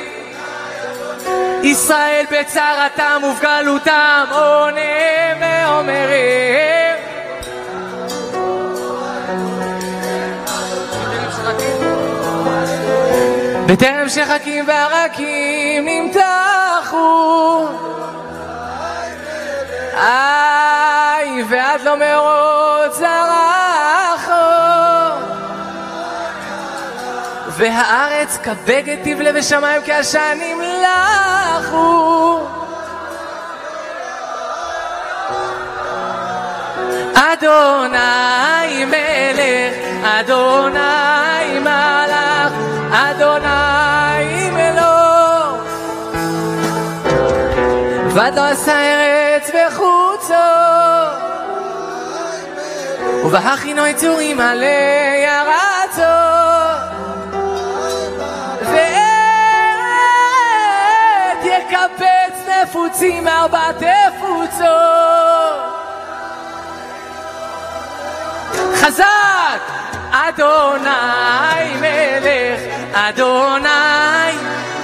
ישראל בצרתם ובגלותם עונה ואומרים, בטרם שחקים והרקים נמתחו, איי ועד לא מרוץ זרחו, והארץ כבגת תבלה ושמיים כעשן נמלחו. אדוני מלך, אדוני מלך, אדוני מלוך, ועד לא עשה ארץ בחוצו, ובהכינו יצורים עלי ארצו, ועת יקבץ נפוצים מארבע תפוצות. חזק! אדוני מלך, אדוני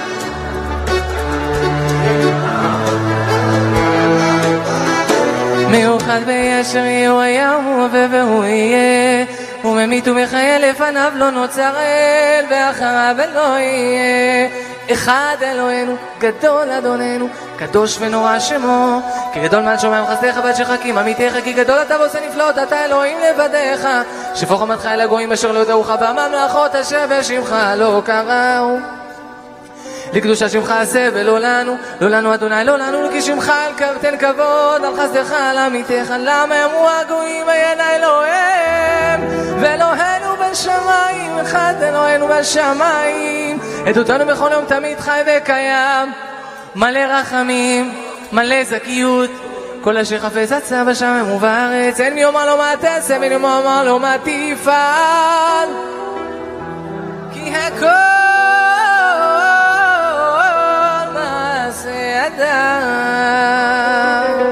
מאוחד בישר יהיו היום והוא יהיה, וממית ומחיה לפניו לא נוצר אל, ואחריו לא יהיה. אחד אלוהינו, גדול אדוננו, קדוש ונורא שמו, כי גדול מעל שמיים חסדיך ועד שחקים עמיתיך, כי גדול אתה ועושה נפלאות, אתה אלוהים לבדיך, שפוך עמדך אל הגויים אשר לא ידעוך, והממלכות אשר בשמך לא קראו. לקדושה שמך עשה ולא לנו, לא לנו אדוני, לא לנו, כי שמך תן כבוד על חסדך על עמיתיך. למה אמרו הגויים עיין אלוהים, ואלוהינו בשמיים, אחד אלוהינו בשמיים. עדותנו בכל יום תמיד חי וקיים, מלא רחמים, מלא זכיות, כל אשר חפץ עצה בשמיים ובארץ. אין מי אומר לו מה תעשה, אין מי אומר לו מה תפעל, כי הכל מעשה אדם.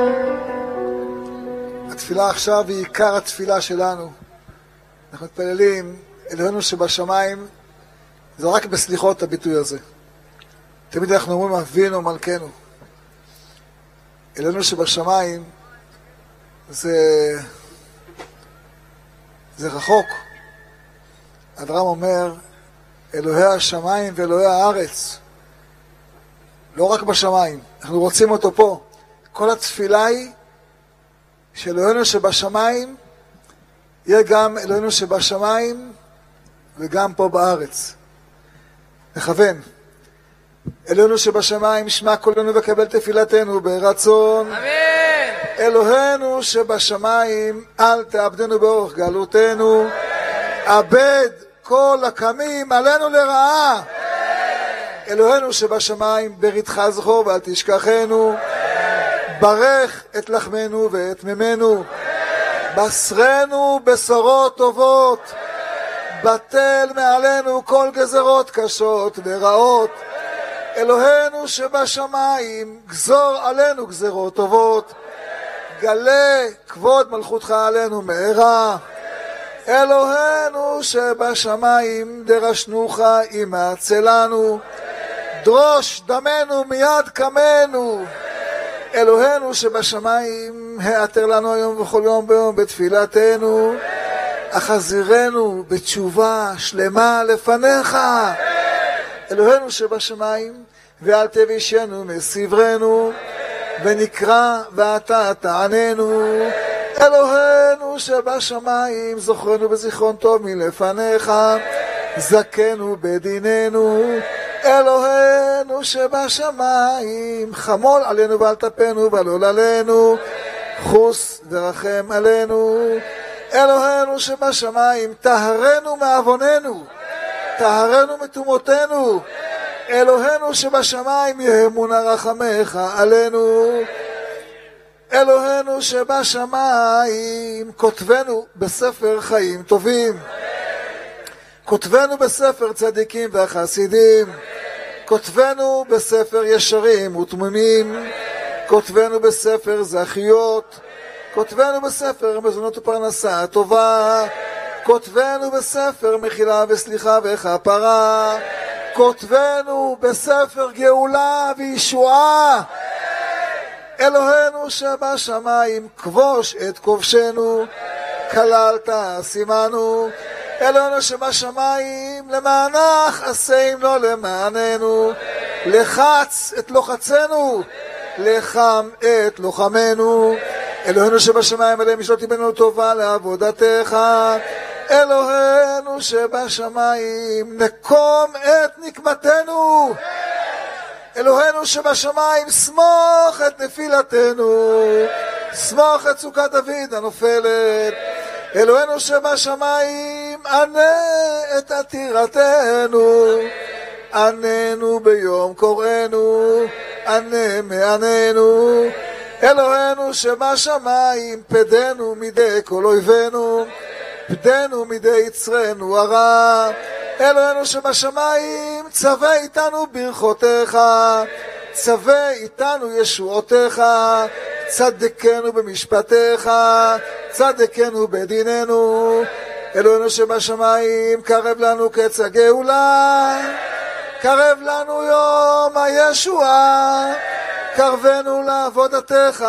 התפילה עכשיו היא עיקר התפילה שלנו. אנחנו מתפללים, אלוהינו שבשמיים, זה רק בסליחות הביטוי הזה. תמיד אנחנו אומרים אבינו מלכנו. אלוהינו שבשמיים זה, זה רחוק. אברהם אומר, אלוהי השמיים ואלוהי הארץ. לא רק בשמיים, אנחנו רוצים אותו פה. כל התפילה היא שאלוהינו שבשמיים יהיה גם אלוהינו שבשמיים וגם פה בארץ. נכוון. אלוהינו שבשמיים, שמע קולנו וקבל תפילתנו ברצון. אמן. אלוהינו שבשמיים, אל תאבדנו באורך גלותנו. אבד כל הקמים עלינו לרעה. אלוהינו שבשמיים, בריתך זכור ואל תשכחנו. ברך את לחמנו ואת ממנו. בשרנו בשורות טובות. בטל מעלינו כל גזרות קשות ורעות. אלוהינו שבשמיים, גזור עלינו גזרות טובות. גלה כבוד מלכותך עלינו מהרה. אלוהינו שבשמיים, דרשנוך ימצא לנו. דרוש דמנו מיד קמנו. אלוהינו שבשמיים, העתר לנו היום וכל יום ביום בתפילתנו. החזירנו בתשובה שלמה לפניך. אלוהינו שבשמיים, ואל תבישנו מסברנו, ונקרא ואתה תעננו. אלוהינו שבשמיים, זוכרנו בזיכרון טוב מלפניך, זכנו בדיננו. אלוהינו שבשמיים, חמול עלינו ואל תפנו ולא עלינו, חוס ורחם עלינו. אלוהינו שבשמיים, טהרנו מעווננו, טהרנו מטומאותינו. אלוהינו שבשמיים, יהמונה רחמך עלינו. אלוהינו שבשמיים, כותבנו בספר חיים טובים, כותבנו בספר צדיקים וחסידים, כותבנו בספר ישרים ותמימים, כותבנו בספר זכיות, כותבנו בספר מזונות ופרנסה טובה, כותבנו בספר מחילה וסליחה וכפרה, כותבנו בספר גאולה וישועה. אלוהינו שבשמיים, כבוש את כובשנו, כללת סימנו. אלוהינו שבשמיים, למענך עשים לו למעננו, לחץ את לוחצנו, לחם את לוחמנו. אלוהינו שבשמיים, עליהם ישלוט ליבנו טובה לעבודתך. אלוהינו שבשמיים, נקום את נקמתנו. אלוהינו שבשמיים, סמוך את נפילתנו, סמוך את סוכת דוד הנופלת. אלוהינו שבשמיים, ענה את עתירתנו, עננו ביום קוראנו, ענה מעננו. אלוהינו שבשמיים, פדנו מידי כל אויבינו, פדנו מידי יצרנו הרע. אלוהינו שבשמיים, צווה איתנו ברכותיך, צווה איתנו ישועותיך, צדקנו במשפטיך, צדקנו בדיננו. אלוהינו שבשמיים, קרב לנו קץ הגאולה, קרב לנו יום הישועה, קרבנו לעבודתך,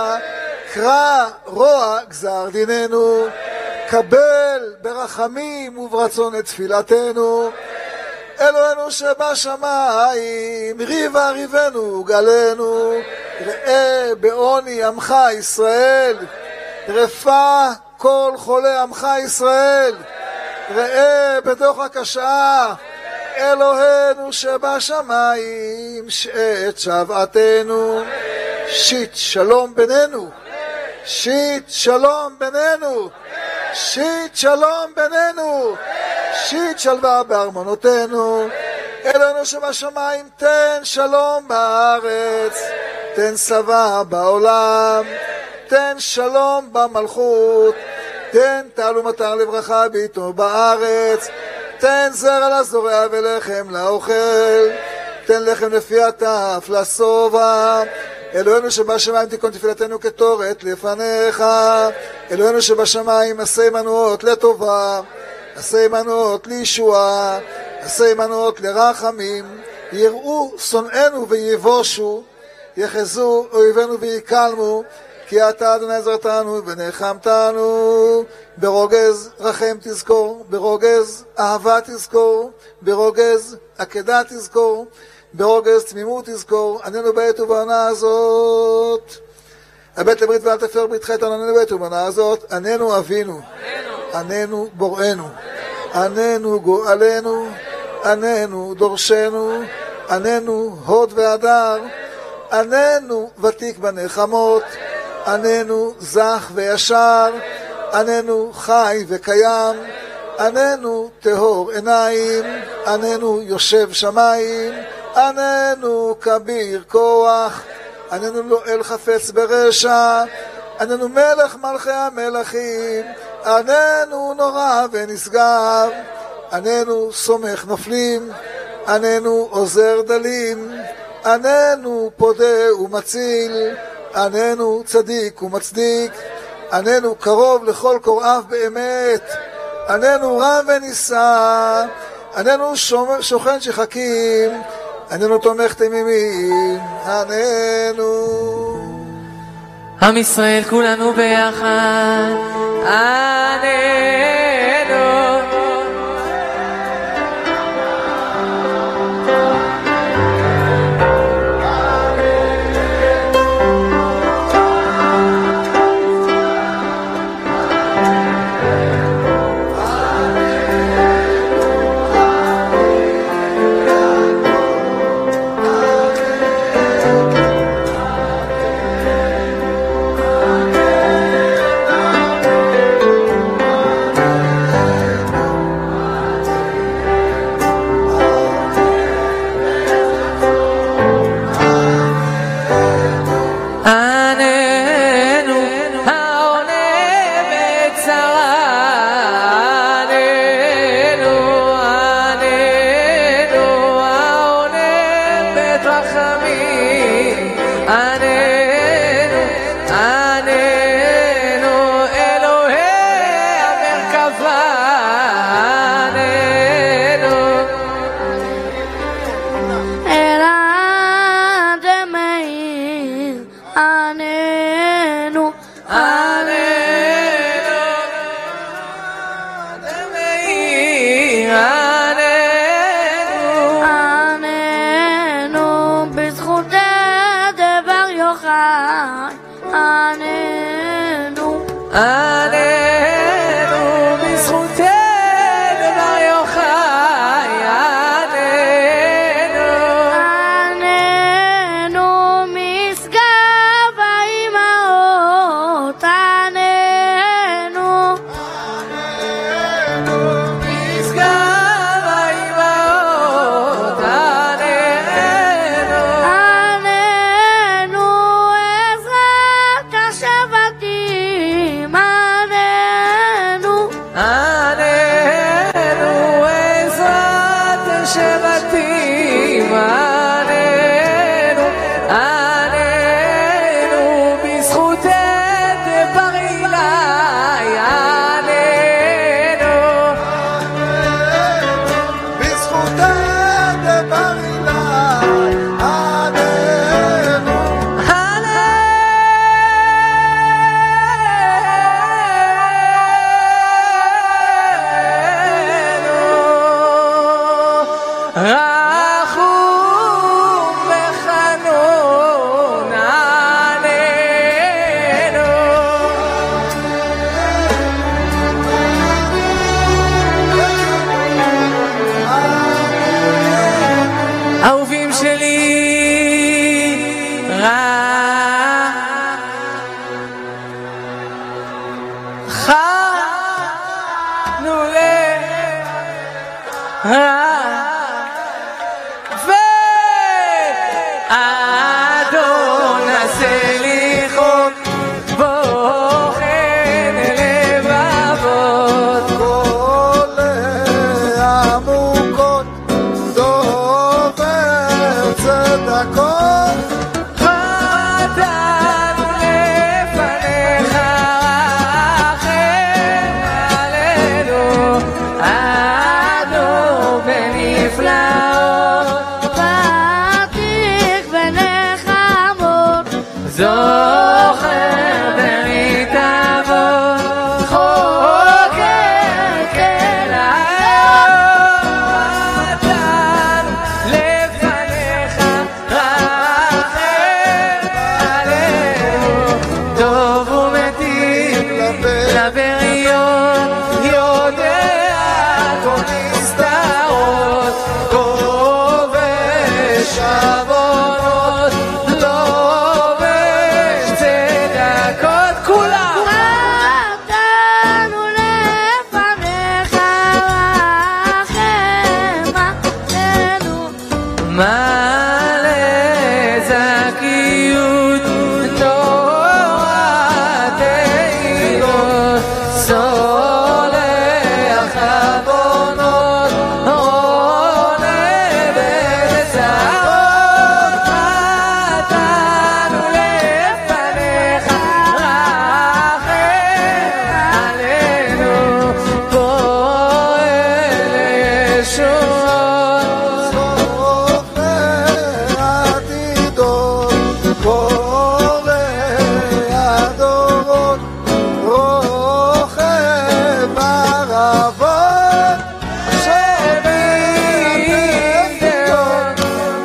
קרא רוע גזר דיננו, קבל ברחמים וברצון את תפילתנו. אלוהינו שבשמיים, ריבה ריבנו גלנו, ראה בעוני עמך ישראל, רפא כל חולי עמך ישראל, ראה בדוחק השעה. אלוהינו שבשמיים, שעת שוועתנו, שית שלום בינינו, שית שלום בינינו, שית שלום בינינו, שית שלווה בארמונותינו. אלוהינו שבשמיים, תן שלום בארץ, תן שבה בעולם, תן שלום במלכות, תן תעלו מטר לברכה ביתו בארץ, תן זרע לזורע ולחם לאוכל, תן לחם לפי הטף לשובע. אלוהינו שבשמיים, תיקון תפילתנו כתורת לפניך. אלוהינו שבשמיים, עשה מנועות לטובה, עשה מנועות לישועה, עשה מנועות לרחמים. יראו שונאינו ויבושו, יחזו אויבינו ויקלמו, כי אתה אדוני עזרתנו ונחמתנו. ברוגז רחם תזכור, ברוגז אהבה תזכור, ברוגז עקדה תזכור, ברוגז תמימות תזכור. עננו בעת ובעונה הזאת, הבט לברית ואל תפר בריתך איתנו. עננו בעת ובעונה הזאת, עננו אבינו, עננו בוראנו, עננו גואלנו, עננו דורשנו, עננו הוד והדר, עננו ותיק בנחמות, עננו זך וישר, עננו חי וקיים, עננו טהור עיניים, עננו יושב שמיים, עננו כביר כוח, עננו לא אל חפץ ברשע, עננו מלך מלכי המלכים, עננו נורא ונשגב, עננו סומך נופלים, עננו עוזר דלים, עננו פודה ומציל, עננו צדיק ומצדיק, עננו קרוב לכל קוראיו באמת, עננו רם ונישא, עננו שוכן שחקים, עננו תומך תמימים, עננו. עם ישראל כולנו ביחד, עננו. Amen. עננו בזכותנו בר יוחאי, עננו עננו משגב האימהות, עננו משגב האימהות, עננו עננו עזרת השבטים, עננו עננו עזרת השבטים, עננו עננו בזכותך בר אילאי, עננו בזכותה דבר אליי, עננו רחום וחנון, עננו אהובים שלי, רחנו ואדון הסליחות בוחן לבבות, כל העמוקות דובר צדקות, חטאנו לפניך, רחם עלינו, אדון בנפלאות, ותיק ונחמות, זוכר ברית אבות, חוקר אל האור, חטאנו לפניך, רחם עלינו, טוב ומתים לבריות, יודע כל נסתרות, כובש עוונות, לובש צדקות, כולם חטאנו לפניך, רחם עלינו, מלא זכיות, תורתנו, סולח עוונות, עונה בצרות, חטאנו לפניך, רחם עלינו, פועל ישועות, סוף לעתידות, קורא הדורות, רוכב ערבות, שבידות,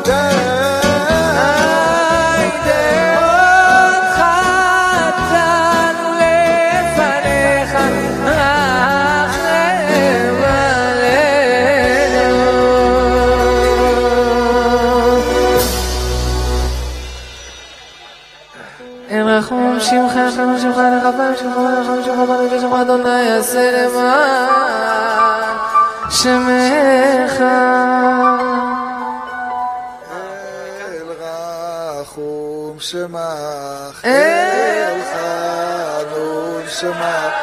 דעות, חטאנו לפניך, רחם עלינו. אין רחום שמך, רחום שמך, רחם שמך, רחם שמך, ברוך שמך, אדוני עשה למען שמך. אל רחום שמך, אל אל חנון שמך,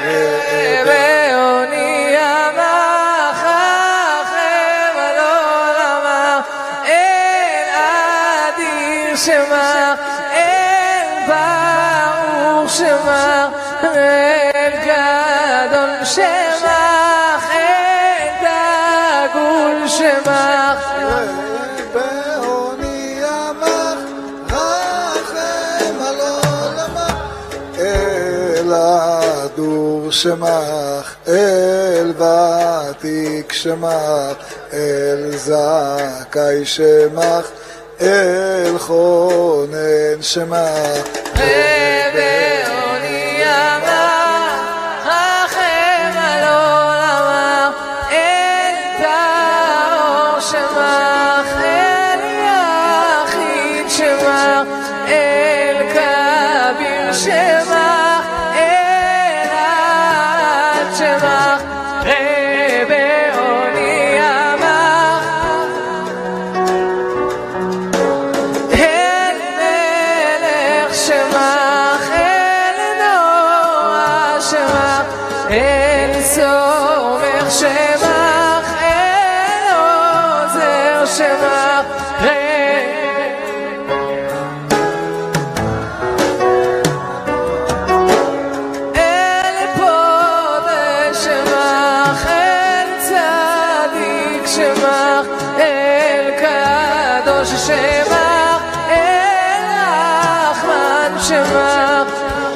בעוני עמך, רחם על עולמך, אל אדיר שמך, אל ברוך שמך, אל גדול שמך, אל דגול שמך, בעוני עמך, רחם על עולמך, אל הדור שמך, אל ותיק שמך, אל זכאי שמך, אל חונן שמך, בעוני עמך, שמך אל יחיד שמך אל כביר שמך אל עד שמך רבעוני ימך אל מלך שמך אל נורא שמך אל סומך שמך אל עוזר שמך אל פודה שמך אל צדיק שמך אל קדוש שמך אל רחמן שמך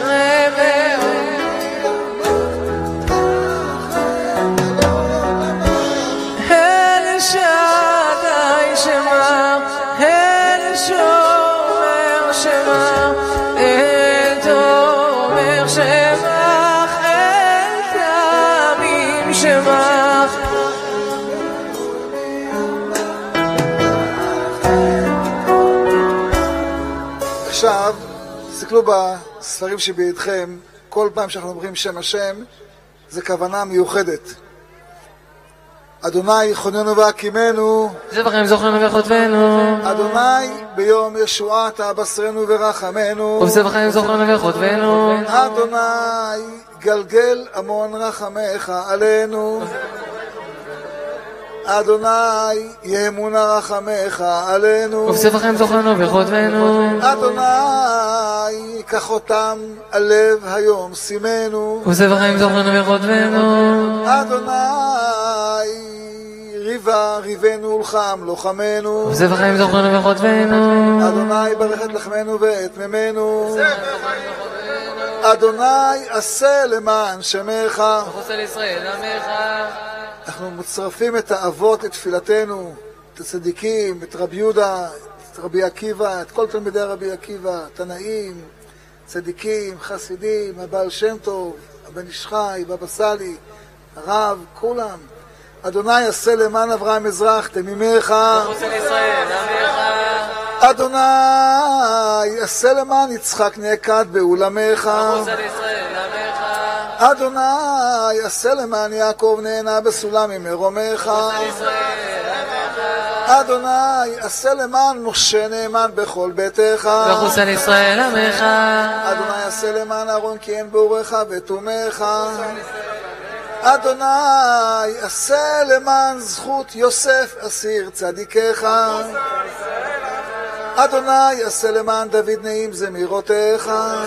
עכשיו, תסתכלו בספרים שבידכם, כל פעם שאנחנו אומרים שם השם, זה כוונה מיוחדת. אדוני חוננו והקימנו, זבחים זוכרנו וחוטבנו, אדוני ביום ישועת אבשרנו ורחמנו, ובזבחים זוכרנו וחוטבנו, אדוני גלגל המון רחמך עלינו, אדוני יהמונה רחמך עלינו, ובזבחים זוכרנו וחוטבנו, אדוני קח אותם על לב היום שימנו, ובזבחים זוכרנו וחוטבנו, אדוני ריבה ריבנו ולחם לוחמנו, ובזבחים זוכרנו וחוטבנו, אדוני ברך את לחמנו ואת ממנו, אדוני עשה למען שמך. מחוץ על ישראל עמך. אנחנו מצרפים את האבות לתפילתנו, את הצדיקים, את רבי יהודה, את רבי עקיבא, את כל תלמידי רבי עקיבא, תנאים, צדיקים, חסידים, הבעל שם טוב, הבן איש חי, בבא סאלי, הרב, כולם. אדוני עשה למען אברהם מזרח תמימך. מחוץ על ישראל עמך. אדוני עשה למען יצחק נעקד באולמך. מחוץ על ישראל עמך. אדוני עשה למען יעקב נהנה בסולם ממרומך. מחוץ על ישראל עמך. אדוני עשה למען משה נאמן בכל ביתך. מחוץ על ישראל עמך. אדוני עשה למען אהרון כי אין באורך ותומך. אדוני עשה למען זכות יוסף אסיר צדיקך. אדוני עשה למען דוד נעים זמירותיך.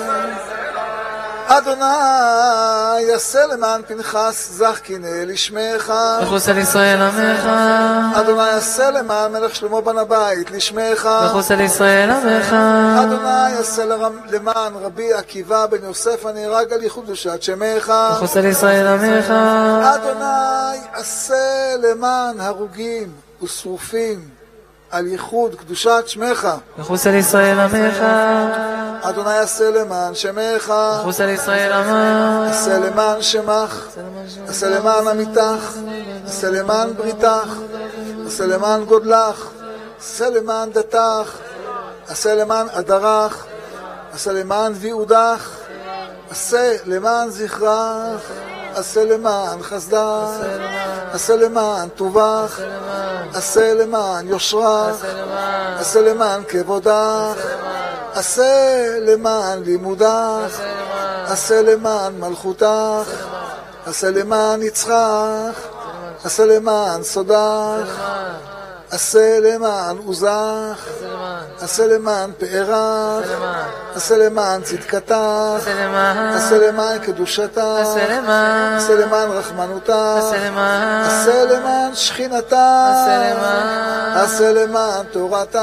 אדוני עשה למען פנחס זך קינא לשמך. מחוץ על ישראל עמך. אדוני עשה למען מלך שלמה בן הבית לשמך. מחוץ על ישראל עמך. אדוני עשה למען רבי עקיבא בן יוסף הנהרג על ייחוד קדושת שמך. מחוץ על ישראל עמך. אדוני עשה למען הרוגים ושרופים על ייחוד קדושת שמך. מחוץ על ישראל עמך. אדוני עשה למען שמך. מחוץ על ישראל עמך. עשה למען שמך. עשה למען עמיתך. עשה למען בריתך. עשה למען גודלך. עשה למען דתך. עשה למען אדרך. עשה למען ויעודך. עשה למען זכרך. עשה למען חסדך. עשה למען טובך. עשה למען יושרך. עשה למען כבודך. עשה למען לימודך. עשה למען מלכותך. עשה למען יצחך. עשה למען סודך. עשה למען עוזך. עשה למען פארך. עשה למען צדקתך. עשה למען קדושתך. עשה למען רחמנותך. עשה למען שכינתך. עשה למען תורתך.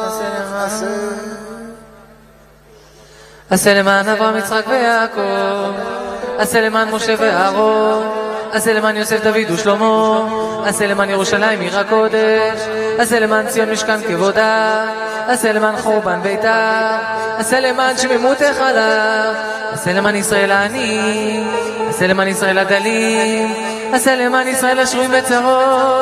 עשה למען אברהם יצחק ויעקב. עשה למען משה ואהרון. עשה למען יוסף דוד ושלמה. עשה למען ירושלים עיר הקודש. עשה למען ציון משכן כבודה. עשה למען חורבן ביתה. עשה למען שממות החלה. עשה למען ישראל העני. עשה למען ישראל הדלים. עשה למען ישראל השרויים בצרות.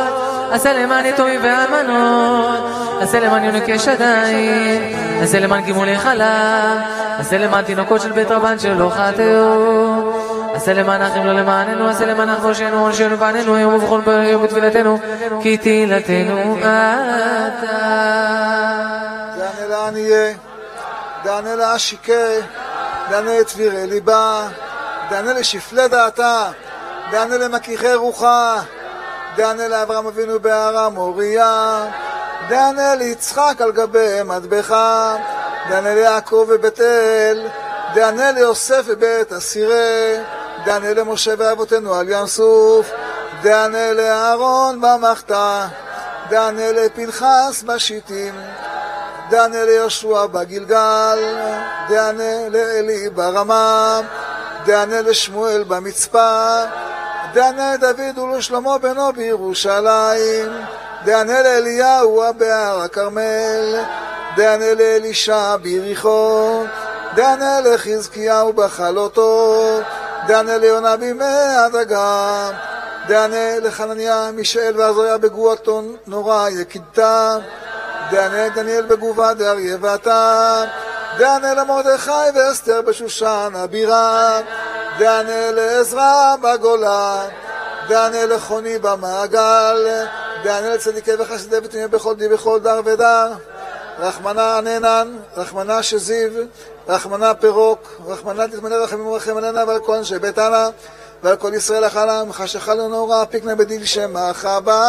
עשה למען יתומים ואלמנות, עשה למען יונקי שדיים, עשה למען גימולי חלב, עשה למען תינוקות של בית רבן שלא חטאו, עשה למען אחים לא למעננו, עשה למען אח ראשנו עונשנו ועננו היום ובכל יום בתפילתנו, כי תהילתנו אתה. דענה לענייה, דענה לעשיקה, דענה לתבירי ליבה, דענה לשפלי דעתה, דענה למכיחי רוחה, דענה לאברהם אבינו בהר מוריה, דענה ליצחק על גבי מטבחה, דענה ליעקב בבית אל, דענה ליוסף בבית אסירי, דענה למשה ואבותינו על ים סוף, דענה לאהרון במחתה, דענה לפנחס בשיטים, דענה ליהושע בגלגל, דענה לאלי ברמה, דענה לשמואל במצפה, דענה דוד ולשלמה בנו בירושלים, דענה לאליהו בהר הכרמל, דענה לאלישע ביריחו, דענה לחזקיהו בחלותו, דענה ליונה בימי הדגה, דענה לחנניה מישאל ועזריה בגבורתו נורא יקידתה, דענה דניאל בגובה דאריה ועתה, דענה למרדכי ואסתר בשושן הבירה, דענה לעזרא בגולה, דענה לחוני במעגל, דענה לצדיקי וחסידי ותמימי בכל די בכל דר ודר, רחמנה עננן, רחמנה שזיו, רחמנה פירוק, רחמנה תתמלא רחמים ורחם עלינה ועל כל אנשי ביתנה ועל כל ישראל החלם, חשכה לנו רע פיקנה בדיל שמך הבא.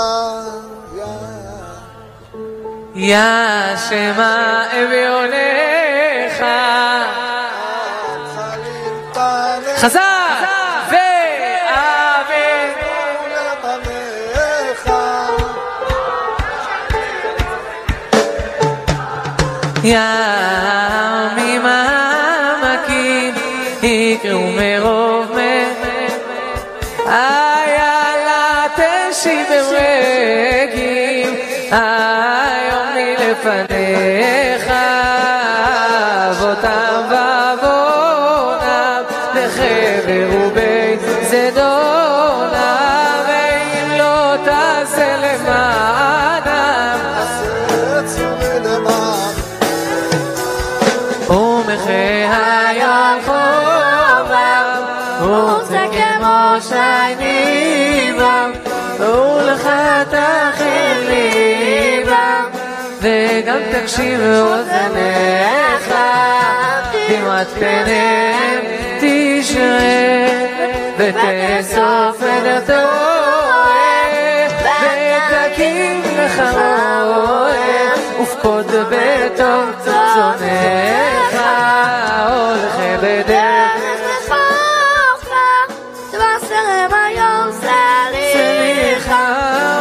יא שמה אביונך חזק ואבין ימים העמקים יקראו מרוב איילה תשיב ברגים היום מלפניך אבותם ואבונם לחבר ובית זדונם ואם לא תעשה למענם ומחי היום חובם ורוצה כמו שייניבם ולך תאכיל ליבם וגם תקשיב אוזניך דמעת פניהם תשרה ותאסוף את הטועה ותקים לך רועה ופקוד בתוך צונך הולך בדרך תבשרם היום סליחה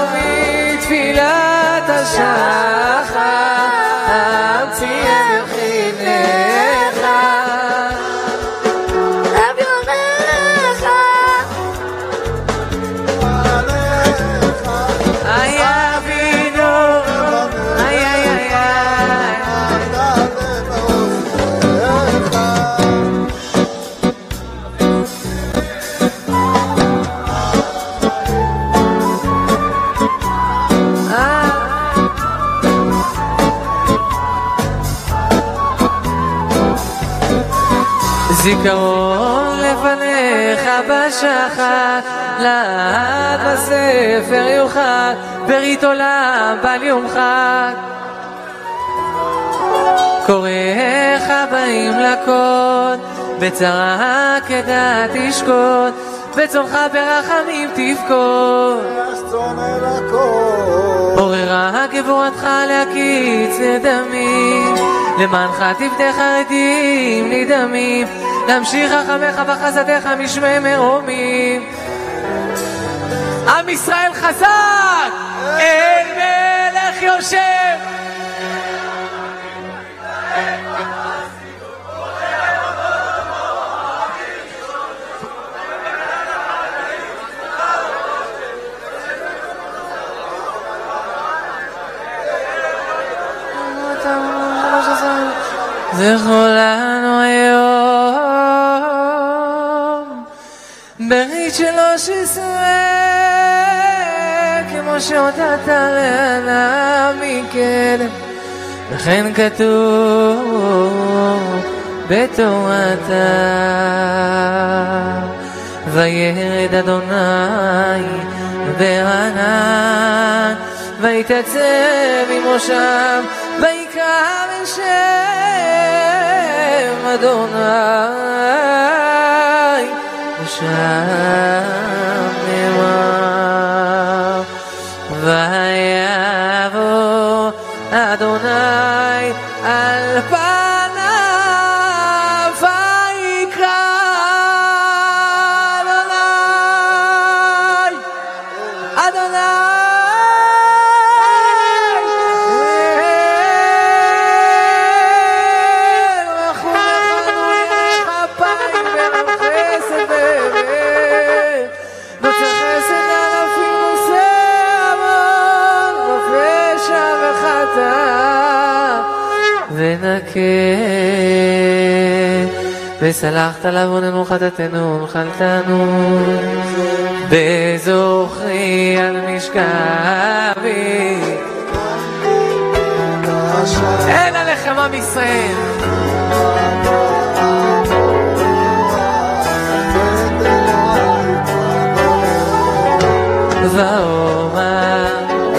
מתפילת השחר אמציא יחינך אביונך איי אבינו איי איי איי זיכרון לפניך בשחר לעד בספר יוחד ברית עולם בל יומחק קוראיך באים לקוד בצרה כדע תשקוד בצונך ברחמים תפקוד עוררה גבורתך להקיץ לדמים למענך תפתח חרדים נדמים להמשיך חכמך וחסדיך משמי מרומים עם ישראל חזק אל מלך יושב זכור לנו היום ברית שלוש עשרה כמו שהודעת לעלה מכלם, וכן כתוב בתורתה, וירד אדוני בענן, ויתעצב עם מושב, ויקרא בשם אדוני, ושם נאמר, ויבוא אדוני על פניו, ויקרא אדוני, אדוני ונקה וסלחת לעווננו חטאתנו ונחלתנו בזוכרי על משכבי, אין עליכם עם ישראל. ואומר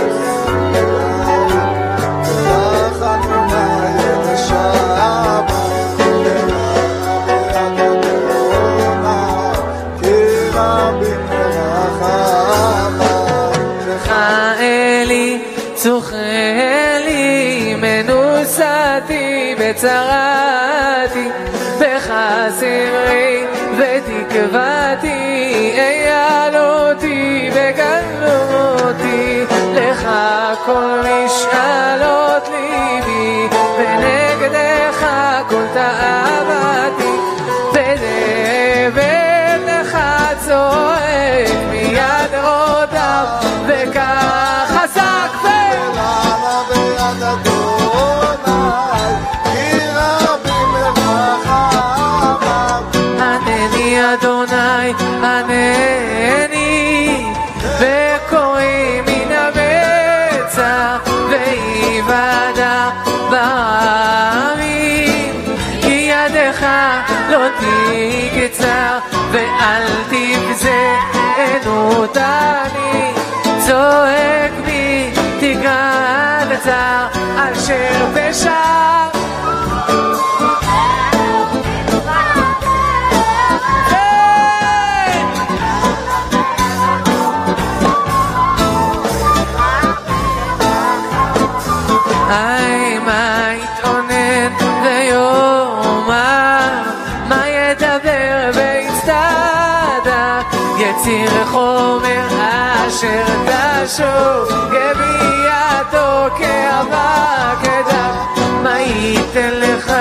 צוחלי מנוסתי בצרתי, בחסרי ותקוותי, אייל בגלותי, לך כל משאלות ליבי, ונגדך כל תאוותי, ודבד לך צועק מיד רודף, וכך חזק ולמה ביד אדוני, כי רבים רחמיו. ענני אדוני, ענני, וקוראים מן המצח, ויוודע בעמים, כי ידך לא תקצר, ואל תבזה ענותני, צועק בי תגרע לצער, אשר פשע מה יתעונן ויאמר, מה ידבר ויצטדק, יציר חומר אשר תשוב, גבייתו כאבק כדק, מה ייתן לך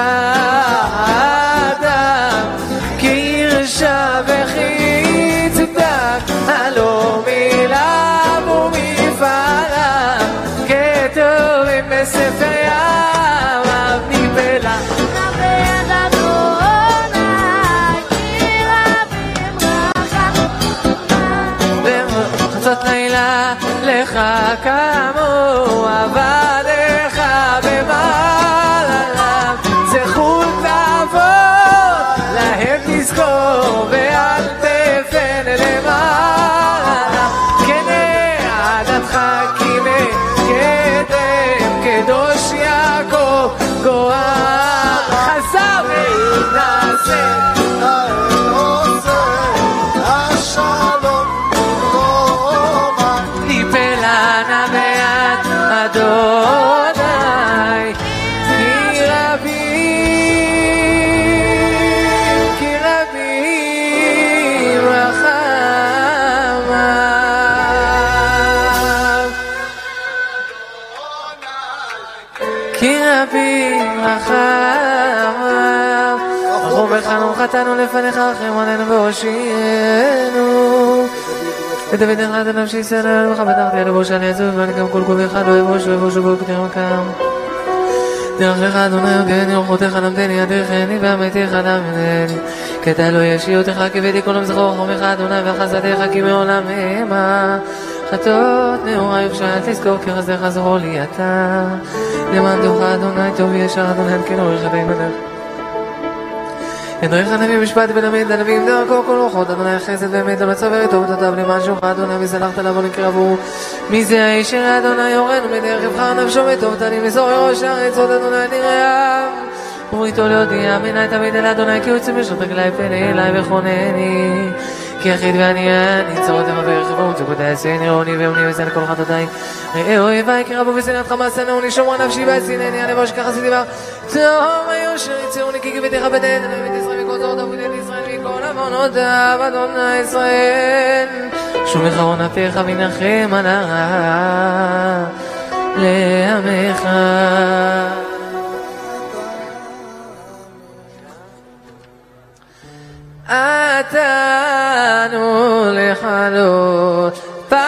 אדם, כי ירשע וכי צדק, הלא מילה ומפעלה, כתובים בספר ימיו נפלה. נבד אדוני, כי רבים רחמיו. בחצות לילה לך קמו עבדיך במעלליו, זכות לעבוד להם תזכור, ואל תפן למעלה, כנעדתך קימי קדם, קדוש יעקב גואל, חזר ונעשה העושה השלום רומא, ניפלה נא ביד אדוני, כי רבים, כי רבים רחמיו, כי רבים רחמיו. רחום וחנון חטאנו לפניך, רחם עלינו והושיענו, ודוד נחלת נפשי ישראל עלינו, ובטחתי על בושה לעזוב, ואני גם כל כל אחד לא יבוש ויבוש ובו כתר מקם. דרך לך אדוני הוגן, ירחותיך למדני, ידרכני ואמיתיך למדני, כתא לא ישיעותיך כבדי כל המזכור, רחומך אדוני וחסדיך כי מעולם המה, חטאות נאורי ופשעת לזכור כי חסדך זכור לי אתה למען תורך אדוני טוב ישר אדוני כן עורך חטאים בדרך ידריך הנביא משפט ולמד הנביאים דרכו כל רוחות אדוני חסד ואמת המצב וטוב תותיו למען שומך אדוני וסלחת לבוא לקרבו מי זה האיש אשר אדוני יורנו מדרך יבחר נפשו וטוב תני מסור ראש הארץ עוד אדוני נראה ובריתו להודיע בעיני תמיד אל אדוני כי הוא צמש רגלי פני אלי וכונני כי יחיד ואני אני צרות המברך ובום צוקותי עשייני ראוני ואומני וסן כל חטאותי ראה אויבי כי רבו ושנאת חמאס שנאוני שומרה נפשי ועשינני אני בוש ככה סידיבר תום היושר יצירוני כי כיבדך בדד אני בית ישראל מכל זרות אבו בית ישראל מכל עוונותיו אדוני ישראל שום אחרון אפיך ונחם על הרע לעמך אתנו לחלות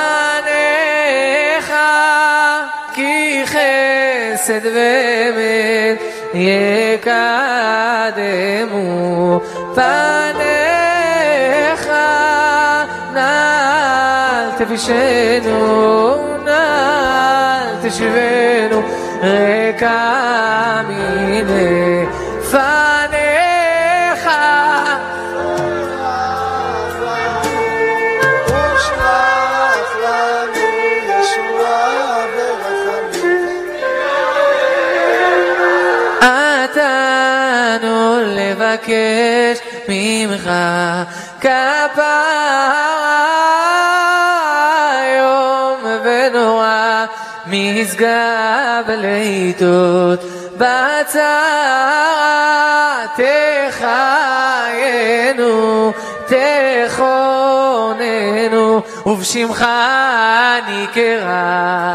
פניך כי חסד ואמת יקדמו פניך נעל תפישנו נעל תשיבנו רקע מיני פניך אתנו לבקש ממך כפרה יום ונורא משגב לעיתות בצרה תחיינו תכוננו ובשמך נקרא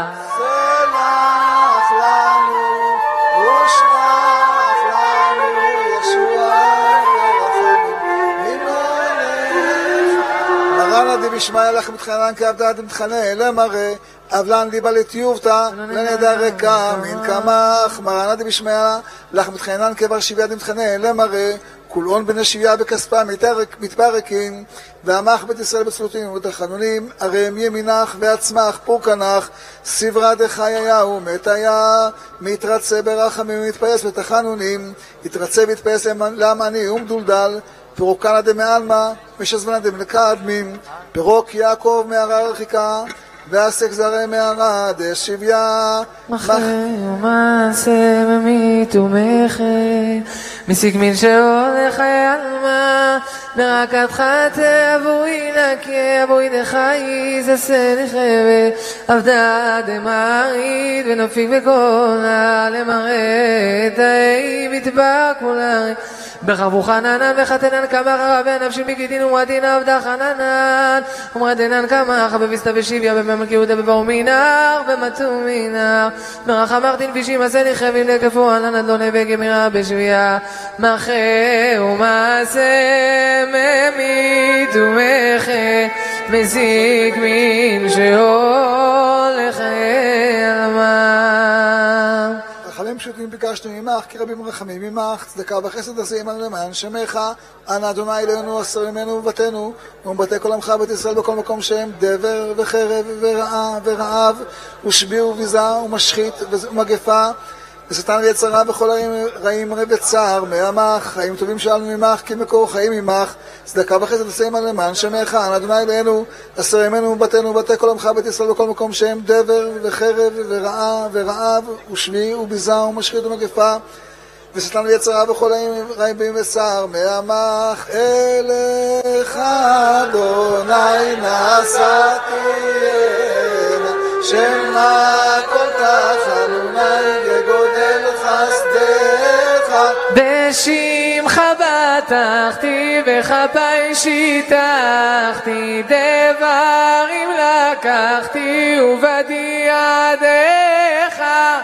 בשמע לך מתחנן כעבדה מתחנה למראה אבלן ליבה לטיובתה לנדע רקע מן כמך מרנה דבשמע לך מתחנן כבר שביה מתחנה למראה כולון בני שביה בכספה מתפרקים ועמך בית ישראל בצלותים ובתחנונים הרי הם ימינך ועצמך פורקנך סברה דחייהו מתהיה מתרצה ברחמים ומתפייס בתחנונים יתרצה והתפייס לעמני ומדולדל פירוקנה דמעלמה משזמנה דמלקדמים פירוק יעקב מערה הרחיקה ועסק זרי מערה דשביה מחר ומעשה ממית ומחר מסיק מן שהולך העלמה נרקתך תעבוי נקי אבוי דחי זה סליחה ועבדה דמרית ונפיק בקונה למראה תאי מטבע כולה בחבו חננן וחתנן כמך רבי נפשי מגידין ומועדין עבדה חננן ומרדנן כמך בביסטה ושביה במלכיהודה בברומינר במתומינר מרח אמרתין פישים עשה לי חבים לקפו עלן אדוני וגמירה בשביה מחה ומעשה ממית ומחה מזיק מן שהולך אלמה רחמים פשוטים ביקשנו ממך, כי רבים רחמים ממך, צדקה וחסד עשים על למען שמך, אנא אדוני אלינו אסר ממנו ובתנו, ומבתי כל עמך בית ישראל בכל מקום שהם דבר וחרב ורעה ורעב, ושבי וביזה ומשחית ומגפה, ושטן ויצרה וכל רעים רע וצער מעמך, חיים טובים שאלנו ממך, כי מקור חיים ממך, צדקה וחסד עשים על למען שמך, אנא אדוני אלינו אסר ממנו ובתנו, ובתי כל עמך בית ישראל בכל מקום שהם דבר וחרב ורעה ורעב, ושבי וביזה ומשחית ומגפה, ושטן ויצרה וכל רעים וצער מעמך, אליך אדוני נסעתי שמה כל כך חנוני וגודל חסדך בשמך בטחתי וכפי שיטחתי דברים לקחתי ובדי ידיך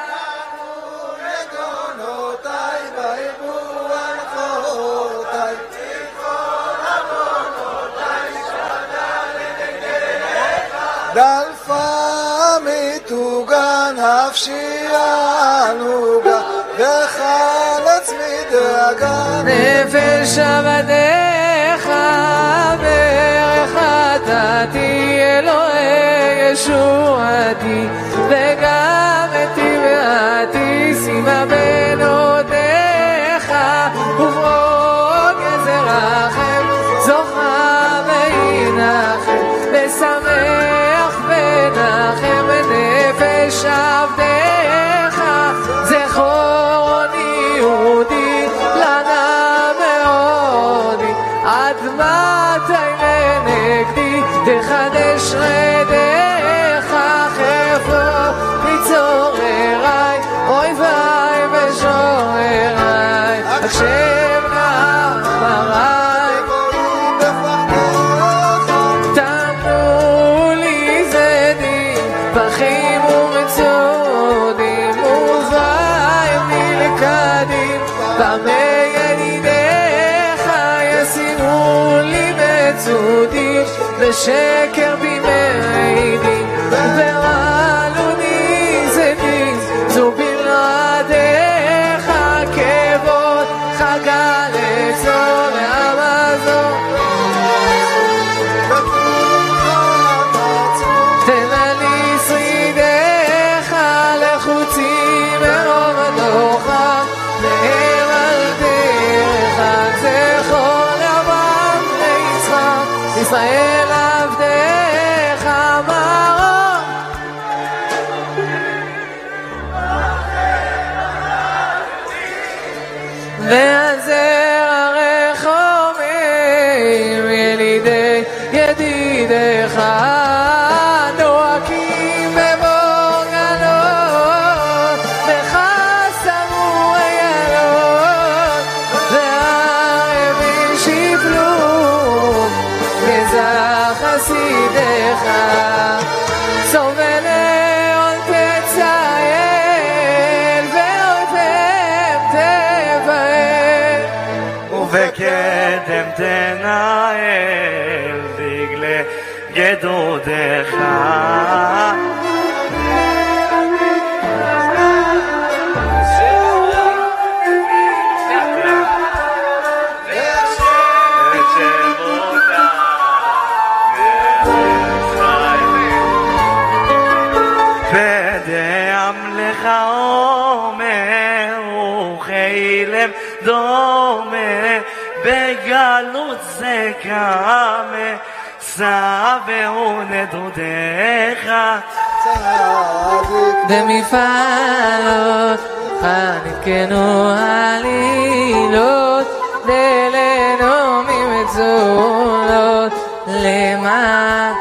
וגונותיי וירבו הלכותיי תכל עוונותיי שדה לנגדך דלפה מתוגה נפשי ענוגה וחלץ מדאגה נפש עבדיך ברך חטאתי אלוהי ישועתי, וגם את תבעתי שימה בנותיך, וברוק יזרחם זוכה וינחם, ושמח ונחם בנפש עבדיך, זכרוני יהודי לנה מאודי, עד מתי לנגדי תחדש רדיך, חרפו מצורריי, אויביי ושורריי, הקשב נאמריי, תנו לי זדים, פחים ומצודים, ובאים נלכדים, פעמי ידידיך ישימו לי בצודים, בשקר במעידים, ורעלוני זדים, זו בלעדיך, כבוד חגה לצור המזון, תן לי שרידיך לחוצים מרוב הדוחה, מהם על דרך, זכור לאברהם ליצחק, ישראל עבדיך מרום, והזר הרחומים ילידי ידידיך, נועקים במורגלות, וחסמו איילות, והערבים שיפלו גזע חסידיך, סובלי תצייל, ואויביהם תבהל, ובקדם תנהל דגלי גדודיך, לך אומר וכילם דומה, בגלות זה קמה, סבהו נדודיך, במפעלות נתקנו עלילות, דלנו ממצולות, למען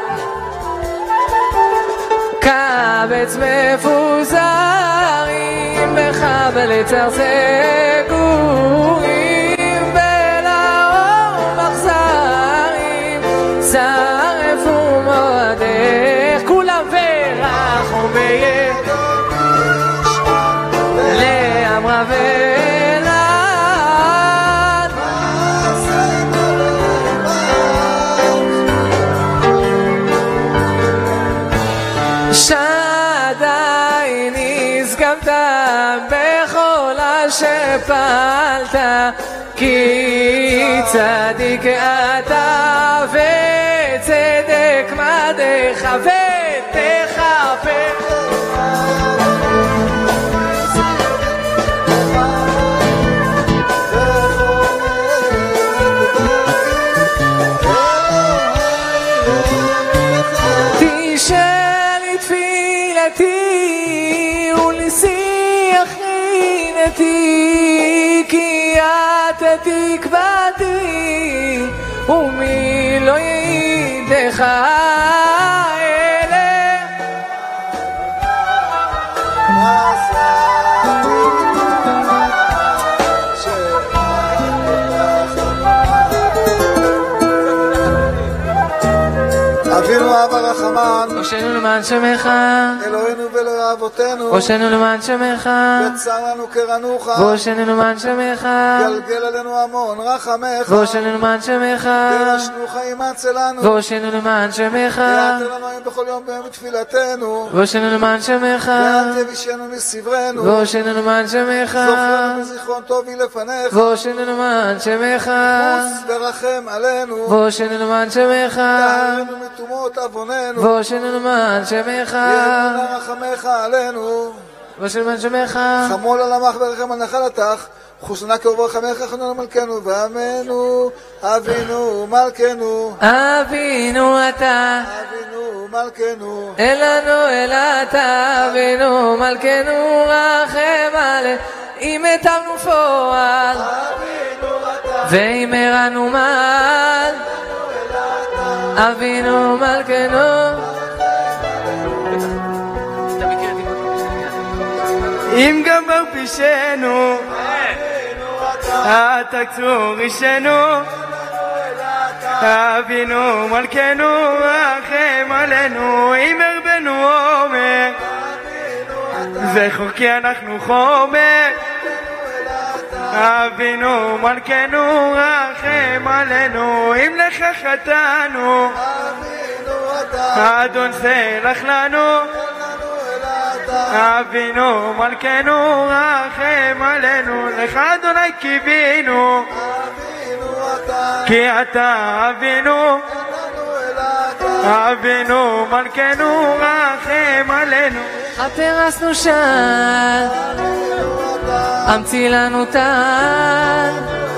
קבץ מפוזרים, בחבלי צרצגורים, בלאור מחזרים, שרפו מועדך, כולם ורחו ביד, לאמרה ולד, שדי נשגבת בכל אשר פעלת, כי צדיק אתה וצדק מדך ותכפר, תשאל תפילתי ולשיח חינתי, כי אתה תקבעתי ומי לא יעידך אלה, אבינו אב הרחמן, הושענו למען שמך, אלוהינו ולאבותינו, הושענו למען שמך, בצר לנו קרנוך, והושענו למען שמך, גלגל עלינו המון רחמך, והושענו למען שמך, דרשנו חיים אצלנו, והושענו למען שמך, ויעטר לנו היום בכל יום ביום תפילתנו, והושענו למען שמך, ואל תבישנו מסברנו, והושענו למען שמך, זוכרנו בזיכרון טובי לפניך, והושענו למען שמך, חוס ורחם עלינו, והושענו למען שמך, טהרנו מטומאות עווננו, והושענו למען שמך ירבו רחמך עלינו ושלמן שמך חמול על עמך ורחם על נחלתך חוסנה קרוב רחמך חנון על מלכנו ואמנו אבינו מלכנו אבינו אתה אבינו מלכנו אלנו אל אתה אבינו מלכנו רחם עלינו אם היטבנו פועל ואם הרענו מעל אבינו מלכנו אם גמר פישנו אתה קצור אישנו אבינו מלכנו רחם עלינו אם הרבנו עומר זכור כי אנחנו חומר אבינו מלכנו רחם עלינו אם לך חטאנו אדון סלח לנו אבינו מלכנו רחם עלינו לך אדוני קיווינו כי אתה אבינו אבינו מלכנו רחם עלינו הפרסנו שעל אמציא לנו טל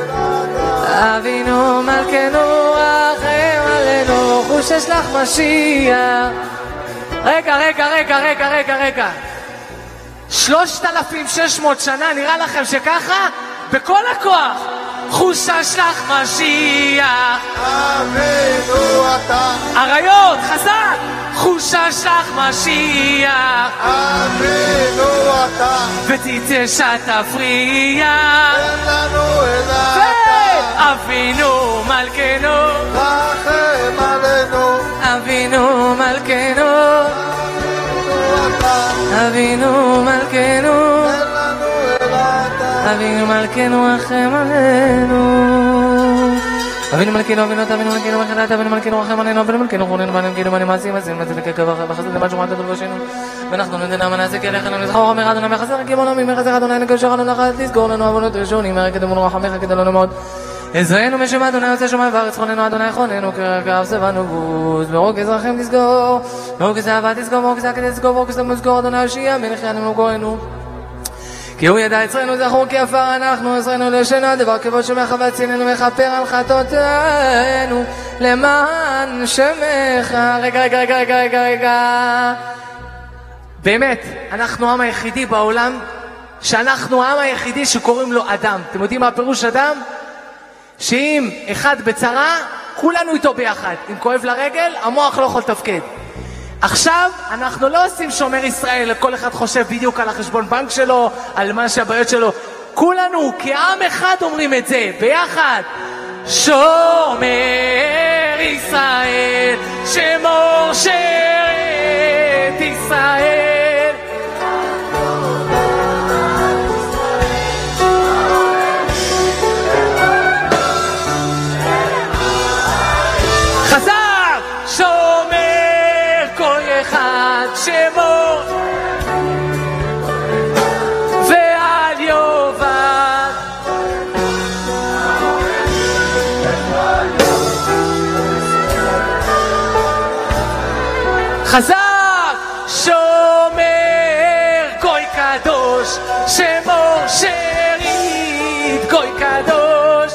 אבינו מלכנו רחם עלינו חושש לך משיח רגע רגע רגע רגע רגע רגע שלושת אלפים שש מאות שנה נראה לכם שככה? בכל הכוח חושש לך משיח אבינו אתה אריות חזק חושש לך משיח אבינו אתה ותצא שתפריע תן לנו אל אתה אבינו מלכנו רחם עלינו אבינו מלכנו אבינו מלכנו תן לנו אל אתה אבינו מלכנו רחם עלינו אבינו מלכנו אבינו אתה אבינו מלכנו רחם עלינו אבינו מלכנו רחם עלינו אבינו מלכנו חוננו ואנו כאילו ואנו מעשים עשינו את זה לככבך וחסד למען שומעת את דבשנו ואנחנו נדע מה נעשה כליך לנו לזכור אמר אדוני מחסר גימונו ממחסר אדוני נקשרנו לך תזכור לנו עוונות ראשונים מרק דמון רחמך כדי לנו מאוד עזרנו משום אדוני יוצא שמיים וארץ חוננו אדוני חוננו כרכב שבענו בוז ברוק אזרחים תסגור ברוק אהבה תסגור ברוק זקת תסגור ברוק תסגור אדוני הושיע מלך יעננו גורנו כי הוא ידע אצלנו זכור כי עפר אנחנו עזרנו לשנה דבר כבוד שמך והצילנו מכפר על חטאותינו למען שמך רגע רגע רגע רגע רגע רגע באמת אנחנו העם היחידי בעולם שאנחנו העם היחידי שקוראים לו אדם. אתם יודעים מה הפירוש אדם? שאם אחד בצרה כולנו איתו ביחד. אם כואב לרגל המוח לא יכול לתפקד. עכשיו אנחנו לא עושים שומר ישראל, כל אחד חושב בדיוק על החשבון בנק שלו, על מה שהבעיות שלו. כולנו כעם אחד אומרים את זה ביחד. שומר ישראל שמור שרת ישראל חזק שומר כל אחד שמור ועל יובד חזק שומר גוי קדוש שמור שרית גוי קדוש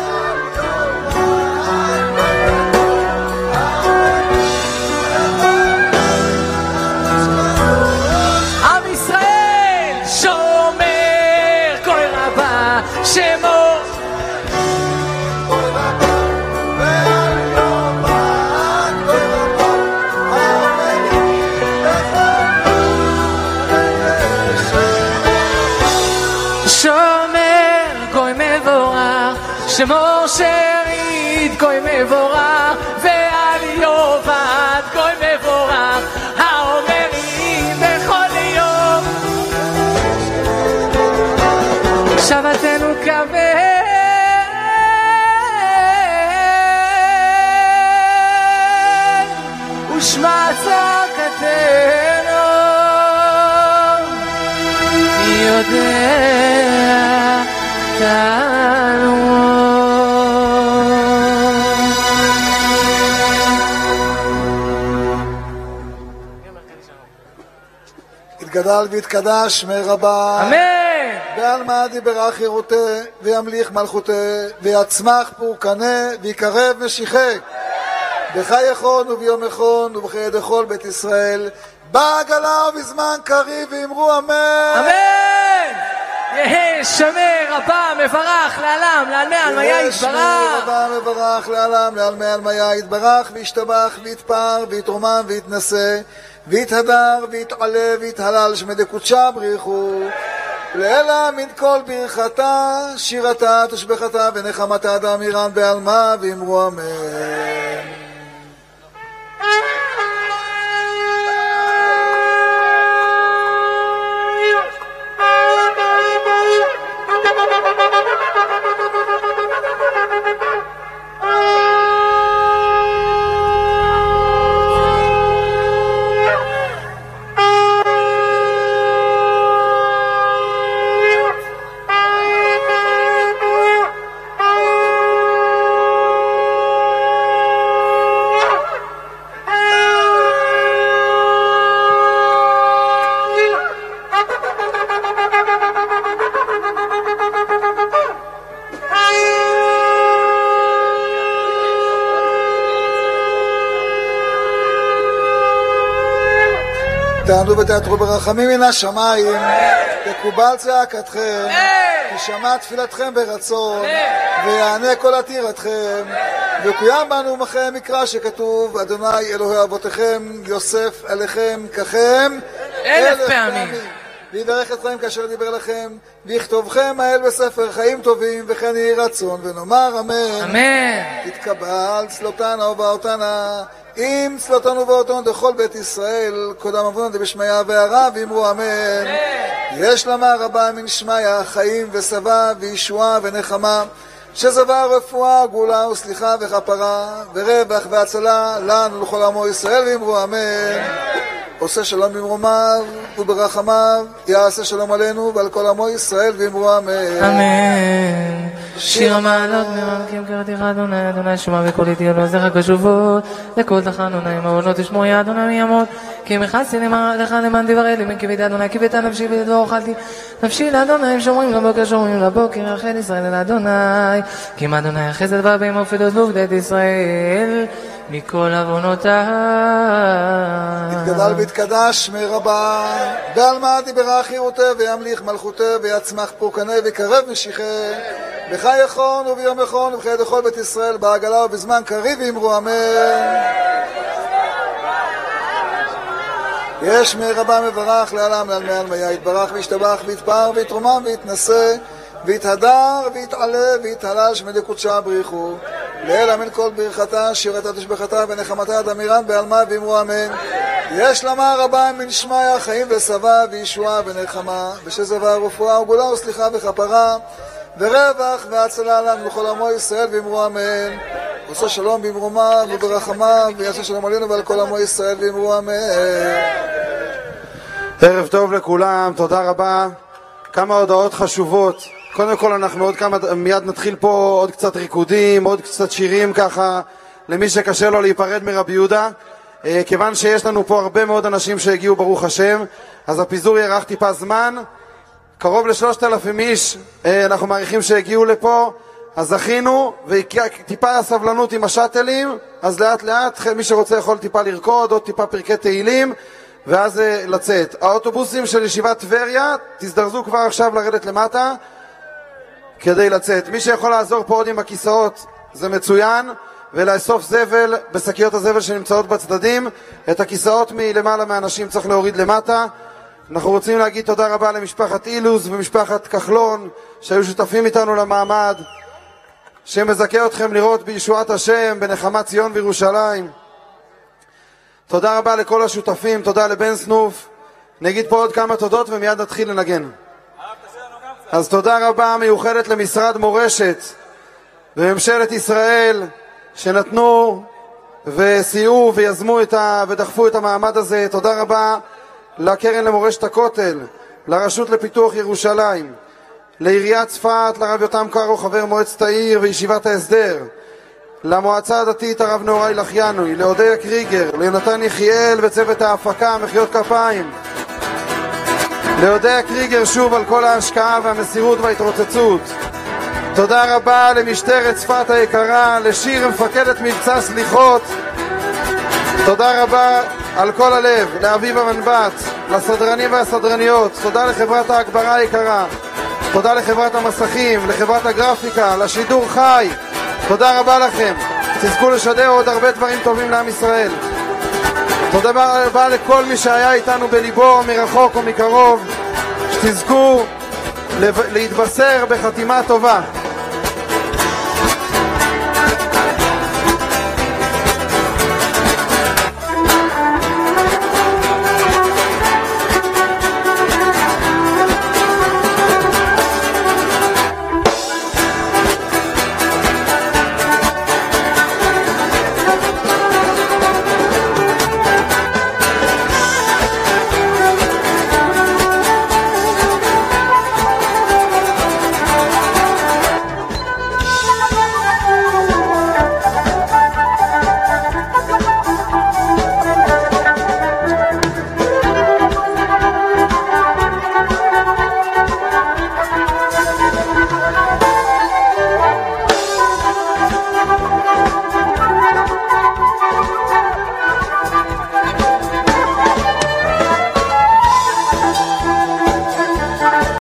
עם ישראל שומר גוי רבה שמור שמור שרית גוי מבורך ועל יובד גוי מבורך האומרים בכל יום שבתנו כבד ושמע צעקתנו יודע תנו יתגדל ויתקדש מרבה. אמן. בעלמא דיברה חירותה, וימליך מלכותה, ויצמח פורקנה, ויקרב משיחק. בחייכון וביום יכון, ובחיי דכל בית ישראל, בעגלה ובזמן קריב, ואמרו אמן. אמן. יהי שמי רבה מברך לעלם, לעלמי עלמיה יתברך. יהי שמי רבה מברך לעלם, לעלמי עלמיה יתברך, וישתבח ויתפאר ויתרומם ויתנשא, ויתהדר ויתעלה ויתהלל, שמי דקודשה בריחו. לאלה מן כל ברכתה, שירתה, תשבחתה ונחמתה דאמירן בעלמה, ואמרו אמן. תענו ותעתרו ברחמים מן השמיים, תקובל צעקתכם, תשמע תפילתכם ברצון, ויענה כל עתירתכם, וקוים בנו מכם מקרא שכתוב, אדוני אלוהי אבותיכם, יוסף אליכם ככם אלף פעמים. ויברך אתכם כאשר דיבר לכם, ויכתובכם האל בספר חיים טובים, וכן יהי רצון, ונאמר אמן. אמן. תתקבל צלותנה ובאותנה, עם צלותנו ובאותנו דכל בית ישראל, קודם אבונה דבשמיה והרב, ואמרו אמן. יש למה רבה מן שמיה, חיים ושבע וישועה ונחמה, שזבה רפואה, גאולה וסליחה וכפרה, ורווח והצלה לנו לכל עמו ישראל, ואמרו אמן. עושה שלום במרומיו וברחמיו, יעשה שלום עלינו ועל כל עמו ישראל, ואמרו אמן. אמן. שיר המעלות מרמקים קראתיך אדוני, אדוני שמע בקולי תהיה לו עזיך קשובות, לכל תחנוני מעונות ושמו יא אדוני מימות, כי מחסתי לך למען דברי לי, מכבד אדוני כיבדת נפשי ולדבר אוכלתי נפשי לאדוני, שומרים לבוקר שומרים לבוקר, יחד ישראל אל אדוני, כי אם אדוני החסד והבאים ופדות ועובדת ישראל מכל עוונותיו. יתגדל ויתקדש מרבה, בעלמא דיברה חירותה, וימליך מלכותה, ויצמח פורקנה, ויקרב משיחי. בחייכון וביום יכון, ובחיי דכל בית ישראל, בעגלה ובזמן קריב, ואמרו אמן. יש מרבה מברך לעלם, לעלמי עלמיה יתברך, וישתבח ויתפאר ויתרומם ויתנשא, ויתהדר ויתעלה ויתהלל, שמי דקודשה בריחו. לאלה מן כל ברכתה, שירתה תשבחתה ונחמתה דאמירן בעלמה, ואמרו אמן. יש למה רבה מן שמיה, חיים ושבע וישועה ונחמה, ושזבה רפואה וגאולה וסליחה וכפרה, ורווח והצלה לנו לכל עמו ישראל, ואמרו אמן. עושה שלום במרומיו וברחמיו, ויעשה שלום עלינו ועל כל עמו ישראל, ואמרו אמן. ערב טוב לכולם, תודה רבה. כמה הודעות חשובות. קודם כל אנחנו עוד כמה, מיד נתחיל פה עוד קצת ריקודים, עוד קצת שירים ככה, למי שקשה לו להיפרד מרבי יהודה. כיוון שיש לנו פה הרבה מאוד אנשים שהגיעו ברוך השם, אז הפיזור יארך טיפה זמן. קרוב לשלושת אלפים איש אנחנו מעריכים שהגיעו לפה, אז זכינו, וטיפה סבלנות עם השאטלים, אז לאט לאט מי שרוצה יכול טיפה לרקוד, עוד טיפה פרקי תהילים, ואז לצאת. האוטובוסים של ישיבת טבריה, תזדרזו כבר עכשיו לרדת למטה כדי לצאת. מי שיכול לעזור פה עוד עם הכיסאות זה מצוין, ולאסוף זבל בשקיות הזבל שנמצאות בצדדים. את הכיסאות מלמעלה מהאנשים צריך להוריד למטה. אנחנו רוצים להגיד תודה רבה למשפחת אילוז ומשפחת כחלון שהיו שותפים איתנו למעמד, שמזכה אתכם לראות בישועת השם בנחמת ציון וירושלים. תודה רבה לכל השותפים, תודה לבן סנוף. נגיד פה עוד כמה תודות ומיד נתחיל לנגן. אז תודה רבה מיוחדת למשרד מורשת וממשלת ישראל שנתנו וסייעו ויזמו את ה... ודחפו את המעמד הזה. תודה רבה לקרן למורשת הכותל, לרשות לפיתוח ירושלים, לעיריית צפת, לרב יותם קארו חבר מועצת העיר וישיבת ההסדר, למועצה הדתית הרב נוראי לחיינו, להודיה קריגר, ליונתן יחיאל וצוות ההפקה, מחיאות כפיים. להודיה קריגר שוב על כל ההשקעה והמסירות וההתרוצצות. תודה רבה למשטרת צפת היקרה, לשיר מפקדת מבצע סליחות. תודה רבה על כל הלב, לאביב המנבט, לסדרנים והסדרניות. תודה לחברת ההגברה היקרה, תודה לחברת המסכים, לחברת הגרפיקה, לשידור חי. תודה רבה לכם, תזכו לשדר עוד הרבה דברים טובים לעם ישראל. תודה רבה לכל מי שהיה איתנו בליבו, מרחוק או מקרוב. שתזכו להתבשר בחתימה טובה.